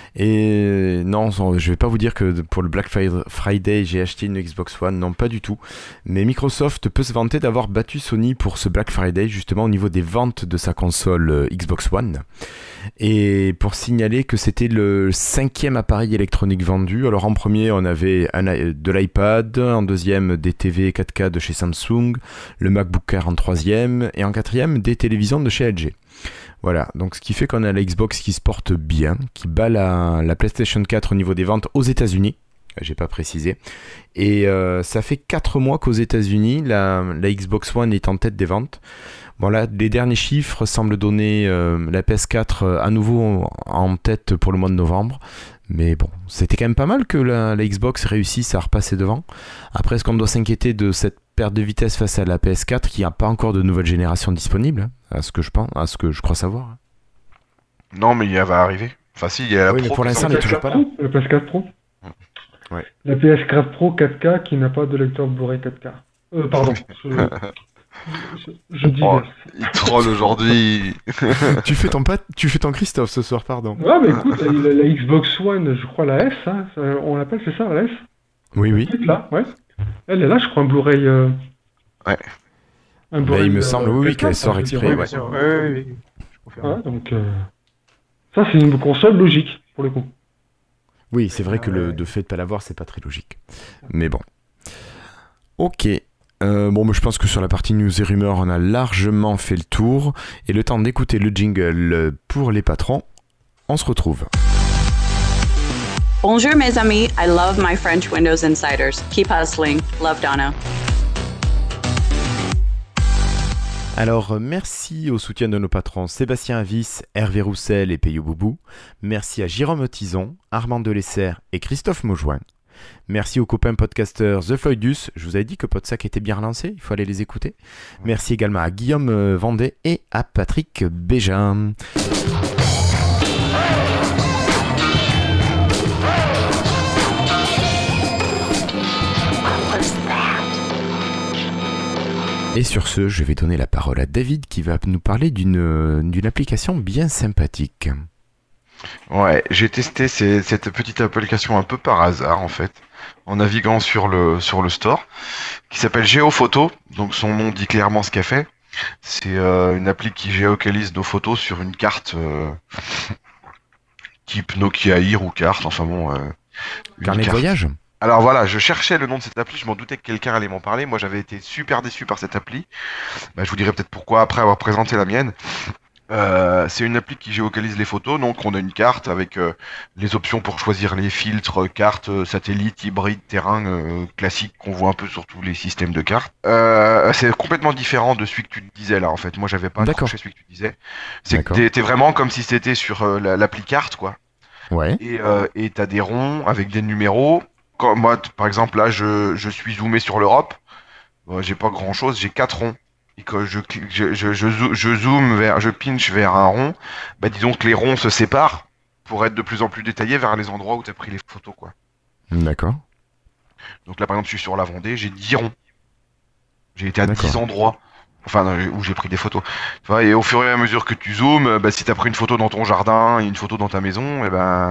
Et non, je vais pas vous dire que pour le Black Friday, j'ai acheté une Xbox One, non, pas du tout. Mais Microsoft peut se vanter d'avoir battu Sony pour ce Black Friday, justement au niveau des ventes de sa console Xbox One. Et pour signaler que c'était le 5e appareil électronique vendu. Alors en premier, on avait de l'iPad, en deuxième des TV 4K de chez Samsung, le MacBook Air en troisième, et en quatrième des télévisions de chez LG. Voilà, donc ce qui fait qu'on a la Xbox qui se porte bien, qui bat la PlayStation 4 au niveau des ventes aux États-Unis. J'ai pas précisé. Et ça fait 4 mois qu'aux États-Unis, la Xbox One est en tête des ventes. Bon là, les derniers chiffres semblent donner la PS4 à nouveau en tête pour le mois de novembre. Mais bon, c'était quand même pas mal que la Xbox réussisse à repasser devant. Après, est-ce qu'on doit s'inquiéter de cette perte de vitesse face à la PS4 qui n'a pas encore de nouvelle génération disponible, à ce que je crois savoir. Non, mais il va arriver. Enfin, si, il y a la Oui, mais Pro pour qui l'instant, sort. elle est toujours pas là. La PS4 Pro. Ouais. La PS4 Pro 4K qui n'a pas de lecteur Blu-ray 4K. Pardon. Je dis. Oh, il troll aujourd'hui. tu fais ton Christophe ce soir, pardon. Ouais, mais écoute, la Xbox One, je crois la S, hein, on l'appelle, c'est ça, la S? Oui. Là, ouais. Elle est là, je crois, un Blu-ray. Ouais. Un Blu-ray, il me semble, oui, PS4, qu'elle sort je veux dire, exprès, ouais. ouais. Bien sûr. Oui. Je confirme. Ouais, donc, ça, c'est une console logique, pour le coup. Oui, c'est vrai que de fait de pas l'avoir, c'est pas très logique. Mais bon. Ok. Bon, je pense que sur la partie news et rumeurs, on a largement fait le tour. Et le temps d'écouter le jingle pour les patrons, on se retrouve. Bonjour mes amis, I love my French Windows Insiders. Keep hustling. Love Donna. Alors, merci au soutien de nos patrons Sébastien Avis, Hervé Roussel et Peyo Boubou. Merci à Jérôme Tison, Armand Delessert et Christophe Maujoin. Merci aux copains podcasteurs The Floydus. Je vous avais dit que Podsac était bien relancé, il faut aller les écouter. Merci également à Guillaume Vendée et à Patrick Bégin. Et sur ce, je vais donner la parole à David qui va nous parler d'une application bien sympathique. Ouais, j'ai testé cette petite application un peu par hasard en fait, en naviguant sur le store, qui s'appelle GeoPhoto. Donc son nom dit clairement ce qu'elle fait. C'est une appli qui géolocalise nos photos sur une carte type Nokia Air ou carte, enfin bon. Carnet de voyage ? Alors voilà, je cherchais le nom de cette appli, je m'en doutais que quelqu'un allait m'en parler. Moi j'avais été super déçu par cette appli. Je vous dirai peut-être pourquoi après avoir présenté la mienne. C'est une appli qui géolocalise les photos, donc on a une carte avec les options pour choisir les filtres, cartes, satellites, hybrides, terrain, classiques qu'on voit un peu sur tous les systèmes de cartes. C'est complètement différent de celui que tu disais là en fait. Moi j'avais pas accroché celui que tu disais. C'est que t'es vraiment comme si c'était sur l'appli carte quoi. Ouais. Et t'as des ronds avec des numéros. Comme moi par exemple là je suis zoomé sur l'Europe. J'ai pas grand chose, j'ai 4 ronds. Et que je zoome je pinch vers un rond, disons que les ronds se séparent pour être de plus en plus détaillés vers les endroits où tu as pris les photos, quoi. D'accord. Donc là, par exemple, je suis sur la Vendée, j'ai 10 ronds. J'ai été à 10 endroits, où j'ai pris des photos. Tu vois, et au fur et à mesure que tu zoomes, si tu as pris une photo dans ton jardin et une photo dans ta maison,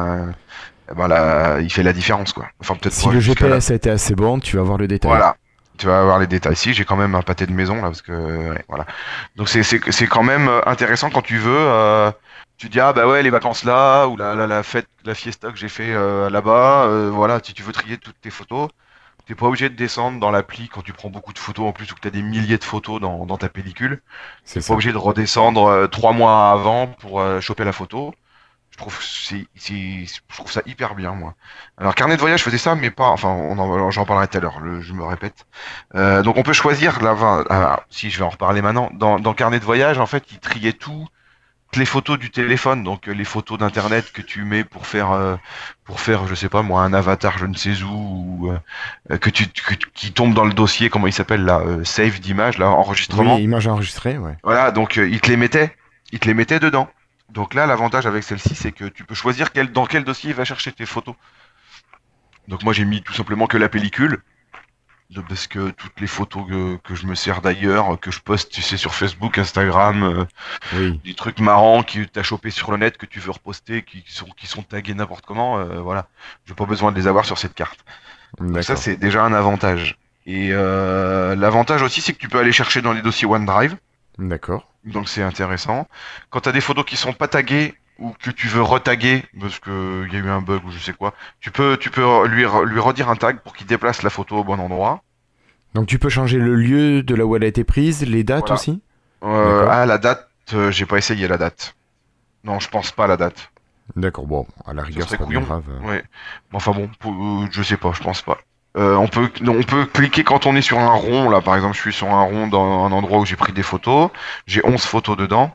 là, il fait la différence, quoi. Enfin, peut-être si le GPS a été assez bon, tu vas voir le détail. Voilà. Tu vas avoir les détails. Ici, j'ai quand même un pâté de maison là parce que voilà. Donc c'est quand même intéressant quand tu veux. Tu dis les vacances là ou la fête, la fiesta que j'ai fait là-bas. Voilà, si tu veux trier toutes tes photos, t'es pas obligé de descendre dans l'appli quand tu prends beaucoup de photos en plus ou que t'as des milliers de photos dans ta pellicule. T'es pas obligé de redescendre 3 mois avant pour choper la photo. Je trouve ça hyper bien, moi. Alors, carnet de voyage faisait ça, mais pas. Enfin, j'en parlerai tout à l'heure. Je me répète. Donc, on peut choisir. Si je vais en reparler maintenant. Dans carnet de voyage, en fait, il triait toutes les photos du téléphone. Donc, les photos d'internet que tu mets pour faire, je sais pas moi, un avatar, je ne sais où, ou qui tombe dans le dossier. Comment il s'appelle là, save d'image, là, enregistrement. Oui, image enregistrée, ouais. Voilà. Donc, il te les mettait dedans. Donc là, l'avantage avec celle-ci, c'est que tu peux choisir dans quel dossier il va chercher tes photos. Donc moi, j'ai mis tout simplement que la pellicule, parce que toutes les photos que je me sers d'ailleurs, que je poste, tu sais, sur Facebook, Instagram, des trucs marrants que t'as chopé sur le net, que tu veux reposter, qui sont tagués n'importe comment, voilà. J'ai pas besoin de les avoir sur cette carte. Donc ça, c'est déjà un avantage. Et l'avantage aussi, c'est que tu peux aller chercher dans les dossiers OneDrive. D'accord. Donc c'est intéressant. Quand tu as des photos qui sont pas taguées ou que tu veux retaguer parce que il y a eu un bug ou je sais quoi, tu peux lui redire un tag pour qu'il déplace la photo au bon endroit. Donc tu peux changer le lieu de là où elle a été prise, les dates aussi. La date, j'ai pas essayé la date. Non, je pense pas à la date. D'accord, bon, à la rigueur c'est pas bien grave. Ouais. Enfin bon, je sais pas, je pense pas. On peut cliquer quand on est sur un rond, là par exemple je suis sur un rond dans un endroit où j'ai pris des photos, j'ai 11 photos dedans.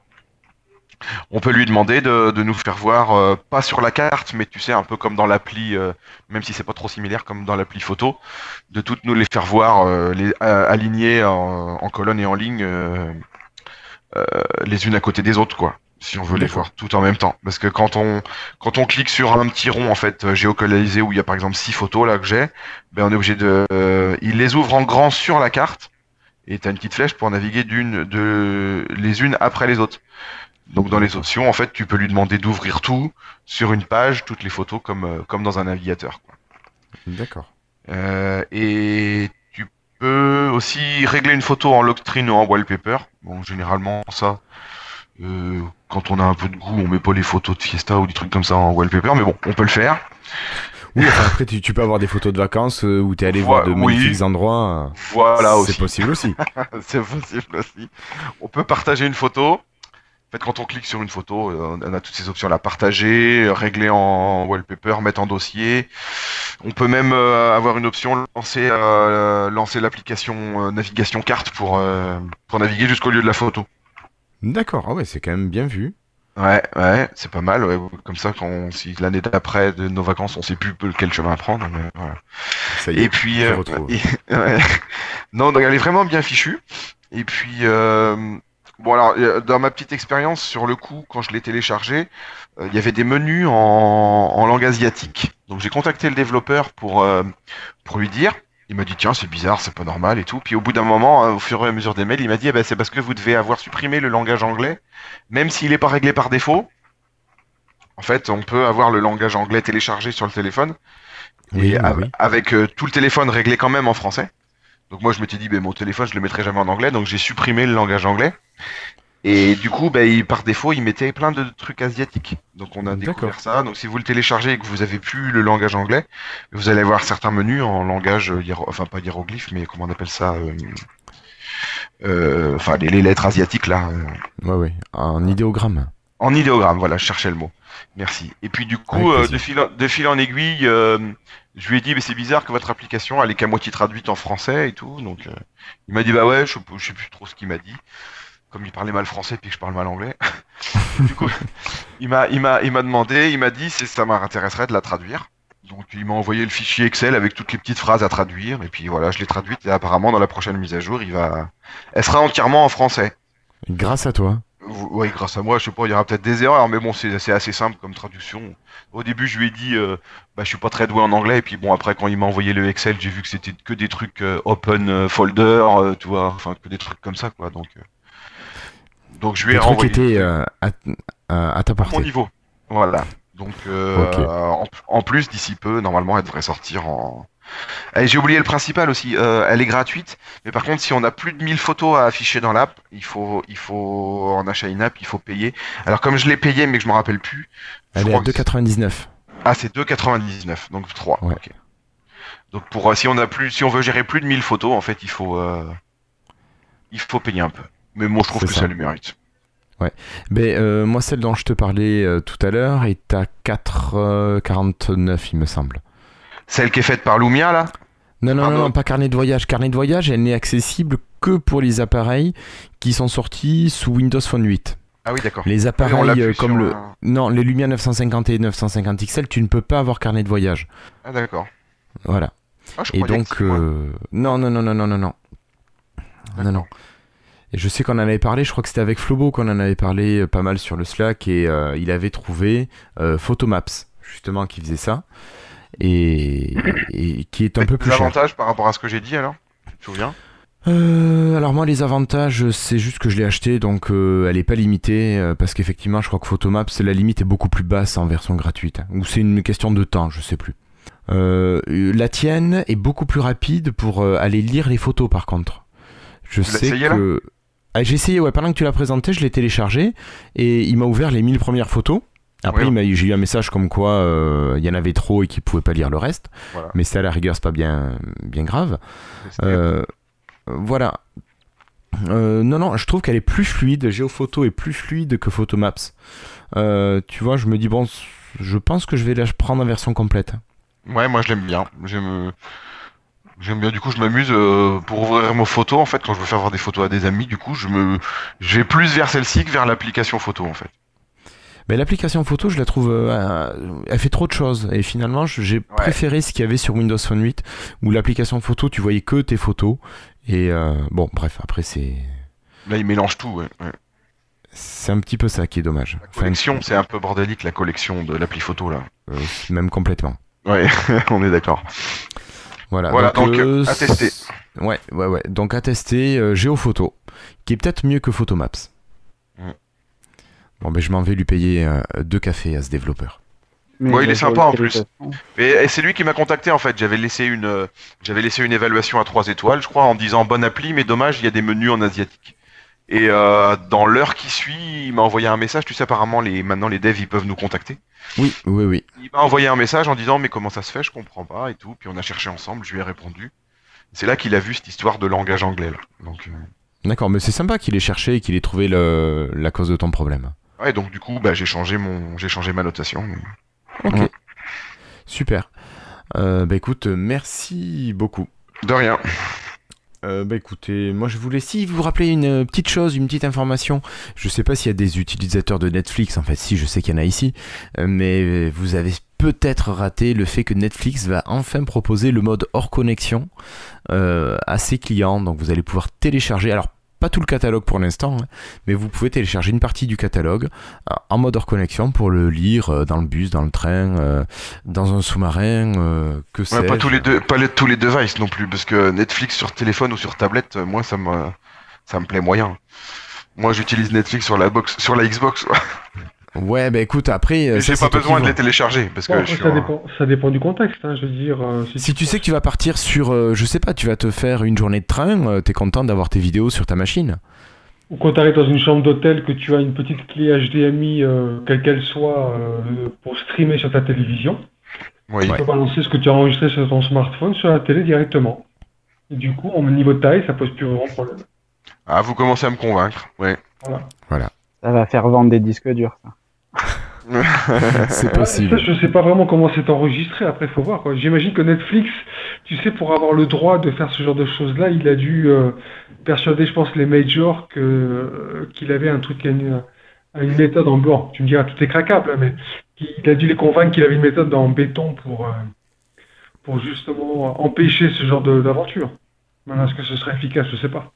On peut lui demander de nous faire voir, pas sur la carte, mais tu sais, un peu comme dans l'appli, même si c'est pas trop similaire comme dans l'appli photo, de toutes nous les faire voir, alignées en colonne et en ligne, les unes à côté des autres, quoi. Si on veut les voir tout en même temps. Parce que quand on clique sur un petit rond, en fait, géolocalisé, où il y a par exemple 6 photos, là, que j'ai, on est obligé il les ouvre en grand sur la carte, et t'as une petite flèche pour naviguer les unes après les autres. Donc dans les options, en fait, tu peux lui demander d'ouvrir tout sur une page, toutes les photos comme dans un navigateur, quoi. D'accord. Et tu peux aussi régler une photo en lock screen ou en wallpaper. Bon, généralement, ça, quand on a un peu de goût, on met pas les photos de Fiesta ou des trucs comme ça en wallpaper, mais bon, on peut le faire. Oui, enfin, après, tu peux avoir des photos de vacances où tu es allé voir de magnifiques endroits. Voilà c'est aussi. C'est possible aussi. C'est possible aussi. On peut partager une photo. En fait, quand on clique sur une photo, on a toutes ces options-là. Partager, régler en wallpaper, mettre en dossier. On peut même avoir une option, lancer l'application navigation carte pour naviguer jusqu'au lieu de la photo. D'accord, ah ouais, c'est quand même bien vu. Ouais, c'est pas mal. Ouais. Comme ça, si l'année d'après de nos vacances, on sait plus quel chemin prendre. Mais voilà. Ça y est, et puis, je retrouve. ouais. Non, donc elle est vraiment bien fichue. Et puis, bon alors, dans ma petite expérience sur le coup, quand je l'ai téléchargé, il y avait des menus en langue asiatique. Donc j'ai contacté le développeur pour lui dire. Il m'a dit tiens c'est bizarre, c'est pas normal et tout. Puis au bout d'un moment, au fur et à mesure des mails, il m'a dit c'est parce que vous devez avoir supprimé le langage anglais, même s'il n'est pas réglé par défaut. En fait, on peut avoir le langage anglais téléchargé sur le téléphone et avec tout le téléphone réglé quand même en français. Donc moi je m'étais dit mon téléphone je le mettrai jamais en anglais, donc j'ai supprimé le langage anglais. Et du coup, par défaut, il mettait plein de trucs asiatiques. Donc on a découvert ça. Donc si vous le téléchargez et que vous avez plus le langage anglais, vous allez voir certains menus en langage, enfin pas hiéroglyphe, mais comment on appelle ça enfin les lettres asiatiques là. Ouais, en idéogramme. En idéogramme, voilà, je cherchais le mot. Merci. Et puis du coup, de fil en aiguille, je lui ai dit c'est bizarre que votre application elle est qu'à moitié traduite en français et tout. Donc il m'a dit ouais, je sais plus trop ce qu'il m'a dit. Comme il parlait mal français puis que je parle mal anglais. Du coup, il m'a demandé, il m'a dit si ça m'intéresserait de la traduire. Donc il m'a envoyé le fichier Excel avec toutes les petites phrases à traduire et puis voilà, je l'ai traduite et apparemment dans la prochaine mise à jour, elle sera entièrement en français. Grâce à toi. Oui, grâce à moi, je sais pas, il y aura peut-être des erreurs, mais bon, c'est assez simple comme traduction. Au début, je lui ai dit, je suis pas très doué en anglais, et puis bon, après, quand il m'a envoyé le Excel, j'ai vu que c'était que des trucs open folder, tu vois, enfin, que des trucs comme ça, quoi, donc je lui ai renvoyé. Des trucs étaient à ta portée. Mon niveau, voilà. Donc, en plus, d'ici peu, normalement, elle devrait sortir en... Et j'ai oublié le principal aussi, elle est gratuite, mais par contre si on a plus de 1000 photos à afficher dans l'app, il faut en achat in-app, il faut payer. Alors comme je l'ai payé mais que je m'en rappelle plus... Elle est à 2,99. Ah c'est 2,99, donc 3. Ouais. Okay. Donc si on veut gérer plus de 1000 photos, en fait il faut payer un peu. Mais moi je trouve que ça le mérite. Ouais, mais moi celle dont je te parlais tout à l'heure est à 4,49 il me semble. Celle qui est faite par Lumia, là ? Non, pas carnet de voyage. Carnet de voyage, elle n'est accessible que pour les appareils qui sont sortis sous Windows Phone 8. Ah oui, d'accord. Les appareils comme Non, les Lumia 950 et 950 XL, tu ne peux pas avoir carnet de voyage. Ah d'accord. Voilà. Ah, je et donc, non. Non. Et je sais qu'on en avait parlé, je crois que c'était avec Flobo qu'on en avait parlé pas mal sur le Slack, et il avait trouvé Photomaps, justement, qui faisait ça. Et qui est un peu plus cher. Avantages par rapport à ce que j'ai dit alors ? Tu te souviens ? Alors moi les avantages c'est juste que je l'ai acheté donc elle est pas limitée parce qu'effectivement je crois que Photomaps la limite est beaucoup plus basse en version gratuite ou c'est une question de temps, je sais plus. La tienne est beaucoup plus rapide pour aller lire les photos par contre. Je sais que j'ai essayé pendant que tu l'as présenté, je l'ai téléchargé et il m'a ouvert les 1000 premières photos. Après, j'ai eu un message comme quoi il y en avait trop et qu'il pouvait pas lire le reste. Voilà. Mais ça, à la rigueur, c'est pas bien grave. Voilà. Non, je trouve qu'elle est plus fluide. GeoPhoto est plus fluide que Photomaps. Tu vois, je me dis, je pense que je vais la prendre en version complète. Ouais, moi je l'aime bien. J'aime bien, du coup, je m'amuse pour ouvrir mes photos. En fait, quand je veux faire voir des photos à des amis, du coup, je vais plus vers celle-ci que vers l'application photo, en fait. Mais l'application photo, je la trouve, elle fait trop de choses. Et finalement, j'ai préféré ce qu'il y avait sur Windows Phone 8, où l'application photo, tu voyais que tes photos. Et bref, après c'est... Là, il mélange tout, ouais. C'est un petit peu ça qui est dommage. La collection, c'est un peu bordélique, la collection de l'appli photo, là. Même complètement. Ouais, on est d'accord. Voilà, donc à tester. Ouais. Donc à tester GeoPhoto, qui est peut-être mieux que Photomaps. Bon, je m'en vais lui payer 2 cafés à ce développeur. Mais Ouais, il la est sympa en plus. géolocalisation, Et c'est lui qui m'a contacté en fait. J'avais laissé une évaluation à 3 étoiles, je crois, en disant bonne appli, mais dommage, il y a des menus en asiatique. Et dans l'heure qui suit, il m'a envoyé un message. Tu sais, apparemment, maintenant les devs ils peuvent nous contacter. Oui. Il m'a envoyé un message en disant mais comment ça se fait, je comprends pas et tout. Puis on a cherché ensemble, je lui ai répondu. C'est là qu'il a vu cette histoire de langage anglais là. Donc D'accord, mais c'est sympa qu'il ait cherché et qu'il ait trouvé la cause de ton problème. ouais, donc du coup, j'ai changé ma notation. Ok, Ouais. super. Écoute, merci beaucoup. De rien. Écoutez, moi je voulais vous rappeler une petite chose, une petite information. Je sais pas s'il y a des utilisateurs de Netflix, en fait si, je sais qu'il y en a ici, mais vous avez peut-être raté le fait que Netflix va enfin proposer le mode hors connexion à ses clients. Donc vous allez pouvoir télécharger, alors pas tout le catalogue pour l'instant, hein, mais vous pouvez télécharger une partie du catalogue en mode hors connexion pour le lire dans le bus, dans le train, dans un sous-marin, que Ouais, sais-je. pas tous les devices non plus, parce que Netflix sur téléphone ou sur tablette, moi ça me plaît moyen. Moi j'utilise Netflix sur la Xbox. Ouais, écoute, après... Mais ça, j'ai c'est pas toi qui besoin de vois. les télécharger, parce que Bon, je après, suis ça dépend du contexte, hein, je veux dire. Si tu sais que tu vas partir sur, je sais pas, tu vas te faire une journée de train, t'es content d'avoir tes vidéos sur ta machine. Ou quand tu arrives dans une chambre d'hôtel, que tu as une petite clé HDMI, quelle qu'elle soit, pour streamer sur ta télévision, Oui. tu peux balancer ce que tu as enregistré sur ton smartphone sur la télé directement. Et du coup, au niveau de taille, ça pose plus vraiment de problème. Ah, vous commencez à me convaincre. Ouais. ça va faire vendre des disques durs. Ça. C'est Ça, possible. je sais pas vraiment comment c'est enregistré, après faut voir, quoi. J'imagine que Netflix, tu sais, pour avoir le droit de faire ce genre de choses-là, il a dû persuader, je pense, les majors qu'il avait un truc, une méthode en blanc. Tu me diras, tout est craquable, hein, mais il a dû les convaincre qu'il avait une méthode en béton pour justement empêcher ce genre d'aventure. Maintenant, est-ce que ce serait efficace? Je sais pas.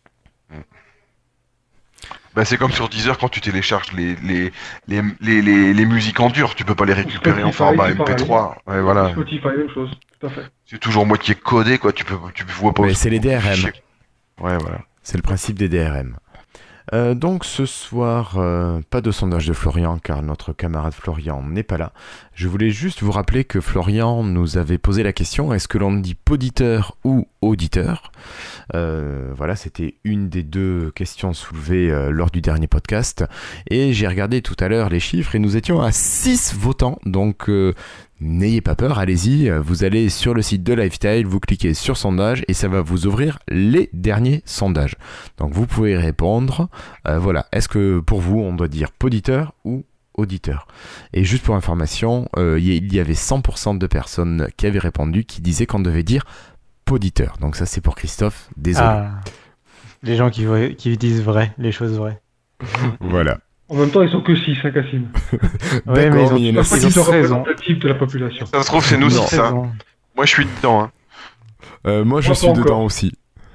C'est comme sur Deezer quand tu télécharges les musiques en dur, tu peux pas les récupérer en Spotify, format c'est pareil. MP3. Ouais, voilà. Spotify, même chose, tout à fait. C'est toujours moitié codé, quoi. Tu vois pas. Mais c'est les DRM. Ouais, voilà. C'est le principe des DRM. Donc ce soir, pas de sondage de Florian car notre camarade Florian n'est pas là. Je voulais juste vous rappeler que Florian nous avait posé la question, est-ce que l'on dit poditeur ou auditeur ? Voilà, c'était une des deux questions soulevées lors du dernier podcast. Et j'ai regardé tout à l'heure les chiffres et nous étions à 6 votants. Donc n'ayez pas peur, allez-y, vous allez sur le site de Lifestyle, vous cliquez sur sondage et ça va vous ouvrir les derniers sondages. Donc vous pouvez répondre, voilà, est-ce que pour vous on doit dire poditeur ou auditeur ? Et juste pour information, il y avait 100% de personnes qui avaient répondu qui disaient qu'on devait dire poditeur. Donc ça c'est pour Christophe, désolé. Ah, les gens qui disent vrai, les choses vraies. Voilà. En même temps, ils sont que 6, hein, Cassim. Ouais, mais D'accord, ils il y en ont a Je pense pas six. qu'ils sont 16 ans. représentatifs de la population. Ça se trouve, c'est nous Non. 6, hein. Moi, je suis dedans, hein. Moi je Moi, suis pas dedans encore. aussi.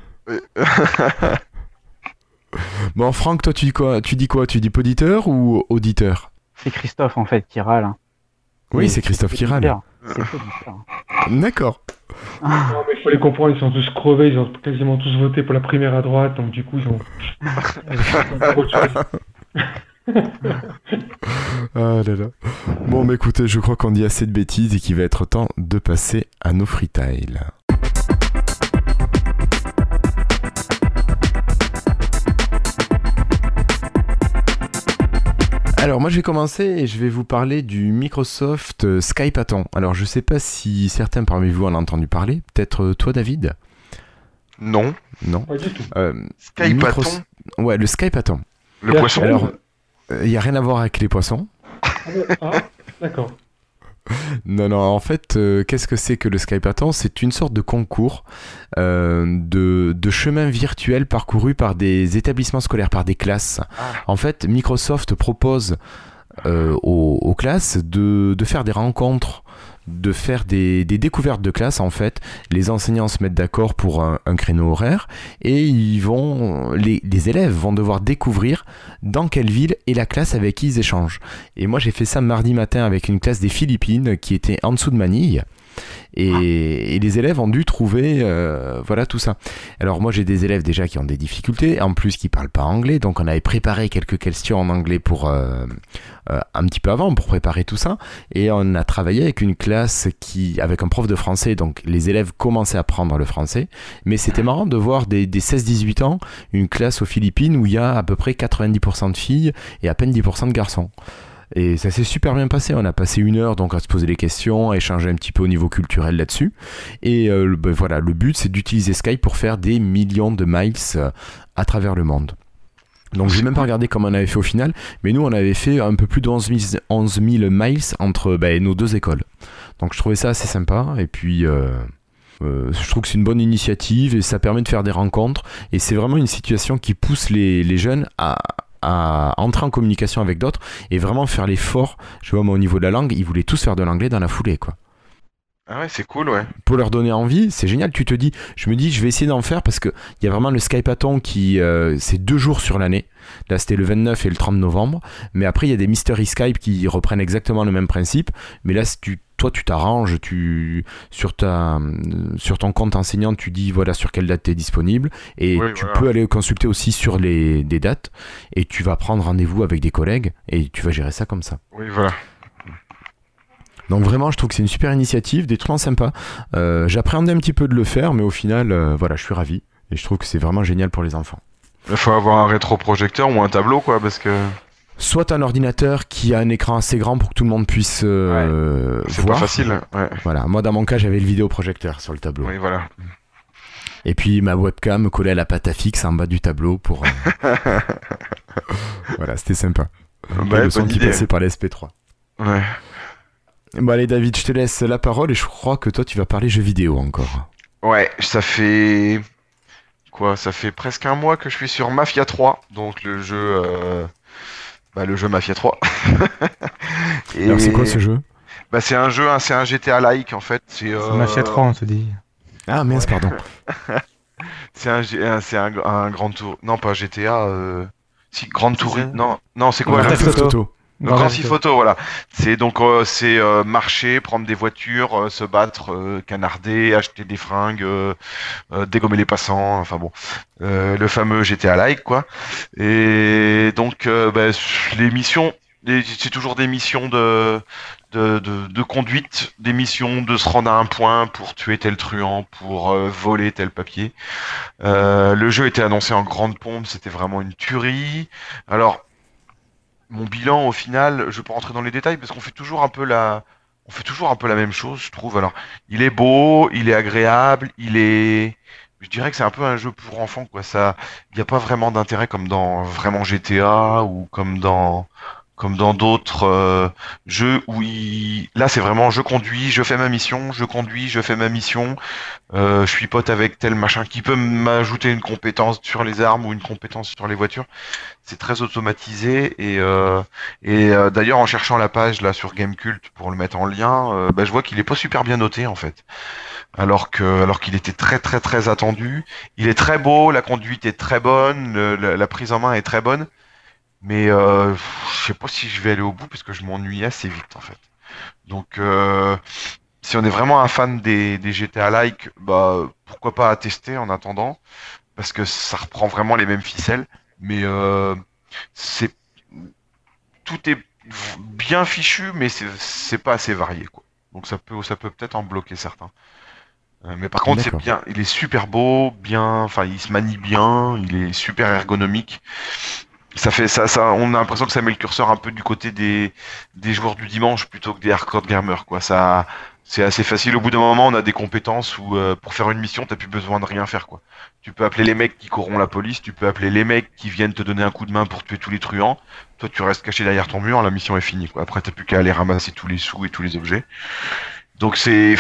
Bon Franck, toi tu dis quoi ? Tu dis poditeur ou auditeur ? C'est Christophe en fait qui râle. Hein. Oui, c'est Christophe qui râle. C'est auditeur. D'accord. Non, mais il faut les comprendre, ils sont tous crevés, ils ont quasiment tous voté pour la primaire à droite, donc du coup, ils ont... Ah là là. Bon, écoutez, je crois qu'on dit assez de bêtises et qu'il va être temps de passer à nos freetiles. Alors moi je vais commencer et je vais vous parler du Microsoft Skype-A-Thon. Alors je sais pas si certains parmi vous en ont entendu parler, peut-être toi David ? Non. Non. Pas du tout. Skype-A-Thon. Ouais, le Skype-A-Thon. Le poisson. Alors, il n'y a rien à voir avec les poissons. Ah, d'accord. Non, en fait, qu'est-ce que c'est que le Skype-A-Thon ? C'est une sorte de concours de chemin virtuel parcouru par des établissements scolaires, par des classes. En fait, Microsoft propose aux classes de faire des rencontres, de faire des découvertes de classe. En fait, les enseignants se mettent d'accord pour un créneau horaire et les élèves vont devoir découvrir dans quelle ville est la classe avec qui ils échangent. Et moi j'ai fait ça mardi matin avec une classe des Philippines qui était en dessous de Manille. Et les élèves ont dû trouver voilà tout ça. Alors moi j'ai des élèves déjà qui ont des difficultés, en plus qui parlent pas anglais, donc on avait préparé quelques questions en anglais pour un petit peu avant pour préparer tout ça, et on a travaillé avec une classe avec un prof de français, donc les élèves commençaient à apprendre le français, mais c'était marrant de voir des 16-18 ans, une classe aux Philippines où il y a à peu près 90% de filles et à peine 10% de garçons. Et ça s'est super bien passé. On a passé 1 heure donc à se poser des questions, à échanger un petit peu au niveau culturel là-dessus. Et voilà, le but c'est d'utiliser Skype pour faire des millions de miles à travers le monde. Donc j'ai même pas regardé comment on avait fait au final, mais nous on avait fait un peu plus de 11 000 miles entre nos 2 écoles. Donc je trouvais ça assez sympa. Et puis je trouve que c'est une bonne initiative et ça permet de faire des rencontres. Et c'est vraiment une situation qui pousse les jeunes à entrer en communication avec d'autres et vraiment faire l'effort. Je vois, moi, au niveau de la langue, ils voulaient tous faire de l'anglais dans la foulée, quoi. Ah ouais, c'est cool, ouais. Pour leur donner envie, c'est génial. Je me dis, je vais essayer d'en faire parce qu'il y a vraiment le Skype-athon qui, c'est 2 jours sur l'année. Là, c'était le 29 et le 30 novembre. Mais après, il y a des Mystery Skype qui reprennent exactement le même principe. Mais là, toi, tu t'arranges, sur ton compte enseignant, tu dis voilà sur quelle date tu es disponible. Et tu peux aller consulter aussi sur des dates. Et tu vas prendre rendez-vous avec des collègues et tu vas gérer ça comme ça. Oui, voilà. Donc vraiment, je trouve que c'est une super initiative, des trucs sympas. J'appréhendais un petit peu de le faire, mais au final, voilà, je suis ravi. Et je trouve que c'est vraiment génial pour les enfants. Il faut avoir un rétroprojecteur ou un tableau, quoi, parce que... Soit un ordinateur qui a un écran assez grand pour que tout le monde puisse c'est voir. pas facile, ouais. Voilà, moi dans mon cas, j'avais le vidéoprojecteur sur le tableau. Oui, voilà. Et puis ma webcam collée à la pâte à fixe en bas du tableau pour... Voilà, c'était sympa. Le son qui passait par l'SP3. Ouais. Bon allez David, je te laisse la parole et je crois que toi tu vas parler jeux vidéo encore. Ouais, ça fait presque 1 mois que je suis sur Mafia 3, donc le jeu Mafia 3. Et... Alors c'est quoi ce jeu ? C'est un jeu, c'est un GTA-like en fait. C'est Mafia 3 on te dit. Ah mince, pardon. c'est un grand tour. Non, pas GTA. Si, Grand Tourisme. Non, c'est quoi? Grand Theft Auto. Grand Theft Auto, voilà. C'est donc marcher, prendre des voitures, se battre, canarder, acheter des fringues, dégommer les passants, enfin bon, le fameux GTA-like quoi. Et donc les missions, c'est toujours des missions de conduite, des missions de se rendre à un point pour tuer tel truand, pour voler tel papier. Le jeu était annoncé en grande pompe, c'était vraiment une tuerie. Alors mon bilan au final, je peux rentrer dans les détails parce qu'on fait toujours un peu la même chose, je trouve. Alors, il est beau, il est agréable, je dirais que c'est un peu un jeu pour enfants, quoi. Ça, il n'y a pas vraiment d'intérêt comme dans vraiment GTA ou comme dans d'autres jeux où là c'est vraiment je conduis, je fais ma mission, je conduis, je fais ma mission, je suis pote avec tel machin qui peut m'ajouter une compétence sur les armes ou une compétence sur les voitures. C'est très automatisé et d'ailleurs en cherchant la page là sur Gamecult pour le mettre en lien, je vois qu'il est pas super bien noté en fait. Alors qu'il était très très très attendu. Il est très beau, la conduite est très bonne, la prise en main est très bonne. Mais je sais pas si je vais aller au bout parce que je m'ennuie assez vite en fait. Donc si on est vraiment un fan des GTA-like, pourquoi pas à tester en attendant, parce que ça reprend vraiment les mêmes ficelles, mais tout est bien fichu, mais c'est pas assez varié quoi. Donc ça peut peut-être en bloquer certains. Mais par contre c'est bien, il est super beau, il se manie bien, il est super ergonomique. Ça fait ça, on a l'impression que ça met le curseur un peu du côté des joueurs du dimanche plutôt que des hardcore gamers, quoi. Ça, c'est assez facile. Au bout d'un moment, on a des compétences où pour faire une mission, t'as plus besoin de rien faire, quoi. Tu peux appeler les mecs qui courront la police, tu peux appeler les mecs qui viennent te donner un coup de main pour tuer tous les truands. Toi, tu restes caché derrière ton mur, la mission est finie, quoi. Après, t'as plus qu'à aller ramasser tous les sous et tous les objets. Donc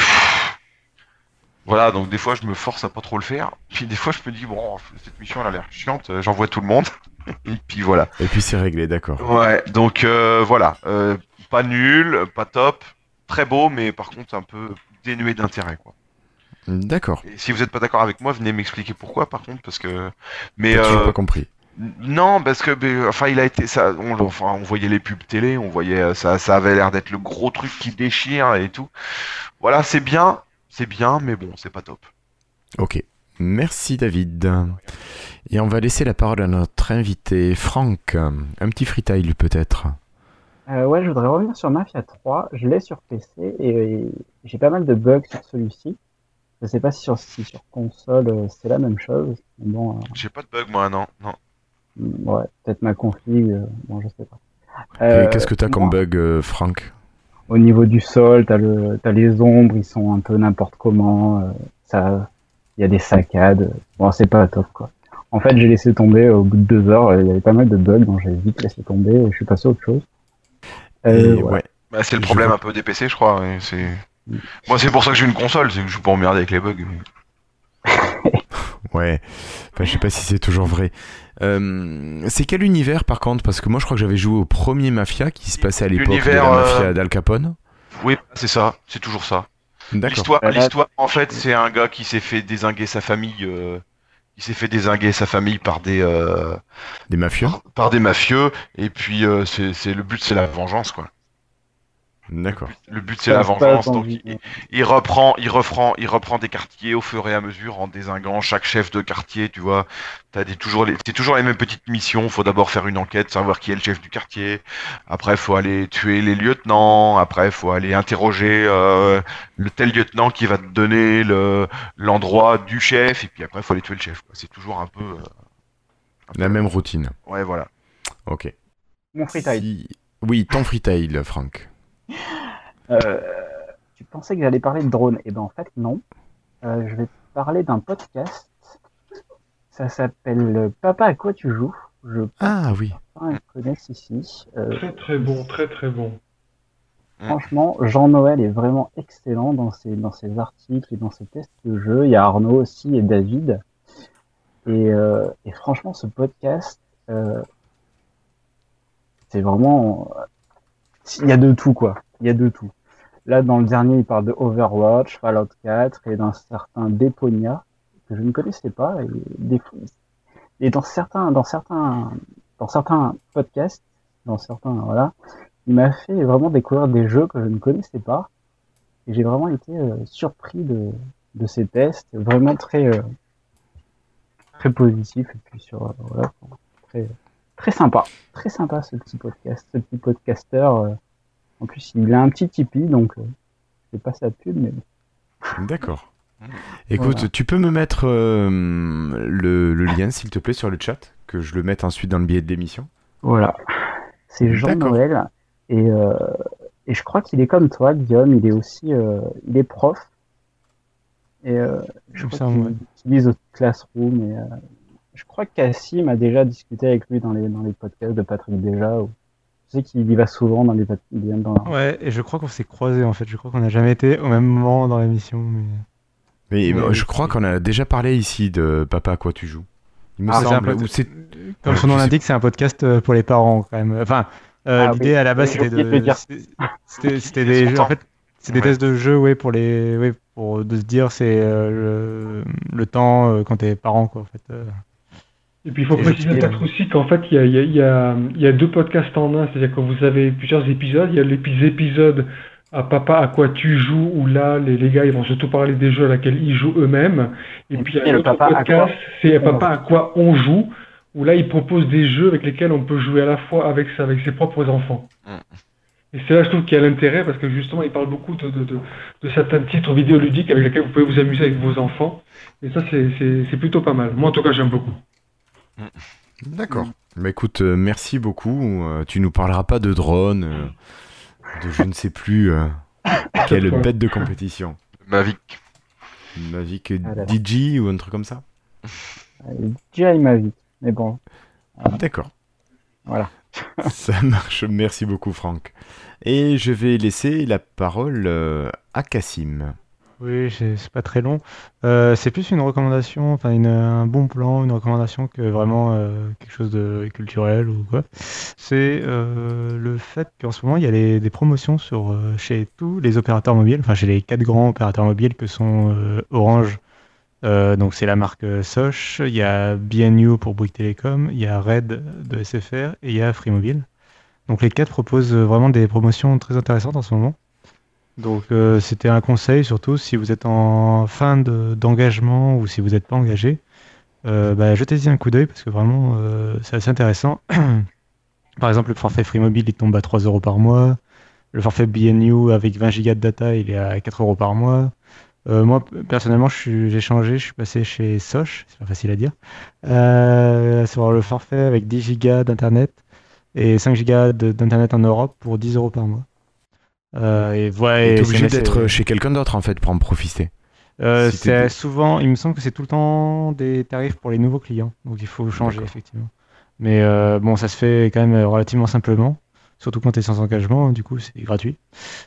voilà, donc des fois, je me force à pas trop le faire. Puis des fois, je me dis bon, cette mission, elle a l'air chiante, j'envoie tout le monde. Et puis voilà. Et puis c'est réglé, d'accord. Ouais, donc voilà. Pas nul, pas top, très beau, mais par contre un peu dénué d'intérêt, quoi. D'accord. Et si vous n'êtes pas d'accord avec moi, venez m'expliquer pourquoi, par contre, parce que. Mais j'ai pas compris. Non, parce que enfin il a été ça, on voyait les pubs télé, on voyait ça avait l'air d'être le gros truc qui déchire et tout. Voilà, c'est bien, mais bon, c'est pas top. Ok, merci David. Et on va laisser la parole à notre invité Franck. Un petit freestyle peut-être. Ouais, je voudrais revenir sur Mafia 3. Je l'ai sur PC et j'ai pas mal de bugs sur celui-ci. Je sais pas si sur console c'est la même chose. Mais bon, J'ai pas de bug moi, non. ouais, peut-être ma config, bon, je sais pas. Et qu'est-ce que t'as comme bug, Franck? Au niveau du sol, t'as les ombres, ils sont un peu n'importe comment. Il y a des saccades. Bon, c'est pas top, quoi. En fait, j'ai laissé tomber au bout de 2 heures. Il y avait pas mal de bugs, donc j'ai vite laissé tomber et je suis passé à autre chose. Voilà. Ouais. Bah, c'est le problème un peu des PC, je crois. Moi, c'est pour ça que j'ai une console, c'est que je suis pas emmerdé avec les bugs. Ouais, enfin, je sais pas si c'est toujours vrai. C'est quel univers par contre? Parce que moi je crois que j'avais joué au premier Mafia qui se passait à l'époque de la Mafia d'Al Capone. Oui, c'est ça, c'est toujours ça. D'accord. L'histoire, en fait, c'est un gars qui s'est fait dézinguer sa famille. Par des mafieux. Par des mafieux, et puis c'est le but, c'est la vengeance, quoi. D'accord. Le but c'est la vengeance, donc il reprend des quartiers au fur et à mesure en dézinguant chaque chef de quartier, tu vois. C'est toujours les mêmes petites missions. Faut d'abord faire une enquête, savoir qui est le chef du quartier. Après, faut aller tuer les lieutenants. Après, faut aller interroger le tel lieutenant qui va te donner l'endroit du chef. Et puis après, faut aller tuer le chef, quoi. C'est toujours un peu la même routine. Ouais, voilà. Ok. Mon freestyle. Oui, ton freestyle, Franck. Tu pensais que j'allais parler de drone? Et ben en fait non. Je vais parler d'un podcast. Ça s'appelle Papa à quoi tu joues. Ah oui. Certains connaissent ici. Très très bon, très très bon. Franchement, Jean-Noël est vraiment excellent dans ses articles et dans ses tests de jeu. Il y a Arnaud aussi et David. Et franchement, ce podcast, c'est vraiment... Il y a de tout, quoi. Il y a de tout. Là, dans le dernier, il parle de Overwatch, Fallout 4 et d'un certain Deponia, que je ne connaissais pas. Et dans certains podcasts, voilà, il m'a fait vraiment découvrir des jeux que je ne connaissais pas. Et j'ai vraiment été surpris de ces tests, vraiment très positif. Et puis voilà, très sympa ce petit podcasteur. En plus, il a un petit Tipeee, donc je vais pas sa pub, mais... D'accord. Écoute, voilà. Tu peux me mettre le lien, s'il te plaît, sur le chat, que je le mette ensuite dans le billet de l'émission. Voilà. C'est Jean-Noël, et je crois qu'il est comme toi, Guillaume, il est aussi il est prof, et je crois qu'il utilise Classroom, et je crois que Cassim a déjà discuté avec lui dans les podcasts de Patrick Déjà. Je sais qu'il y va souvent dans les podcasts. Ouais, et je crois qu'on s'est croisés en fait. Je crois qu'on n'a jamais été au même moment dans l'émission. Mais je crois qu'on a déjà parlé ici de Papa à quoi tu joues. Il me semble. Comme son nom l'indique, c'est un podcast pour les parents quand même. Enfin, l'idée à la base c'était des jeux. En fait, c'est des tests de jeux, pour de se dire c'est le temps quand t'es parent, quoi. En fait. Et puis il faut préciser peut-être aussi qu'en fait il y a 2 podcasts en un, c'est-à-dire que vous avez plusieurs épisodes. Il y a l'épisode à Papa à quoi tu joues, où là les gars ils vont surtout parler des jeux à laquelle ils jouent eux-mêmes. Et puis il y a l'autre podcast, c'est Papa à quoi on joue, où là ils proposent des jeux avec lesquels on peut jouer à la fois avec ses propres enfants. Et c'est là je trouve qu'il y a l'intérêt, parce que justement ils parlent beaucoup de certains titres vidéoludiques avec lesquels vous pouvez vous amuser avec vos enfants. Et ça c'est plutôt pas mal. Moi en tout cas j'aime beaucoup. D'accord. Bah écoute, merci beaucoup. Tu nous parleras pas de drone, de je ne sais plus quelle bête de compétition. Mavic DJ ou un truc comme ça. DJI Mavic, mais bon. D'accord. Voilà. Ça marche. Merci beaucoup, Franck. Et je vais laisser la parole à Cassim. Oui, c'est pas très long. C'est plus une recommandation, enfin un bon plan, une recommandation que vraiment quelque chose de culturel ou quoi. C'est le fait qu'en ce moment il y a des promotions chez tous les opérateurs mobiles, enfin chez les 4 grands opérateurs mobiles que sont Orange, Donc c'est la marque Soch, il y a BNU pour Bouygues Télécom, il y a Red de SFR et il y a Free Mobile. Donc les 4 proposent vraiment des promotions très intéressantes en ce moment. Donc c'était un conseil surtout si vous êtes en fin d'engagement ou si vous n'êtes pas engagé. Jetez-y un coup d'œil parce que vraiment c'est assez intéressant. Par exemple, le forfait Free Mobile il tombe à 3 € par mois. Le forfait BNU avec 20 Go de data il est à 4 € par mois. Moi, personnellement, j'ai changé, je suis passé chez Soch, c'est pas facile à dire, sur le forfait avec 10 Go d'internet et 5 Go d'internet en Europe pour 10 € par mois. Et t'es obligé d'être chez quelqu'un d'autre en fait pour en profiter. C'est souvent, il me semble que c'est tout le temps des tarifs pour les nouveaux clients, donc il faut changer effectivement. Mais bon, ça se fait quand même relativement simplement, surtout quand tu es sans engagement, du coup c'est gratuit.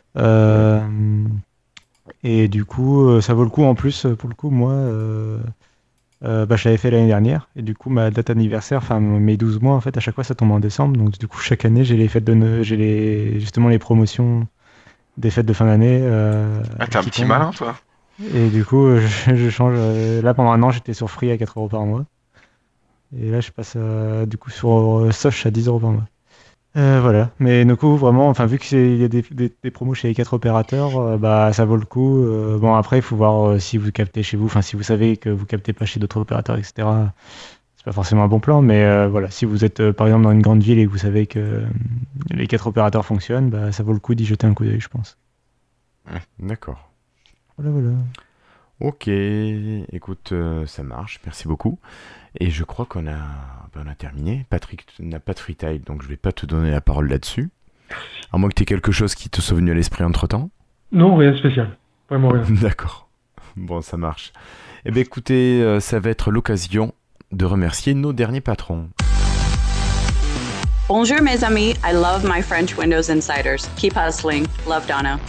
Et du coup, ça vaut le coup en plus, pour le coup, moi, je l'avais fait l'année dernière, et du coup, ma date anniversaire, enfin mes 12 mois, en fait, à chaque fois, ça tombe en décembre, donc du coup, chaque année, j'ai les fêtes justement les promotions des fêtes de fin d'année. T'es un petit malin, toi. Et du coup, je change. Là, pendant un an, j'étais sur Free à 4 € par mois. Et là, je passe du coup sur Soch à 10 € par mois. Voilà, mais du coup, vraiment, enfin, vu qu'il y a des promos chez les 4 opérateurs, ça vaut le coup. Bon, après, il faut voir si vous captez chez vous, enfin, si vous savez que vous captez pas chez d'autres opérateurs, etc. C'est pas forcément un bon plan, mais voilà, si vous êtes par exemple dans une grande ville et que vous savez que les 4 opérateurs fonctionnent, ça vaut le coup d'y jeter un coup d'œil, je pense. D'accord. Voilà. Ok, écoute, ça marche, merci beaucoup. Et je crois qu'on a terminé. Patrick n'a pas de freetile, donc je vais pas te donner la parole là-dessus. À moins que tu aies quelque chose qui te soit venu à l'esprit entre-temps. Non, rien de spécial. Vraiment rien. D'accord. Bon, ça marche. Eh bien, écoutez, ça va être l'occasion de remercier nos derniers patrons. Bonjour mes amis, I love my French Windows Insiders. Keep hustling. Love Donna.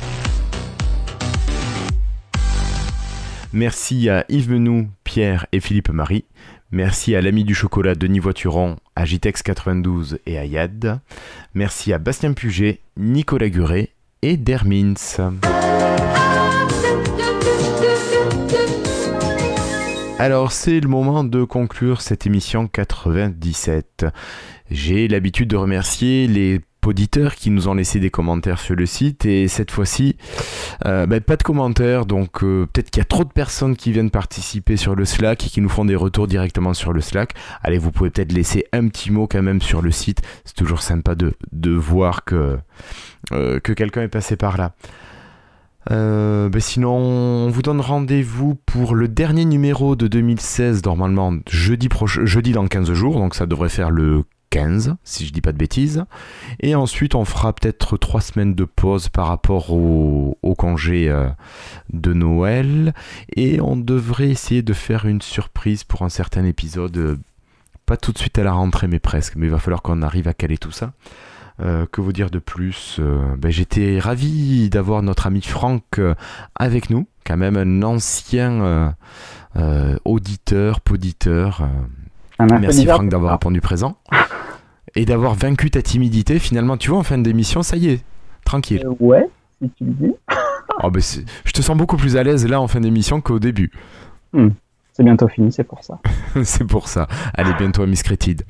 Merci à Yves Menou, Pierre et Philippe Marie. Merci à l'ami du chocolat Denis Voituron, à Jitex92 et à Yad. Merci à Bastien Puget, Nicolas Guret et Dermins. Alors c'est le moment de conclure cette émission 97. J'ai l'habitude de remercier les auditeurs qui nous ont laissé des commentaires sur le site et cette fois-ci pas de commentaires, donc peut-être qu'il y a trop de personnes qui viennent participer sur le Slack et qui nous font des retours directement sur le Slack. Allez, vous pouvez peut-être laisser un petit mot quand même sur le site, c'est toujours sympa de voir que quelqu'un est passé par là. Sinon on vous donne rendez-vous pour le dernier numéro de 2016 normalement jeudi dans 15 jours, donc ça devrait faire le 15, si je dis pas de bêtises. Et ensuite, on fera peut-être 3 semaines de pause par rapport au congé de Noël. Et on devrait essayer de faire une surprise pour un certain épisode. Pas tout de suite à la rentrée, mais presque. Mais il va falloir qu'on arrive à caler tout ça. Que vous dire de plus j'étais ravi d'avoir notre ami Franck avec nous. Quand même un ancien auditeur, poditeur. Merci Franck d'avoir répondu présent. Et d'avoir vaincu ta timidité, finalement, tu vois, en fin d'émission, ça y est, tranquille. Ouais, si tu le dis. Je te sens beaucoup plus à l'aise là en fin d'émission qu'au début. C'est bientôt fini, c'est pour ça. C'est pour ça. Allez, bientôt à Miss Crétide.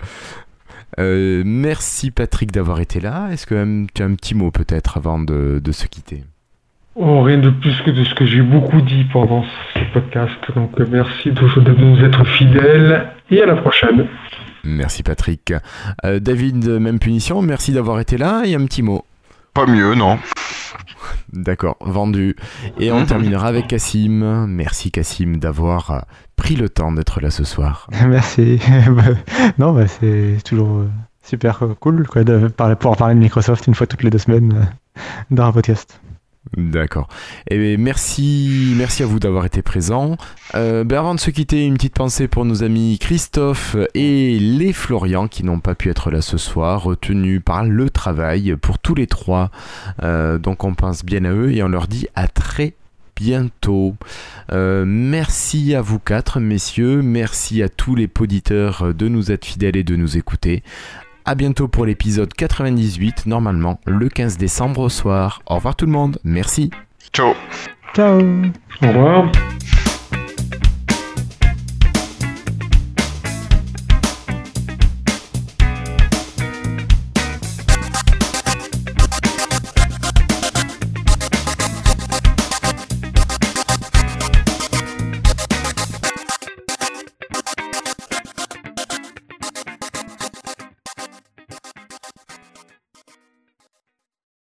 Merci Patrick d'avoir été là. Est-ce que tu as un petit mot peut-être avant de se quitter ? Rien de plus que de ce que j'ai beaucoup dit pendant ce podcast. Donc merci toujours de nous être fidèles et à la prochaine. Merci Patrick. David, même punition, merci d'avoir été là et un petit mot. Pas mieux, non. D'accord, vendu. Et on terminera avec Cassim. Merci Cassim d'avoir pris le temps d'être là ce soir. Merci. C'est toujours super cool de pouvoir parler de Microsoft une fois toutes les 2 semaines dans un podcast. D'accord. Et merci à vous d'avoir été présents. Avant de se quitter, une petite pensée pour nos amis Christophe et les Florian qui n'ont pas pu être là ce soir, retenus par le travail pour tous les 3. Donc on pense bien à eux et on leur dit à très bientôt. Merci à vous 4 messieurs, merci à tous les poditeurs de nous être fidèles et de nous écouter. À bientôt pour l'épisode 98, normalement le 15 décembre au soir. Au revoir tout le monde, merci. Ciao. Ciao. Au revoir.